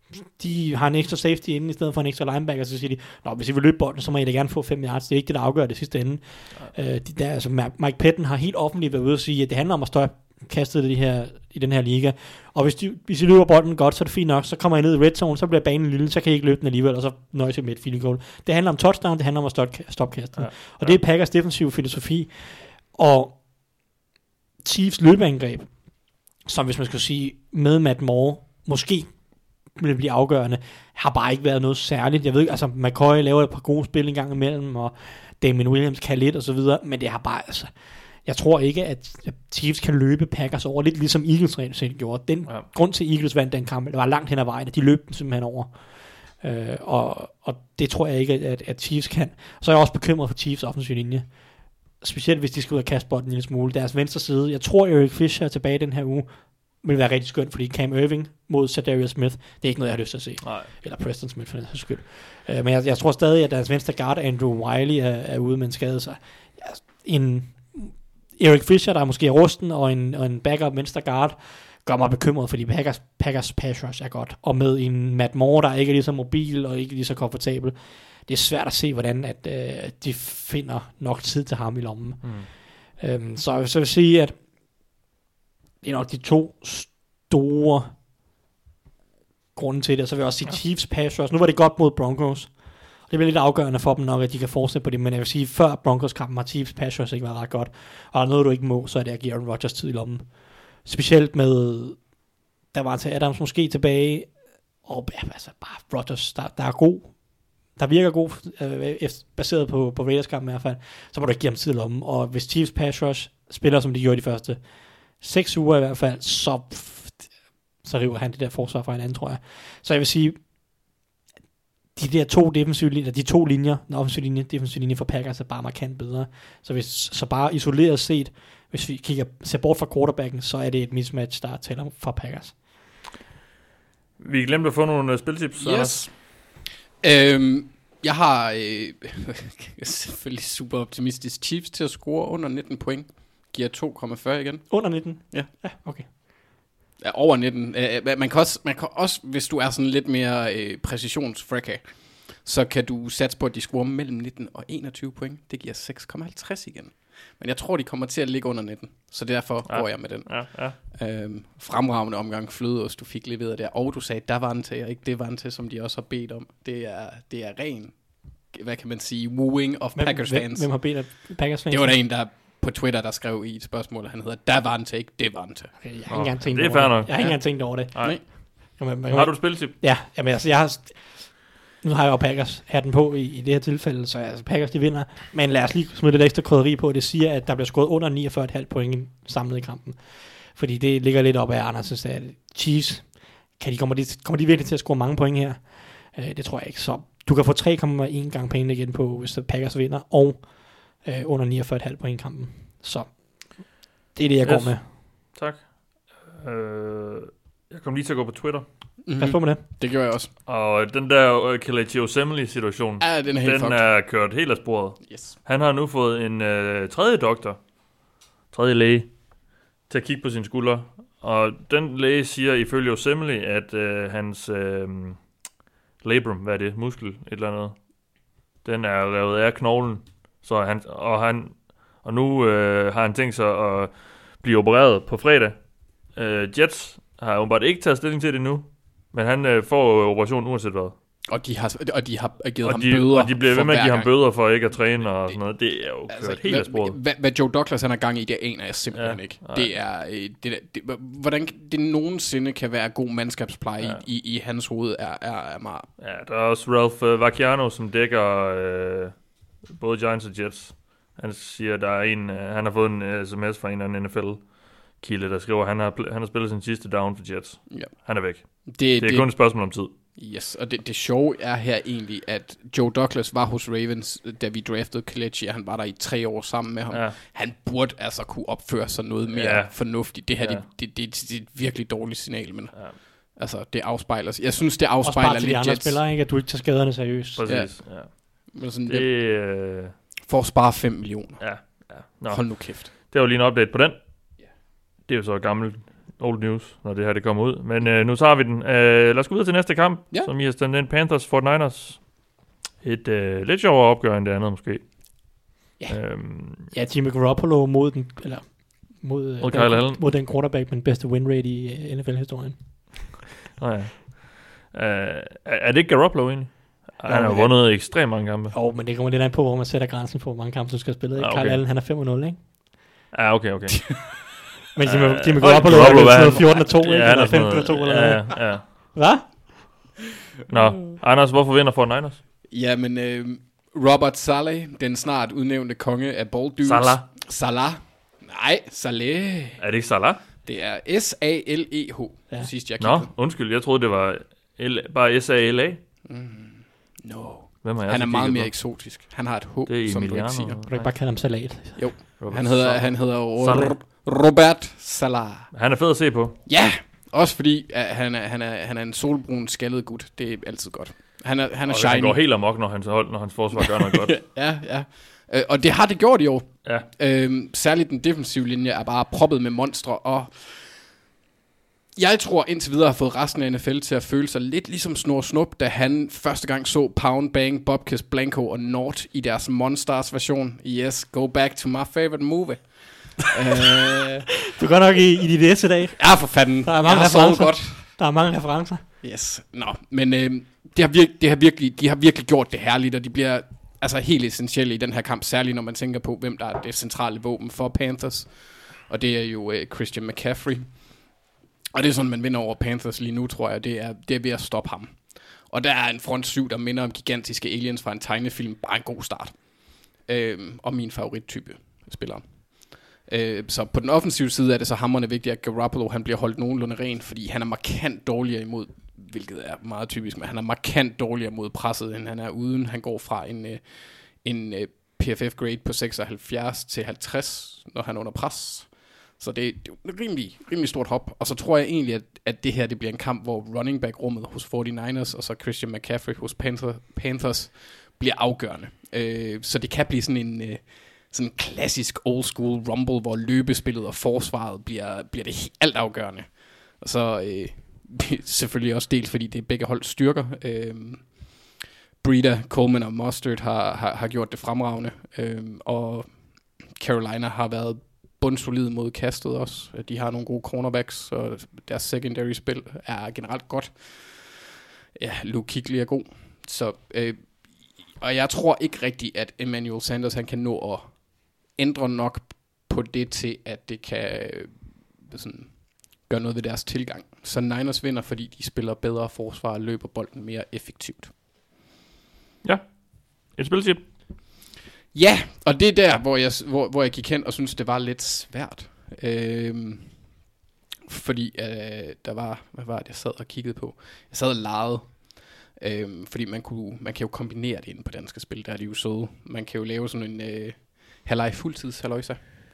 De har en ekstra safety inde, i stedet for en ekstra linebacker, så siger de, nå, hvis I vil løbe bolden, så må I da gerne få fem yards. Det er ikke det, der afgør det sidste ende. Ja. Øh, de der, altså Mike Pettin har helt offentligt været ude at sige, at det handler om at stoppe kastet det her, i den her liga. Og hvis, de, hvis I løber bolden godt, så er det fint nok. Så kommer I ned i red zone, så bliver banen lille, så kan I ikke løbe den alligevel, og så nøjes I med et field goal. Det handler om touchdown, det handler om at stoppe, stoppe kastet. Ja. Og det er Packers defensive filosofi. Og Chiefs løbeangreb, som hvis man skulle sige, med Matt Moore, måske vil blive afgørende, har bare ikke været noget særligt. Jeg ved ikke, altså McCoy laver et par gode spil en gang imellem, og Damien Williams kan lidt og så videre, men det har bare, altså, jeg tror ikke, at Chiefs kan løbe Packers over, lidt ligesom Eagles rent selv gjorde. Den ja. grund til Eagles vandt den kamp, det var langt hen ad vejen, at de løb den simpelthen over. Øh, og, og det tror jeg ikke, at, at Chiefs kan. Så er jeg også bekymret for Chiefs offensiv linje. Specielt hvis de skal ud og kaste bolden en lille smule. Deres venstre side, jeg tror Eric Fisher er tilbage den her uge, vil være rigtig skønt, fordi Cam Irving mod Zadarius Smith, det er ikke noget, jeg har lyst til at se. Nej. Eller Preston Smith for den her skyld. Uh, men jeg, jeg tror stadig, at deres venstre guard, Andrew Wiley, er, er ude med en skade. Så ja, en Eric Fisher, der er måske rusten, og en, og en backup venstre guard, gør mig bekymret, fordi Packers, Packers pass rush er godt. Og med en Matt Moore, der ikke er lige så mobil og ikke lige så komfortabel, det er svært at se, hvordan at, uh, de finder nok tid til ham i lommen. Mm. Um, så, så jeg vil sige, at det er nok de to store grunde til det. Så vil jeg også sige ja. Chiefs pass rush. Nu var det godt mod Broncos. Det bliver lidt afgørende for dem nok, at de kan fortsætte på det. Men jeg vil sige, før Broncos-kampen har Chiefs pass rush ikke været ret godt. Og er noget, du ikke må, så er det at give Aaron Rodgers tid i lommen. Specielt med, der var til Adams måske tilbage. Og ja, altså bare Rodgers, der, der er god. Der virker god, øh, baseret på, på Raiders-kampen i hvert fald. Så må du ikke give ham tid i lommen. Og hvis Chiefs pass rush spiller, som de gjorde de første seks uger i hvert fald, så, så river han det der forsvar fra hinanden, tror jeg. Så jeg vil sige, de der to defensive linjer, de to linjer, den offensive linje, defensive linje for Packers er bare markant bedre. Så hvis så bare isoleret set, hvis vi kigger, ser bort fra quarterbacken, så er det et mismatch, der tæller for Packers. Vi glemte at få nogle uh, spiltips. Yes. Øhm, jeg har øh, selvfølgelig super optimistisk Chiefs til at score under nitten point. Giver to komma fyrre igen. Under nitten? Ja. Ja, okay. Ja, over nitten. Man kan, også, man kan også, hvis du er sådan lidt mere øh, præcisionsfrækker, så kan du satse på, at de scorer mellem nitten og enogtyve point. Det giver seks komma halvtreds igen. Men jeg tror, de kommer til at ligge under nitten. Så derfor ja. går jeg med den. Ja, ja. Øhm, fremragende omgang flødeost, du fik leveret der. Og du sagde, der var en til, og ikke det var en til, som de også har bedt om. Det er, det er ren, hvad kan man sige, wooing of hvem, Packers fans. Hvem, hvem har bedt af Packers fans? Det var der en, der på Twitter, der skrev i et spørgsmål, han hedder, der var en til, ikke det var en til. Okay, jeg har ikke engang tænkt det er over fair det. nok. Jeg har ikke engang tænkt over det. Nej. Jamen, man, har du et spiltip? Ja, jamen, altså, jeg har... Nu har jeg jo Packers hatten på i, i det her tilfælde, så altså, Packers de vinder. Men lad os lige smide lidt ekstra krydderi på. Det siger, at der bliver scoret under niogfyrre komma fem point samlet i kampen. Fordi det ligger lidt op af Anders' at Chiefs. Kan de, kommer, de, kommer de virkelig til at score mange point her? Uh, det tror jeg ikke. Så du kan få tre komma en gange penge igen på, hvis Packers vinder, og uh, under niogfyrre komma fem point i kampen. Så det er det, jeg yes. går med. Tak. Uh, jeg kom lige til at gå på Twitter. Mm-hmm. Pas på med det. Det gjorde jeg også. Og den der uh, Kelechi Osemele-situation, ja, den er, helt den er kørt helt af sporet. Yes. Han har nu fået en uh, tredje doktor, tredje læge, til at kigge på sine skuldre. Og den læge siger ifølge Osemele, at uh, hans uh, labrum, hvad er det, muskel, et eller andet, den er revet af knoglen. Så han, og, han, og nu uh, har han tænkt sig at blive opereret på fredag. Uh, Jets har åbenbart ikke taget stilling til det nu. Men han øh, får operationen uanset hvad. Og de har, og de har givet og ham de, bøder. Og de bliver ved med at give gang. ham bøder for ikke at træne og sådan noget. Det er jo altså, kørt helt af sporet. Hvad, hvad Joe Douglas han har gang i, det aner jeg simpelthen ja, ikke. Det er, det, det, det, hvordan det nogensinde kan være god mandskabspleje ja. i, i hans hoved, er, er, er meget... Ja, der er også Ralph uh, Vacchiano, som dækker uh, både Giants og Jets. Han siger, der er en, uh, han har fået en uh, sms fra en eller anden N F L kilde, der skriver, at han har, han har spillet sin sidste down for Jets. Ja. Han er væk. Det, det er det, kun et spørgsmål om tid. Yes, og det, det sjove er her egentlig, at Joe Douglas var hos Ravens, da vi draftede Kelechi, og han var der i tre år sammen med ham. Ja. Han burde altså kunne opføre sig noget mere Ja. fornuftigt. Det her, Ja. det, det, det, det er et virkelig dårligt signal, men Ja. altså, det afspejler sig. Jeg synes, det Også afspejler bare til de lidt andre Jets. spillere, ikke? At du ikke tager skaderne seriøst. Præcis. Ja. Ja. Men sådan, Det, det... øh, For at spare fem millioner. ja. Ja. Nå. Hold nu kæft. Det var lige en update på den. Det er jo så gammel old news, når det her det kommer ud. Men øh, nu tager vi den. Øh, lad os gå videre til næste kamp, Ja. som I har stemt ind. Panthers forty-niners. Et øh, lidt sjovere opgør end det andet, måske. Ja. Øhm, Ja, Jimmy Garoppolo mod den, eller mod, øh, Mod den, Kyle Allen. mod den quarterback med den bedste win rate i uh, N F L-historien. nå ja. Øh, er, er det ikke Garoppolo egentlig? Han har jo ja. vundet ekstremt mange kampe. Jo, men det kommer lidt an på, hvor man sætter grænsen for, hvor mange kampe du skal spille. Ikke? Ah, Kyle okay. Allen, han er fem nul, ikke? Ja, okay, okay. Men Jimmy, Øh, Jimmy hold Garoppolo da op, er hvad sådan han- noget fjorten og to, ikke? Ja, han Eller er sådan femten og to, noget- eller hvad? ja, ja. Hvad? Nå, Anders, hvorfor vinder forty-niners? Jamen, øh, Robert Saleh, den snart udnævnte konge af ball dudes. Salah. Salah. Nej, Saleh. Er det ikke Salah? Det er S A L E H, Ja. ja. sidst jeg Nå, kiggede. undskyld, jeg troede, det var L- bare S A L A. No. Hvem har jeg Han så er meget kigget mere på? eksotisk. Han har et H, Det er som du ikke Emiliano. siger. Kan du ikke bare kalde ham salat? Jo, Robert han hedder, Salah. han hedder Salah. Ro- Robert Salah. Han er fed at se på. Ja, også fordi at han, er, han, er, han er en solbrun skaldet gut. Det er altid godt. Han er, han er Og shiny. han går helt amok, når hans hold, når hans forsvar gør noget godt. Ja, ja. Øh, og det har det gjort i år. Ja. Øhm, særligt den defensive linje er bare proppet med monstre, og jeg tror indtil videre har fået resten af N F L til at føle sig lidt ligesom Snor Snup, da han første gang så Pound, Bang, Bobcats, Blanco og Nort i deres Monstars version. Yes, go back to my favorite movie. øh, Du er godt nok i, i dit S i dag. ja, for fanden. Der er mange Jeg har sovet referencer. godt. Der er mange referencer. Yes. Nå, men øh, det, har virke, det har virkelig, de har virkelig gjort det herligt, og de bliver altså helt essentielle i den her kamp, særligt når man tænker på, hvem der er det centrale våben for Panthers. Og det er jo øh, Christian McCaffrey. Og det er sådan, man vinder over Panthers lige nu, tror jeg. Det er, det er ved at stoppe ham. Og der er en front syv, der minder om gigantiske aliens fra en tegnefilm. Bare en god start. Øhm, og min favorittype spiller. Øh, så på den offensive side er det så hamrende vigtigt, at Garoppolo han bliver holdt nogenlunde ren, fordi han er markant dårligere imod, hvilket er meget typisk, men han er markant dårligere mod presset, end han er uden. Han går fra en, øh, en øh, P F F grade på seksoghalvfjerds til halvtreds, når han er under pres. Så det, det er et rimelig, rimelig stort hop. Og så tror jeg egentlig, at, at det her det bliver en kamp, hvor running back-rummet hos forty-niners og så Christian McCaffrey hos Panther, Panthers bliver afgørende. Øh, så det kan blive sådan en øh, sådan en klassisk old school rumble, hvor løbespillet og forsvaret bliver, bliver det alt afgørende. Og så øh, selvfølgelig også delt, fordi det er begge hold styrker. Øh, Breida, Coleman og Mustard har, har, har gjort det fremragende. Øh, og Carolina har været bundsolid mod kastet også. De har nogle gode cornerbacks, og deres secondary spil er generelt godt. Ja, Luke Kuechly er god. Så, øh, og jeg tror ikke rigtigt, at Emmanuel Sanders han kan nå at ændre nok på det til, at det kan øh, sådan, gøre noget ved deres tilgang. Så Niners vinder, fordi de spiller bedre forsvar og løber bolden mere effektivt. Ja. Et spiltip. Ja, og det er der, hvor jeg, hvor, hvor jeg gik hen og synes det var lidt svært. Øhm, fordi øh, der var, hvad var det, jeg sad og kiggede på? Jeg sad og legede, øhm, fordi man, kunne, man kan jo kombinere det inde på danske spil, der er de jo søde. Man kan jo lave sådan en øh, halvleg fuldtids halvøjsa.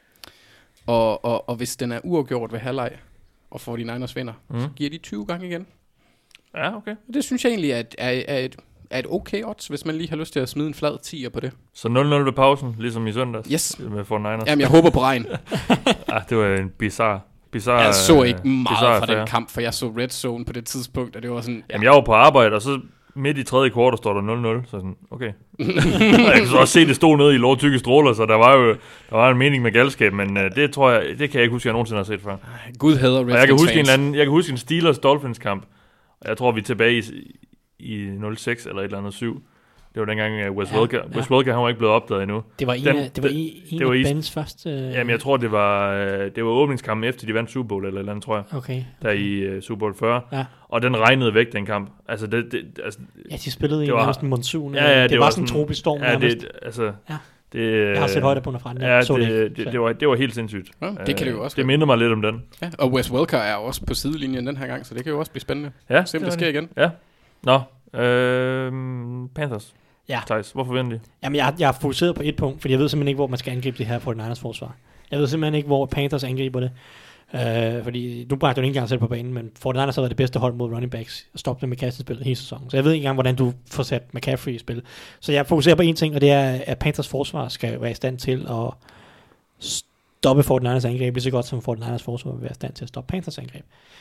Og, og, og hvis den er uafgjort ved halvleg, og forty-niners vinder, Mm. så giver de tyve gange igen. Ja, okay. Det synes jeg egentlig er, er, er, et, er et okay odds, hvis man lige har lyst til at smide en flad tier på det. Så nul nul ved pausen, ligesom i søndags. Yes. Med forty-niners. Jamen, jeg håber på regn. Ah, det var en bizarre, bizarre Jeg så ikke øh, meget bizarre fra affære. den kamp, for jeg så Red Zone på det tidspunkt, og det var sådan... Ja. Jamen, jeg var på arbejde, og så midt i tredje kvartal står der nul nul, så sådan, okay. Og jeg kunne så også se, det stod nede i lovtykke stråler, så der var jo der var en mening med galskab, men uh, det tror jeg, det kan jeg ikke huske, jeg nogensinde har set før. Gud hader Redskins Og jeg kan huske en fans. eller anden, jeg kan huske en Steelers-Dolphins kamp, og jeg tror, vi er tilbage i, i nul seks eller et eller andet syv. Det var dengang, uh, Wes Ja, Welker, ja. Wes Welker, han var ikke blevet opdaget endnu. Det var en Den- af, det var det- en, en det var af i- Bens første... Øh, Jamen, jeg tror, det var, øh, det var åbningskampen efter, de vandt Super Bowl eller et eller andet, tror jeg. Okay. Der i uh, Super Bowl fyrre. Ja. Og den regnede væk, den kamp. Altså, det, det, altså, Ja, de spillede i det var- nærmest en monsun. Ja, ja, det, det var var sådan en sådan- tropisk storm ja, nærmest. det, altså, Ja. Det, Jeg har set højde på den fra den. Ja, så det, det, det, det, var, det var helt sindssygt. Ja, det kan det jo også. Det minder mig lidt om den. Ja, og Wes Welker er også på sidelinjen den her gang, så det kan jo også blive spændende. Ja, se om det, det sker igen. Ja. Nå, øh, Panthers. Ja. Thijs, hvorfor vinder de? Jamen, jeg, jeg er fokuseret på et punkt, fordi jeg ved simpelthen ikke, hvor man skal angribe det her på den Niners forsvar. Jeg ved simpelthen ikke, hvor Panthers angriber det. Uh, fordi du bragte jo ikke engang selv på banen, men forty-niners har været det bedste hold mod running backs og stoppe dem med kastespillet hele sæsonen. Så jeg ved ikke engang, hvordan du får sat McCaffrey i spil. Så jeg fokuserer på en ting, og det er, at Panthers forsvar skal være i stand til at stoppe forty-niners angreb, lige så godt som forty-niners forsvar vil være i stand til at stoppe Panthers angreb.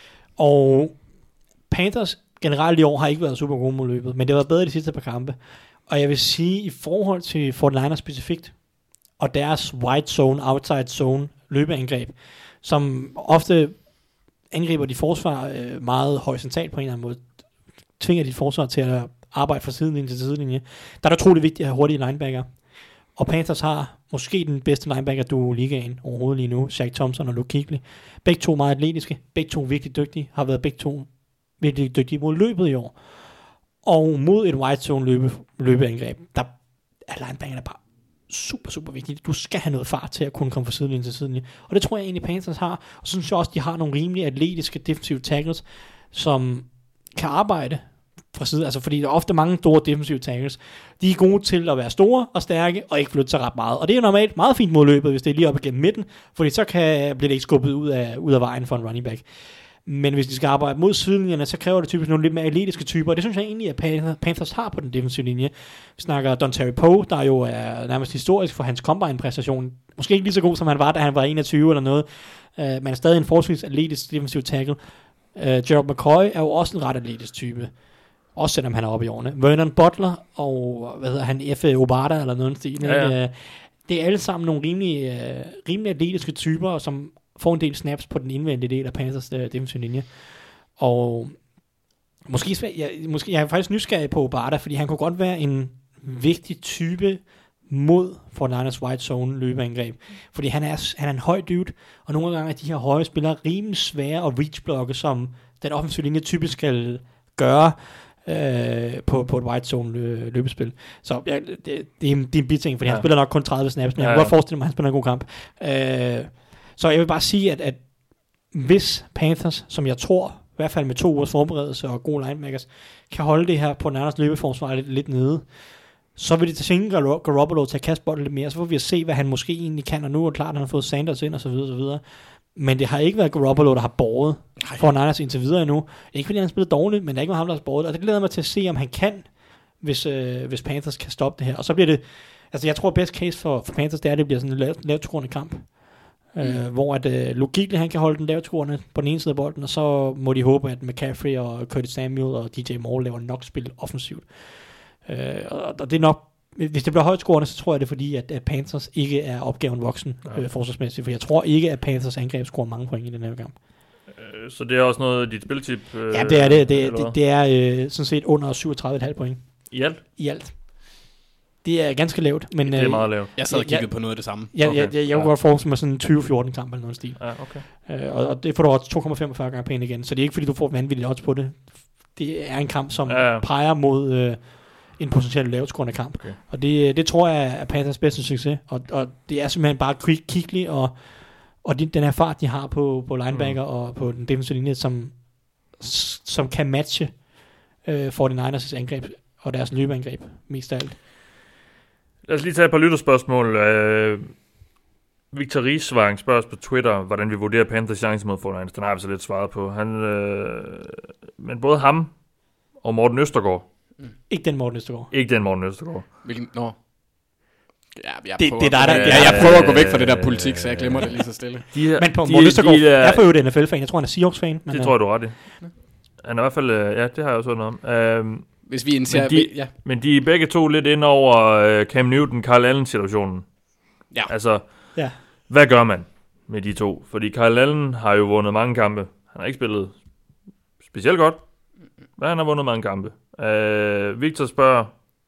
Og Panthers generelt i år har ikke været super gode mod løbet, men det har været bedre i de sidste par kampe. Og jeg vil sige, i forhold til forty-niners specifikt, og deres wide zone, outside zone løbeangreb, som ofte angriber de forsvar øh, meget horisontalt på en eller anden måde, tvinger dit forsvar til at arbejde fra sidelinje til sidelinje. Der er det utroligt vigtigt at have hurtige linebacker. Og Panthers har måske den bedste linebacker du i ligaen overhovedet lige nu, Shaq Thompson og Luke Kuechly. Begge to meget atletiske, begge to virkelig dygtige, har været begge to virkelig dygtige mod løbet i år. Og mod et wide zone løbe, løbeangreb, der er linebackerne bare super, super vigtigt. Du skal have noget fart til at kunne komme fra sidelinje til sidelinje. Og det tror jeg egentlig Panthers har. Og så synes jeg også, de har nogle rimelig atletiske defensive tackles, som kan arbejde fra side. Altså fordi der er ofte mange store defensive tackles. De er gode til at være store og stærke og ikke flytte sig ret meget. Og det er normalt meget fint mod løbet, hvis det er lige op igennem midten, fordi så kan, bliver det ikke skubbet ud af, ud af vejen for en running back. Men hvis de skal arbejde mod sidelinjerne, så kræver det typisk nogle lidt mere atletiske typer, og det synes jeg egentlig, at Panthers har på den defensive linje. Vi snakker Dontari Poe, der jo er nærmest historisk for hans combine-præstation. Måske ikke lige så god, som han var, da han var enogtyve eller noget, uh, men er stadig en forholdsvis atletisk defensive tackle. Uh, Gerald McCoy er jo også en ret atletisk type, også selvom han er oppe i årene. Vernon Butler og, hvad hedder han, F. Obada eller noget stil. Ja, ja. Uh, det er alle sammen nogle rimelig, uh, rimelig atletiske typer, som får en del snaps på den indvendige del af Panthers uh, defensive linje. Og måske, jeg, måske, jeg er faktisk nysgerrig på Obada, fordi han kunne godt være en vigtig type mod forty-niners wide zone løbeangreb. Fordi han er, han er en høj dude, og nogle gange er de her høje spillere rimelig svære at reach-blokke, som den offensive linje typisk skal gøre øh, på, på et wide zone lø, løbespil. Så ja, det, det, er en, det er en biting, fordi ja. han spiller nok kun tredive snaps, men ja, jeg kan ja. godt forestille mig, at han spiller en god kamp. Øh, Så jeg vil bare sige, at, at hvis Panthers, som jeg tror, i hvert fald med to ugers forberedelse og gode linebackers, kan holde det her på Niners løbeforsvar lidt, lidt nede, så vil det tvinge Garoppolo til at kaste bolden lidt mere, så får vi at se, hvad han måske egentlig kan, og nu er det klart, at han har fået Sanders ind og så videre, og så videre. Men det har ikke været Garoppolo, der har båret for Niners indtil videre endnu. Ikke fordi han spiller dårligt, men det er ikke været ham, der har båret, og det glæder mig til at se, om han kan, hvis, øh, hvis Panthers kan stoppe det her. Og så bliver det, altså jeg tror, best case for, for Panthers, det er, at det bliver sådan en lavt, lavt scorende kamp. Mm. Uh, hvor at uh, Luke Kuechly, han kan holde den lavtskruerne på den ene side af bolden, og så må de håbe, at McCaffrey og Curtis Samuel og D J Moore laver nok spil offensivt. Uh, og, og det er nok, hvis det bliver højtskruerne, så tror jeg det er fordi, at, at Panthers ikke er opgaven voksen ja. uh, forsvarsmæssigt, for jeg tror ikke, at Panthers angreb scorer mange point i den her kamp. Uh, så det er også noget af dit spiltip? Uh, ja, det er det. Det, det, det er uh, sådan set under syvogtredive komma fem point. I alt? I alt. Det er ganske lavt, men det er meget lavt. Jeg sad og kiggede på noget af det samme. Ja, okay. jeg, jeg, jeg kunne ja. godt forestille mig sådan en tyve fjorten kamp eller noget stil. Ja, okay. Uh, og, og det får du også to komma femogfyrre gange penge igen, så det er ikke fordi du får vanvittigt odds på det. Det er en kamp, som ja, ja. peger mod uh, en potentielt lavtskårende kamp. Okay. Og det, det tror jeg er Panthers bedste succes. Og, og det er simpelthen bare Kuechly og, og de, den her fart, de har på, på linebacker mm. og på den defensive linje, som, som kan matche uh, forty-niners angreb og deres løbeangreb mest af alt. Lad os lige tage et par lytterspørgsmål. Uh, Victor Riesvang spørger os på Twitter, hvordan vi vurderer Panthers chance mod forty-niners. Den har vi så lidt svaret på. Han, uh, men både ham og Morten Østergaard. Mm. Ikke den Morten Østergaard. Ikke den Morten Østergaard. Hvilken? Nå. Ja, jeg det, prøver, det er der, der, ja, jeg prøver at gå væk fra det der politik, så jeg glemmer det lige så stille. De er, men på Morten Østergaard de er, er for øvrigt en N F L-fan. Jeg tror, han er Seahawks-fan. Det tror jeg, du er ret i. Han er i hvert fald, ja, det har jeg også hørt noget om. Uh, Hvis vi indser, men, de, ja. men de er begge to lidt ind over uh, Cam Newton, Kyle Allen-situationen. Ja. Altså, ja. hvad gør man med de to? Fordi Kyle Allen har jo vundet mange kampe. Han har ikke spillet specielt godt, men han har vundet mange kampe. Uh, Victor spørger,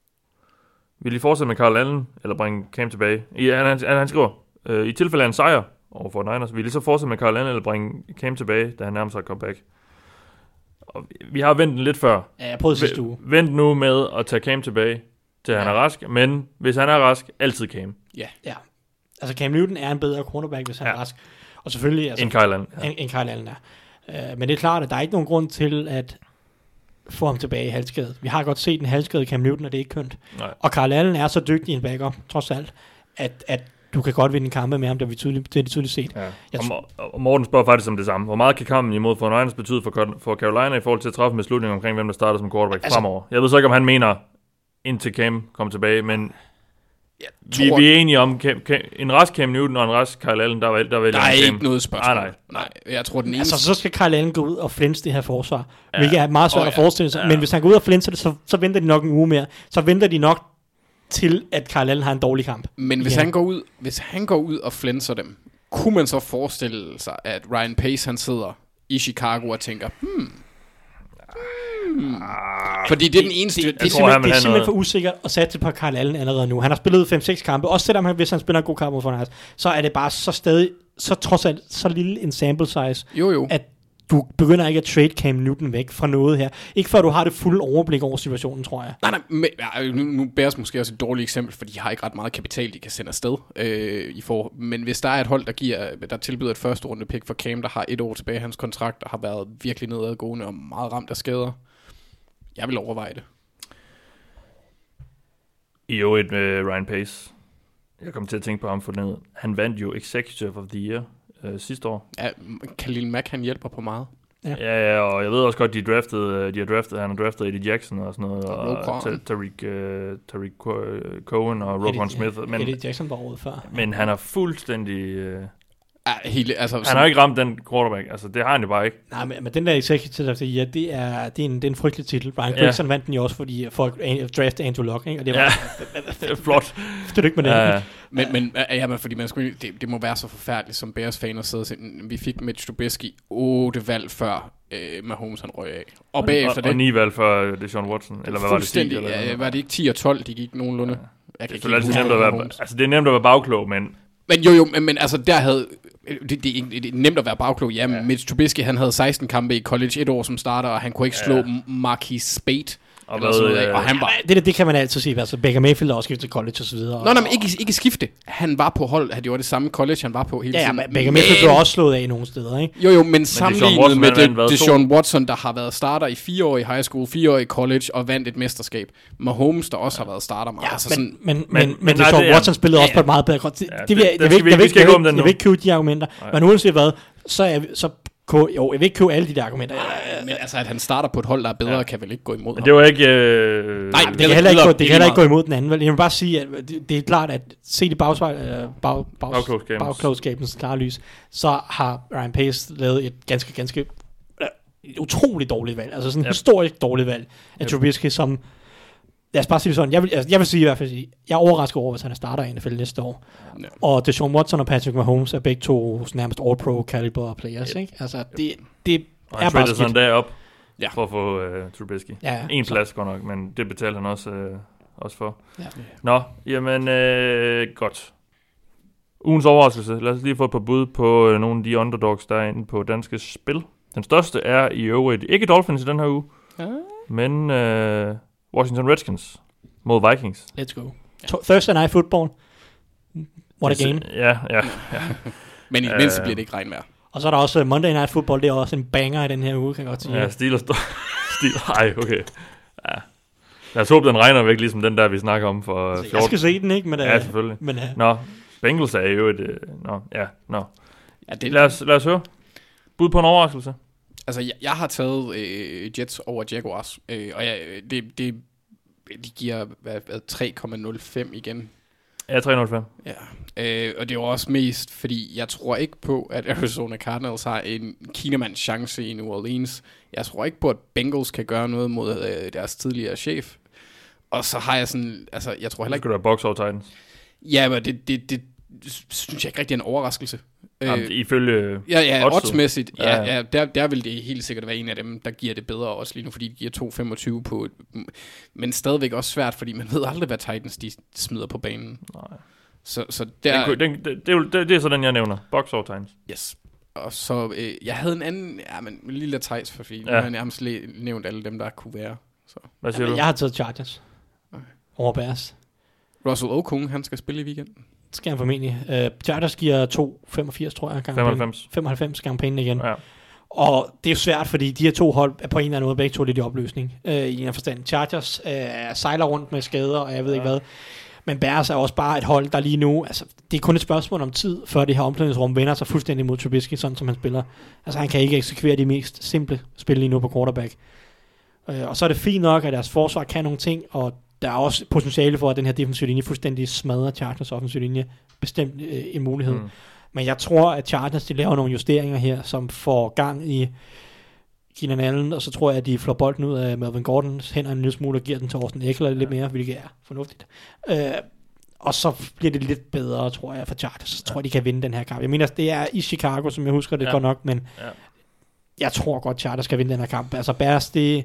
vil I fortsætte med Kyle Allen, eller bringe Cam tilbage? I, han, han, han skriver, uh, i tilfælde af en sejr over forty-niners, vil I så fortsætte med Kyle Allen, eller bringe Cam tilbage, da han nærmer sig et comeback? Og vi har ventet lidt før. Ja, jeg prøvede sidste uge. Vent nu med at tage Cam tilbage. til han er rask, men hvis han er rask, altid Cam. Ja. Ja. Altså Cam Newton er en bedre cornerback, hvis han ja. er rask. Og selvfølgelig... Altså, en Kyle Allen. Ja. En, en Kyle Allen, ja. Uh, men det er klart, at der er ikke nogen grund til at få ham tilbage i halvskade. Vi har godt set en halvskade Cam Newton, og det er ikke kønt. Nej. Og Kyle Allen er så dygtig en backup, trods alt, at, at du kan godt vinde en kampe med ham, det har vi tydeligt, det er tydeligt set. Ja. Jeg og, og Morten spørger faktisk om det samme. Hvor meget kan kampen imod for Niners betyde for, for Carolina i forhold til at træffe en beslutning omkring, hvem der starter som quarterback altså, fremover? Jeg ved så ikke, om han mener, indtil Cam kommer tilbage, men vi, vi er enige om, Cam, Cam, en rask Cam Newton og en rask Kyle Allen, der, der vælger Der er ikke Cam. Noget spørgsmål. Nej, nej. nej, jeg tror den eneste... Altså, så skal Kyle Allen gå ud og flinse det her forsvar, ja. hvilket er meget svært oh, ja. at forestille sig. Ja. Men hvis han går ud og flinser det, så, så venter de nok en uge mere. Så venter de nok til, at Kyle Allen har en dårlig kamp. Men hvis, ja. han, går ud, hvis han går ud og flinser dem, kunne man så forestille sig, at Ryan Pace, han sidder i Chicago og tænker, hmm... Hmm. Fordi det er den eneste... Det, det, det, er simpelthen, det er simpelthen for usikkert at satse på Kyle Allen allerede nu. Han har spillet fem seks kampe, også selvom han, hvis han spiller en god kamp mod Niners, så er det bare så stadig, så trods alt så lille en sample size, jo, jo. at du begynder ikke at trade Cam Newton væk fra noget her. Ikke før du har det fulde overblik over situationen, tror jeg. Nej, nej, men, ja, nu, nu bæres måske også et dårligt eksempel, for de har ikke ret meget kapital, de kan sende afsted. Øh, i for, men hvis der er et hold, der, giver, der tilbyder et første runde pick for Cam, der har et år tilbage i hans kontrakt, og har været virkelig nedadgående og meget ramt af skader, jeg vil overveje det. I øvrigt med Ryan Pace. Jeg kom til at tænke på ham forneden. Han vandt jo Executive of the Year øh, sidste år. Ja, Khalil Mack, han hjælper på meget. Ja. ja, ja, og jeg ved også godt, de draftede, de har draftet, han har draftet Eddie Jackson og sådan noget, og Tariq uh, Tariq Cohen og Roquan Smith. Men, Eddie Jackson var året før. Men han har fuldstændig... Uh, Ja, hele, altså, han har ikke ramt den quarterback, altså det har han jo bare ikke. Nej, men, men den der executive of the year, det er, det er, en, det er en frygtelig titel. Brian Grigson ja. vandt den jo også, fordi folk draftede Andrew Luck, ikke? Og det var ja. flot. Det er ikke med den. Ja. Men, men, ja, men fordi man skulle, det, det må være så forfærdeligt som Bears-fan at sidde og sige, vi fik Mitch Trubisky otte valg før øh, Mahomes han røg af. Og, og bagefter og, det... Og ni valg før Deshaun Watson, eller hvad var det? ti, eller ja, var det ikke ti og tolv, de gik nogenlunde? Ja. Jeg kan det, er ikke nemt at være, altså, det er nemt at være bagklog, men... Men jo, jo, men, men altså der havde... Det, det, det, det er nemt at være bagklog. Ja, ja. Mitch Trubisky, han havde seksten kampe i college et år som starter, og han kunne ikke slå ja. Marquise Spade. Og, hvad, sådan noget, og han var, det, det kan man altid sige. Altså, Baker Mayfield har også skiftet college og så videre. Nå, nej, men ikke, ikke skifte. Han var på hold. Det var det samme college, han var på hele ja, tiden. Ja, men Baker Mayfield blev også slået af nogle steder, ikke? Jo, jo, men, men sammenlignet med det, Deshaun Watson, der har været starter i fire år i high school, fire år i college og vandt et mesterskab. Mahomes, der også har været starter meget. Ja, altså, men, sådan, men, men, men, men Deshaun Watson spillede også på et meget bedre grund. Det, det, jeg, jeg, jeg, jeg vil ikke købe de argumenter. Men uanset hvad, så er så Ko, jo, jeg vil ikke købe alle de der argumenter. Ej, men altså, at han starter på et hold, der er bedre, ja. kan vel ikke gå imod men det var ikke... Øh... Nej, det, det kan heller ikke, gå, det kan heller ikke gå imod den anden. Vel? Jeg vil bare sige, at det, det er klart, at se det bagklogskabens bag, bag, bag, klare lys, så har Ryan Pace lavet et ganske, ganske et utroligt dårligt valg. Altså sådan et yep. historisk dårligt valg af yep. Trubisky, som... Lad os bare sige det sådan. Jeg vil, altså, jeg vil sige i hvert fald, jeg er overrasket over, hvis han er starter i N F L næste år. Ja. Og Deshaun Watson og Patrick Mahomes er begge to nærmest all-pro caliber players, yep. ikke? Altså, det, det og han er bare skidt. Og han dag op ja. for at få uh, Trubisky. Ja, en plads godt nok, men det betalte han også, uh, også for. Ja. Nå, jamen uh, godt. Ugens overraskelse. Lad os lige få et par bud på uh, nogle af de underdogs, der er inde på danske spil. Den største er i øvrigt ikke Dolphins i den her uge, ja. men... Uh, Washington Redskins mod Vikings. Let's go. Yeah. Thursday Night Football. What a game. Ja, ja, ja. Men i det mindste bliver det ikke regnvejr. Og så er der også Monday Night Football. Det er også en banger i den her uge, kan jeg godt sige. Ja, Steelers. Steelers. Ej, okay. Ja. Lad os håbe, den regner væk, ligesom den der, vi snakker om for fjorten. Jeg skal se den, ikke? Men, ja, selvfølgelig. Men, uh... Nå, Bengals er jo et... Uh, nå, ja, nå. Ja, det... lad, os, lad os høre. Bud på en overraskelse. Altså, jeg, jeg har taget øh, Jets over Jaguars, øh, og jeg, det, det de giver hvad, hvad, tre komma nul fem igen. Ja, tre komma nul fem. Ja, øh, og det er jo også mest, fordi jeg tror ikke på, at Arizona Cardinals har en Keeneman's chance i New Orleans. Jeg tror ikke på, at Bengals kan gøre noget mod øh, deres tidligere chef. Og så har jeg sådan, altså, jeg tror heller ikke... Skal du have box over Titans? Ja, men det, det, det synes jeg ikke rigtig er en overraskelse. Jamen, øh, ifølge ja, ja, oddsmæssigt, ja, ja, der, der vil det helt sikkert være en af dem, der giver det bedre også lige nu, fordi de giver to komma femogtyve på et, men stadigvæk også svært, fordi man ved aldrig, hvad Titans de smider på banen. Nej. Så, så der... Den, den, det, det, det, det er så den, jeg nævner. Box over Titans. Yes. Og så, øh, jeg havde en anden, ja, men lille Titans for fint. Ja. Jeg har nærmest nævnt alle dem, der kunne være. Så. Hvad siger ja, du? Jeg har taget Chargers. Okay. over Bears. Russell Okung, han skal spille i weekenden. Det skal han formentlig. Uh, Chargers giver to komma femogfirs, tror jeg. Gang femoghalvfems. femoghalvfems gang penge igen. Ja. Og det er jo svært, fordi de her to hold er på en eller anden måde begge to lidt i opløsning. Uh, I en forstand. Chargers uh, sejler rundt med skader, og jeg ved ja. ikke hvad. Men Bears er også bare et hold, der lige nu... Altså, det er kun et spørgsmål om tid, før det her omklædningsrum vender sig fuldstændig mod Trubisky, sådan som han spiller. Altså, han kan ikke eksekvere de mest simple spil lige nu på quarterback. Uh, og så er det fint nok, at deres forsvar kan nogle ting, og der er også potentiale for, at den her defensive linje fuldstændig smadrer Chargers offensive linje. Bestemt uh, en mulighed. Mm. Men jeg tror, at Chargers de laver nogle justeringer her, som får gang i Keenan Allen, og så tror jeg, at de flår bolden ud af Melvin Gordons hænder en lille smule og giver den til Austin Ekeler lidt mere, hvilket er fornuftigt. Øh, og så bliver det lidt bedre, tror jeg, for Chargers. Så tror jeg, de kan vinde den her kamp. Jeg mener, det er i Chicago, som jeg husker det ja. godt nok, men ja. jeg tror godt, Chargers kan vinde den her kamp. Altså Bears, det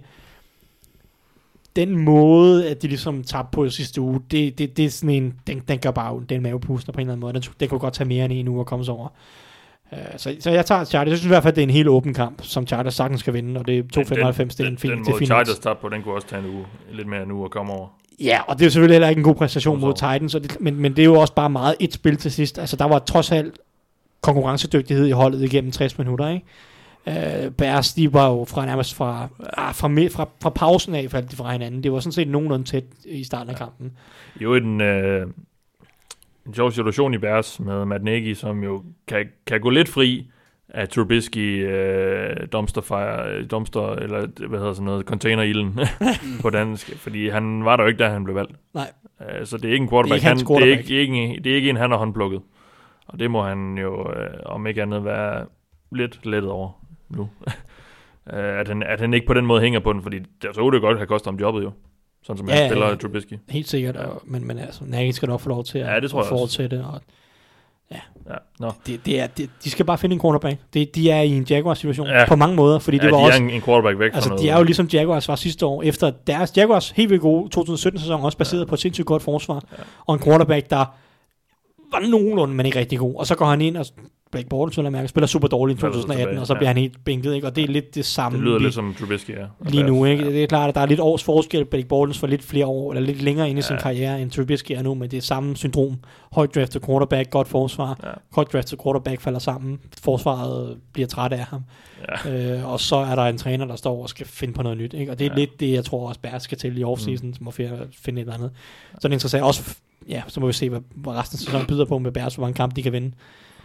den måde, at de ligesom tabte på sidste uge, det, det, det er sådan en, den, den gør bare ondt, den mavepuster på en eller anden måde. Den, den kunne godt tage mere end en uge at komme sig over. Uh, så, så jeg tager Chargers. Jeg synes i hvert fald, det er en helt åben kamp, som Chargers sagtens skal vinde, og det er to komma femoghalvfems, det er en fin. Den måde Chargers tabte på, den kunne også tage en uge, lidt mere en uge at komme over. Ja, og det er jo selvfølgelig heller ikke en god præstation mod Titans, det, men, men det er jo også bare meget et spil til sidst. Altså, der var trods alt konkurrencedygtighed i holdet igennem tres minutter, ikke? Uh, Bears, de var jo fra nærmest fra, ah, fra, med, fra, fra pausen af, faldt de fra hinanden. Det var sådan set nogenlunde tæt i starten af kampen. Jo, en, øh, en sjov situation i Bears med Matt Nagy, som jo kan, kan gå lidt fri af Trubisky øh, dumpster fire, dumpster, eller hvad hedder sådan noget, containerilden på dansk, fordi han var der jo ikke, da han blev valgt. Nej. Uh, så det er ikke en quarterback. Det er, han, quarterback. Det er, ikke, ikke, det er ikke en, han har håndplukket. Og det må han jo, øh, om ikke andet, være lidt lettet over nu. at, han, at han ikke på den måde hænger på den, fordi det, så det godt have kostet ham jobbet jo. Sådan som ja, han spiller ja, Trubisky. Helt sikkert, ja. og, men, men altså, Nagy skal nok få lov til at, ja, det tror at fortsætte. Og, ja. Ja, no. det, det er, det, de skal bare finde en quarterback. Det, de er i en Jaguars-situation ja. på mange måder, fordi ja, det var de også... er en, en quarterback væk altså, fra de er jo ligesom Jaguars var sidste år, efter deres Jaguars helt vildt gode to tusind sytten-sæson, også baseret ja. på et sindssygt godt forsvar, ja. og en quarterback, der var nogenlunde, men ikke rigtig god. Og så går han ind og Blake Bortles, vil jeg mærke, spiller super dårligt i to tusind atten, og så bliver ja. han helt bænket, ikke? Og det er lidt det samme. Det lyder lidt som Trubisky, ja. Lige nu, ikke? Ja. Det er klart, at der er lidt års forskel. Blake Bortles for lidt flere år, eller lidt længere ind i ja. sin karriere, end Trubisky er nu, men det er samme syndrom. Højt draftet quarterback, godt forsvar. Ja. Højt draftet quarterback falder sammen. Forsvaret bliver træt af ham. Ja. Øh, og så er der en træner, der står og skal finde på noget nyt, ikke? Og det er ja. lidt det, jeg tror også Bears skal til i offseason, mm. som må finde et eller andet. Så det er interessant. Også, ja, så må vi se, hvad, hvad resten af sæsonen byder på med Bears, hvor mange kamp de kan vinde.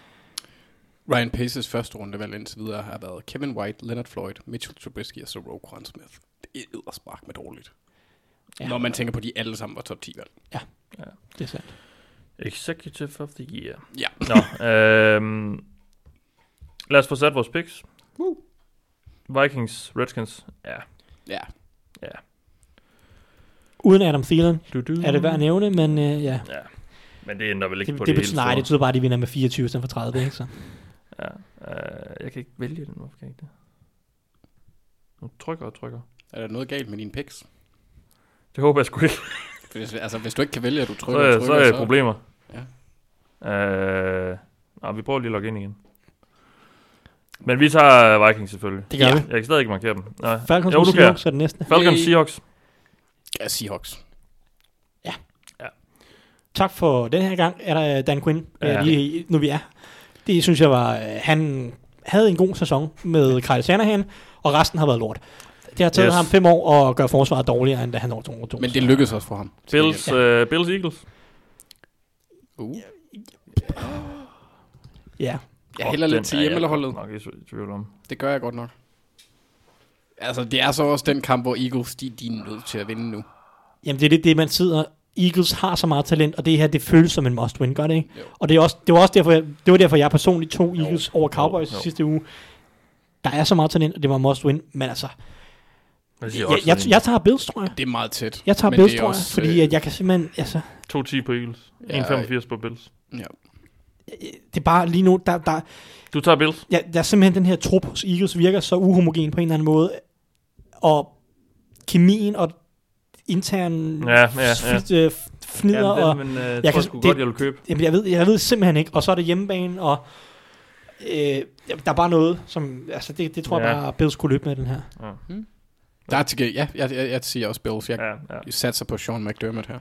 Ryan Paces første rundevalg indtil videre har været Kevin White, Leonard Floyd, Mitchell Trubisky og så Roquan Smith. Det er edderspark med dårligt. Ja. Når man tænker på, at de alle sammen var top ti valg. Ja, ja. Det er sandt. Executive of the Year. Ja. Nå, øhm, lad os få sat vores picks. Woo. Vikings, Redskins. Ja. Ja. Ja. Uden Adam Thielen du, du. er det værd at nævne, men uh, ja. Ja. Men det ændrer vel ikke det, på det, det, det hele. Nej, det betyder bare, at de vinder med fireogtyve i stedet for tredive, ikke så? Ja, øh, jeg kan ikke vælge den, hvorfor kan jeg ikke det? Nu trykker og trykker. Er der noget galt med dine picks? Det håber jeg sgu ikke. hvis, altså, hvis du ikke kan vælge, at du trykker, så, trykker, så er det problemer. Ja. Øh, nej, vi prøver lige at logge ind igen. Men vi tager Vikings selvfølgelig. Det gør ja. vi. Jeg kan stadig ikke markere dem. Nej. Falcons jo, Seahawks er det næste. Falcons Seahawks. Ja, Seahawks. Ja. Ja. Tak for den her gang, er der Dan Quinn, ja. lige, nu vi er. Det synes jeg var, han havde en god sæson med Kyle Shanahan, og resten har været lort. Det har taget yes. ham fem år at gøre forsvaret dårligere, end da han overtog. Men det lykkedes også for ham. Bills, ja. uh, Bills Eagles. Uh. Ja. Jeg hælder lidt til hjemme eller holdet. Nok, det gør jeg godt nok. Altså, det er så også den kamp, hvor Eagles, de, de er nødt til at vinde nu. Jamen, det er det, det man sidder... Eagles har så meget talent, og det her, det føles som en must win, gør det ikke? Jo. Og det, er også, det var også derfor, jeg, det var derfor, jeg personligt tog Eagles jo. over Cowboys jo, jo. sidste uge. Der er så meget talent, og det var must win, men altså... Jeg, jeg, jeg, jeg tager Bills, tror jeg. Det er meget tæt. Jeg tager Bills, tror jeg, fordi at jeg kan simpelthen... Altså, to ti på Eagles. Ja, en komma femogfirs på Bills. Ja. Det er bare lige nu, der... der du tager Bills? Ja, der er simpelthen den her trup hos Eagles virker så uhomogen på en eller anden måde, og kemien og intern ja, ja, ja. fnider, ja, og men, øh, jeg tror kan sgu godt, jeg vil købe. Jamen, jeg ved, jeg ved simpelthen ikke, og så er det hjemmebane, og øh, der er bare noget, som, altså det, det tror ja. jeg bare, Bills skulle løbe med den her. Ja. Hmm. Der er til, ja, jeg, jeg, jeg siger også Bills. Jeg ja, ja. satser på Sean McDermott her.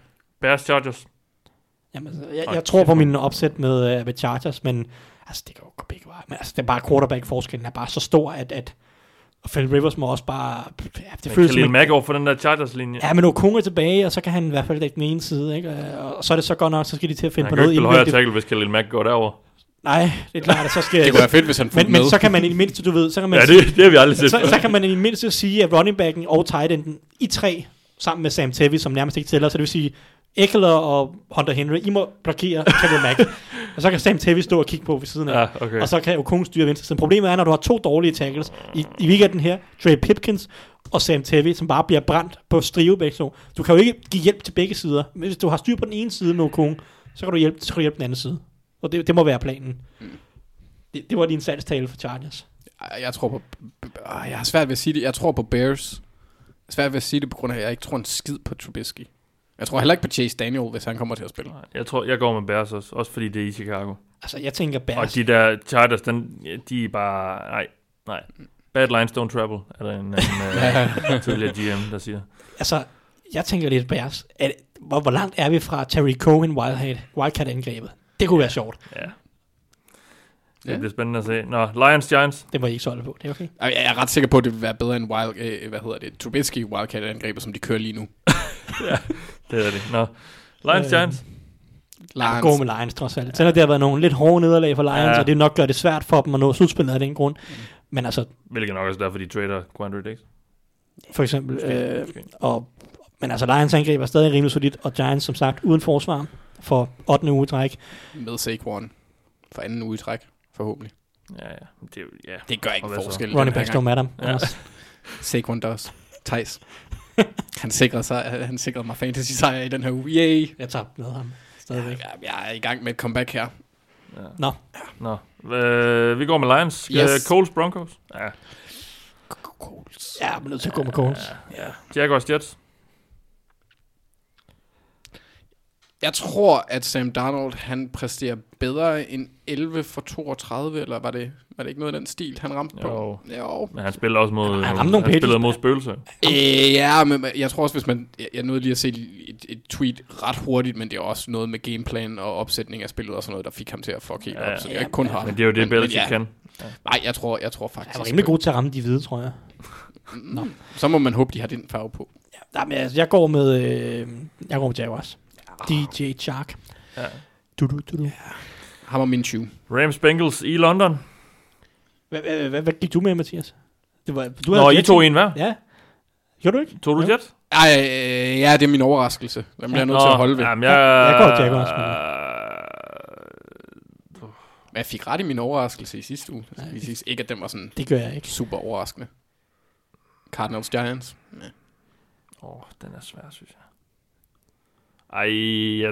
Bears Chargers. Jamen, altså, jeg, jeg tror på min opsæt med, uh, med Chargers, men altså, det kan jo gå begge veje. Men altså, det er bare quarterback-forskellen er bare så stor, at, at og Phil Rivers må også bare... Ja, det føles som... Khalil Mack over for den der Chargers-linje. Ja, men Okung er tilbage, og så kan han i hvert fald dække den ene side, ikke? Og så er det så godt nok, så skal de til at finde han på noget. Han kan ikke spille højere tackle, hvis Khalil Mack går derover. Nej, det er klart, at så skal... det kunne være fedt, hvis han får men, med. Men så kan man i det mindste, du ved... Så kan man ja, sige, det, det har vi aldrig set. Så, så kan man i det mindste sige, at running backen og tight enden i tre, sammen med Sam Tevi, som nærmest ikke tæller, så det vil sige... Eckler og Hunter Henry, I må blokere Khalil Mack. Og så kan Sam Tevi stå og kigge på ved siden af. Ja, okay. Og så kan Okung styre venstre siden. Problemet er, når du har to dårlige tackles i, i weekenden her, Trey Pipkins og Sam Tevi, som bare bliver brændt på strive begge to. Du kan jo ikke give hjælp til begge sider. Men hvis du har styr på den ene side med Okung, så kan du hjælpe, så kan du hjælpe den anden side. Og det, det må være planen. Mm. Det, det var din salgstale for Chargers. Jeg tror på... Jeg har svært ved at sige det. Jeg tror på Bears. Jeg har svært ved at sige det, på grund af, at jeg ikke tror en skid på Trubisky. Jeg tror heller ikke på Chase Daniel, hvis han kommer til at spille. Jeg tror, jeg går med Bears også, også fordi det er i Chicago. Altså, jeg tænker Bears. Og de der Chargers, den, de er bare... Nej, nej. Bad lines don't travel, er der en, en uh, tidligere G M, der siger. Altså, jeg tænker lidt Bears. Er det, hvor, hvor langt er vi fra Terry Cohen Wildcat, Wildcat-angrebet? Det kunne være sjovt. Ja. Det ja. bliver spændende at se. Nå, Lions Giants. Det var I ikke solgt på. Det er okay. Jeg er ret sikker på, at det vil være bedre end Wild, øh, hvad hedder det, Trubisky Wildcat-angrebet, som de kører lige nu. Ja, det er det. Nå, Lions øh, Giants. Lions. Gå med Lions, trods alt. Ja. Selvom det har været nogle lidt hårde nederlag for Lions, ja. Og det nok gør det svært for dem at nå slutspillet af den grund. Mm. Men altså... Hvilket nok også derfor, de trader Quandre Diggs. For eksempel. Måske, øh, måske. Og, men altså, Lions angreb er stadig rimelig solidt, og Giants, som sagt, uden forsvar for ottende uge i træk. Med Saquon for anden uge i træk, forhåbentlig. Ja, ja. Det, ja. det gør ikke en forskel. Running backs don't matter. Ja. Saquon does. Thijs. han sikrede sig, han sikrede mig fantasy sejr i den her uge. Yay. Jeg tabte med ham. Stadigvæk. Ja, jeg er i gang med et comeback her. Ja. Nå. Nå. Uh, vi går med Lions. Yes. Uh, Colts Broncos. Ja. Colts. Ja, jeg er nødt til at gå med Colts. Ja, ja. Jaguars Jets. Jeg tror, at Sam Darnold, han præsterer bedre end elleve for toogtredive, eller var det, var det ikke noget af den stil, han ramte på? Jo. Jo. Men han spiller også mod, han, han, han spillede mod spøgelser. Øh, ja, men jeg tror også, hvis man... Jeg, jeg nåede lige at se et, et tweet ret hurtigt, men det er også noget med gameplan og opsætning af spillet og sådan noget, der fik ham til at fuck helt ja, op, så det er ikke kun ham. Men det er jo det, Belichick ja. kan. Ja. Nej, jeg tror, jeg tror faktisk... Han var rimelig god til at ramme de hvide, tror jeg. Nå. Så må man håbe, de har den farve på. Ja, men altså, jeg går med... Øh, jeg går med Jaguars. D J Chark. Ja. Du, du, du, du. Ja. Ham og min tyve. Rams Bengals i London. Hvad gik du med, Mathias? Det var, du Nå, I tog en hver? Ja. Gjorde du ikke? Tog du Jet? Ej, øh, ja, det er min overraskelse. Den bliver jeg nødt til at holde ved. Jamen, jeg, jeg går Jaguars. Men jeg fik ret i min overraskelse i sidste uge. Ja, det, ikke, at den var sådan det gør jeg ikke. Super overraskende. Cardinals Giants. Åh, ja. oh, den er svær, synes jeg. Ej, jeg...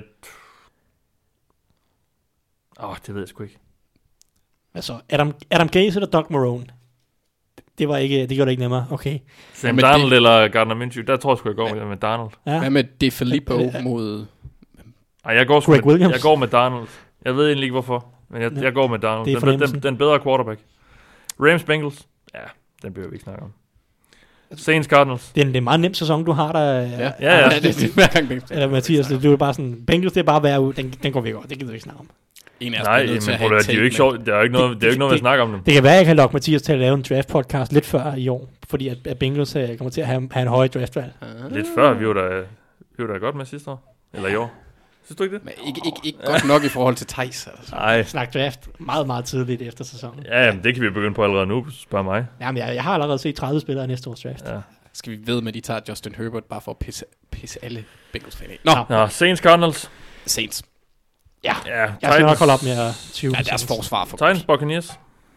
Åh, oh, det ved jeg sgu ikke. Altså, Adam, Adam Gase eller Doug Marrone? Det var ikke, det gjorde det ikke nemmere. Okay. Sam Darnold det... eller Gardner Minshew, der tror jeg sgu, jeg går med, med Darnold. Ja. Hvad med DeFilippo ja. mod... Ej, jeg går, med, jeg går med Darnold. Jeg ved egentlig ikke hvorfor, men jeg, ja. jeg går med Darnold. Den, den, den bedre quarterback. Rams Bengals, ja, den behøver vi ikke snakke om. Saints Cardinals. Det er en, det er en meget nem sæson, du har der. Ja, ja. ja, ja. det, det, det, det, eller Mathias, det, det er bare sådan, Bengals, det er bare hver uge, den, den går vi godt, det gider vi ikke snakke om. En af Nej, men prøv at det er jo ikke sjovt, det er jo ikke noget, det er jo ikke noget, vi snakker om dem. Det kan være, at jeg kan lokke Mathias til at lave en draft podcast lidt før i år, fordi at, at Bengals uh, kommer til at have, have en høj draft valg. Ah. Lidt før, vi var da, vi var da godt med sidste år, eller i år. Synes du ikke det? Men ikke, ikke, ikke godt nok i forhold til Thijs. Altså. Nej. Snak draft meget, meget tidligt efter sæsonen. Ja, jamen, det kan vi begynde på allerede nu, spørg mig. Jamen, jeg, jeg har allerede set tredive spillere næste års draft. Ja. Skal vi ved med, at de tager Justin Herbert bare for at pisse, pisse alle Bengals-fan af? Nå. Nå, Saints Cardinals. Saints. Ja, ja jeg skal nok holde op med at tyve. Ja, deres forsvar for Titans Buccaneers.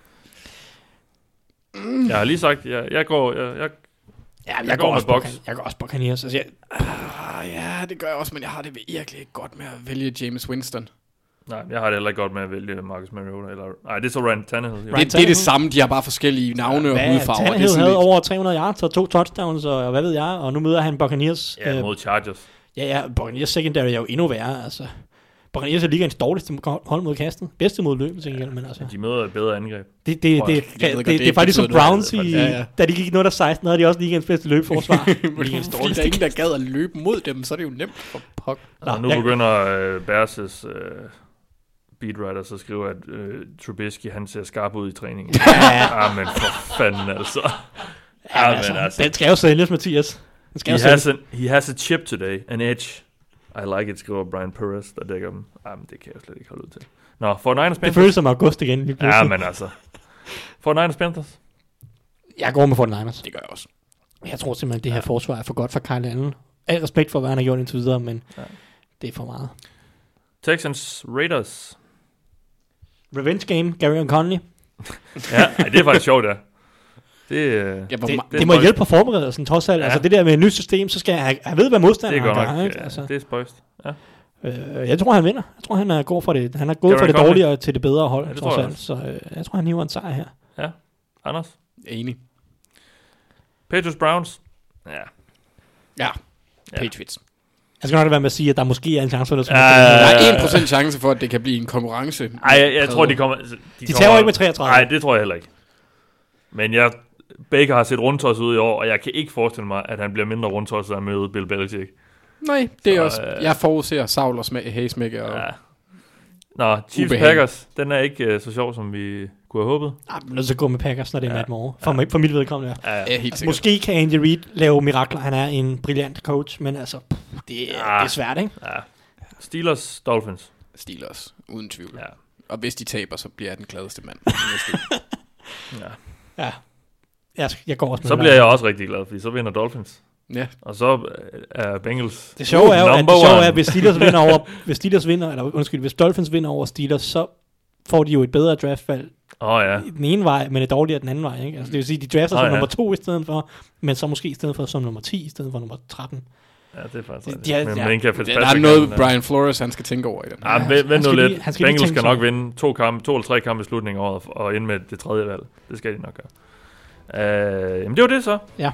Mm. Jeg har lige sagt, jeg, jeg går... Jeg, jeg, ja, jeg, jeg går, går med Bucs. Jeg går også Buccaneers. Altså, jeg... uh, ja, det gør jeg også, men jeg har det virkelig ikke godt med at vælge James Winston. Nej, jeg har det heller ikke godt med at vælge Marcus Mariota. Eller, nej, det er så Ryan Tannehill. Det, det er det samme, de har bare forskellige navne ja, og hudfarver. Tannehill havde lidt... over tre hundrede yards og to touchdowns, og hvad ved jeg, og nu møder han Buccaneers. Ja, mod Chargers. Ja, ja, Buccaneers secondary er jo endnu værre, altså. Buccaneers er ligaens dårligste hold mod kastet. Bedste mod løbet, tænker jeg, men altså. De møder et bedre angreb. Det, det, det, det, jeg det, det, det, det er faktisk som Browns, i, ja, ja. da de gik nul seksten, havde de også ligaens bedste løbeforsvar. Ligaens Fordi der er ingen, der gad at løbe mod dem, så er det jo nemt for pok. Og nu jeg- begynder uh, Bears' uh, beatwriter så skriver, at uh, Trubisky, han ser skarp ud i træningen. Ja. Ah, men for fanden altså. Ja, Ah, altså, men altså. den skal jo sælges, Mathias. Den skal He jo sælges. has, an, he has a chip today, an edge. I like it, skriver Brian Perez, der dækker dem. Ah, men det kan jeg slet ikke holde ud til. Nå, for Niners Det Panthers. føles som august igen. Lige Ja, pludselig. men altså. For Niners Panthers. Jeg går med forty-niners. Det gør jeg også. Jeg tror simpelthen, det her forsvar er for godt for Kyle Allen. Al respekt for, hvad han har gjort indtil videre, men Ja. det er for meget. Texans Raiders. Revenge game, Gary Conley. Ja, ej, det er faktisk sjovt, ja. Det, øh, Ja, hvor Det, ma- det, det det må er hjælpe på forberedelsen, trods alt. Ja. Ja. Altså det der med et nyt system, så skal jeg have, have ved, hvad det modstanderen er godt gør. nok. Ikke? Ja, Altså, det er spøjst. Ja. øh, jeg tror, han vinder. Jeg tror, han er god for det. Han er gået Gary fra det Conley. dårligere til det bedre hold, Ja, det trods tror jeg alt. Så øh, jeg tror, han hiver en sejr her. Ja. Anders. Enig. Patriots Browns. Ja. Ja. Ja. Patriots. Jeg skal nok være med at sige, at der måske er en chance for det. Ja, Der Øh, er en procent chance for, at det kan blive en konkurrence. Ej, jeg, jeg tror, de kommer... altså, De kommer- tager ikke med treogtredive. Nej, det tror jeg heller ikke. Men jeg... Baker har set rundtosset ud i år, og jeg kan ikke forestille mig, at han bliver mindre rundtosset af at møde Bill Belichick. Nej, det er Så, også... øh, Jeg forudser Saul og Sma- Haysmækker. Og... Ja. Nå, Chiefs Ubehag. Packers, den er ikke uh, så sjov, som vi kunne have håbet. Jeg er nødt til at gå med Packers, når det er Ja. Matt Moore. For, mig, for mit vedkommende. Ja. Ja, Ja, helt Altså, sikkert. måske kan Andy Reid lave mirakler. Han er en brilliant coach, men altså, pff, det, er, Ja. det er svært, ikke? ja. Steelers, Dolphins. Steelers, uden tvivl. Ja. Og hvis de taber, så bliver jeg den gladeste mand. Ja. Ja. Jeg, jeg går også med Så det bliver der. jeg også rigtig glad, fordi så vinder Dolphins. Ja, Og så øh, er Bengals Det sjove er jo, at, number det sjove er, one. at hvis Steelers vinder over, hvis Steelers vinder, eller undskyld, hvis Dolphins vinder over Steelers, så får de jo et bedre draftvalg Åh oh, ja. i den ene vej, men et dårligere den anden vej, ikke? Altså, det vil sige, de drafter Nå, som ja. nummer to i stedet for, men så måske i stedet for som nummer ti, i stedet for nummer tretten. Ja, det er faktisk De- rigtigt. de er- Men ja. men kan der er noget, Brian Flores han skal tænke over i den. Ja, Ja, vent, han vent nu skal lige- lidt. han skal lige Bengals tænke skal nok sig vinde to, kampe, to eller tre kampe i slutningen af året og ende med det tredje valg. Det skal de nok gøre. Uh, jamen det var det så. Ja.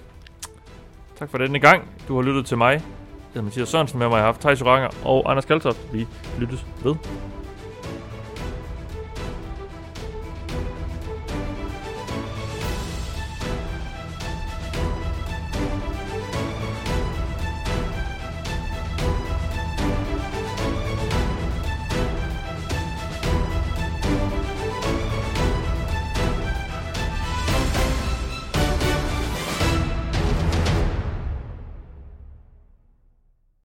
Tak for denne gang. Du har lyttet til mig. Jeg hedder Mathias Sørensen, med mig har haft Thijs Joranger og Anders Kaltoft. Vi lyttes ved.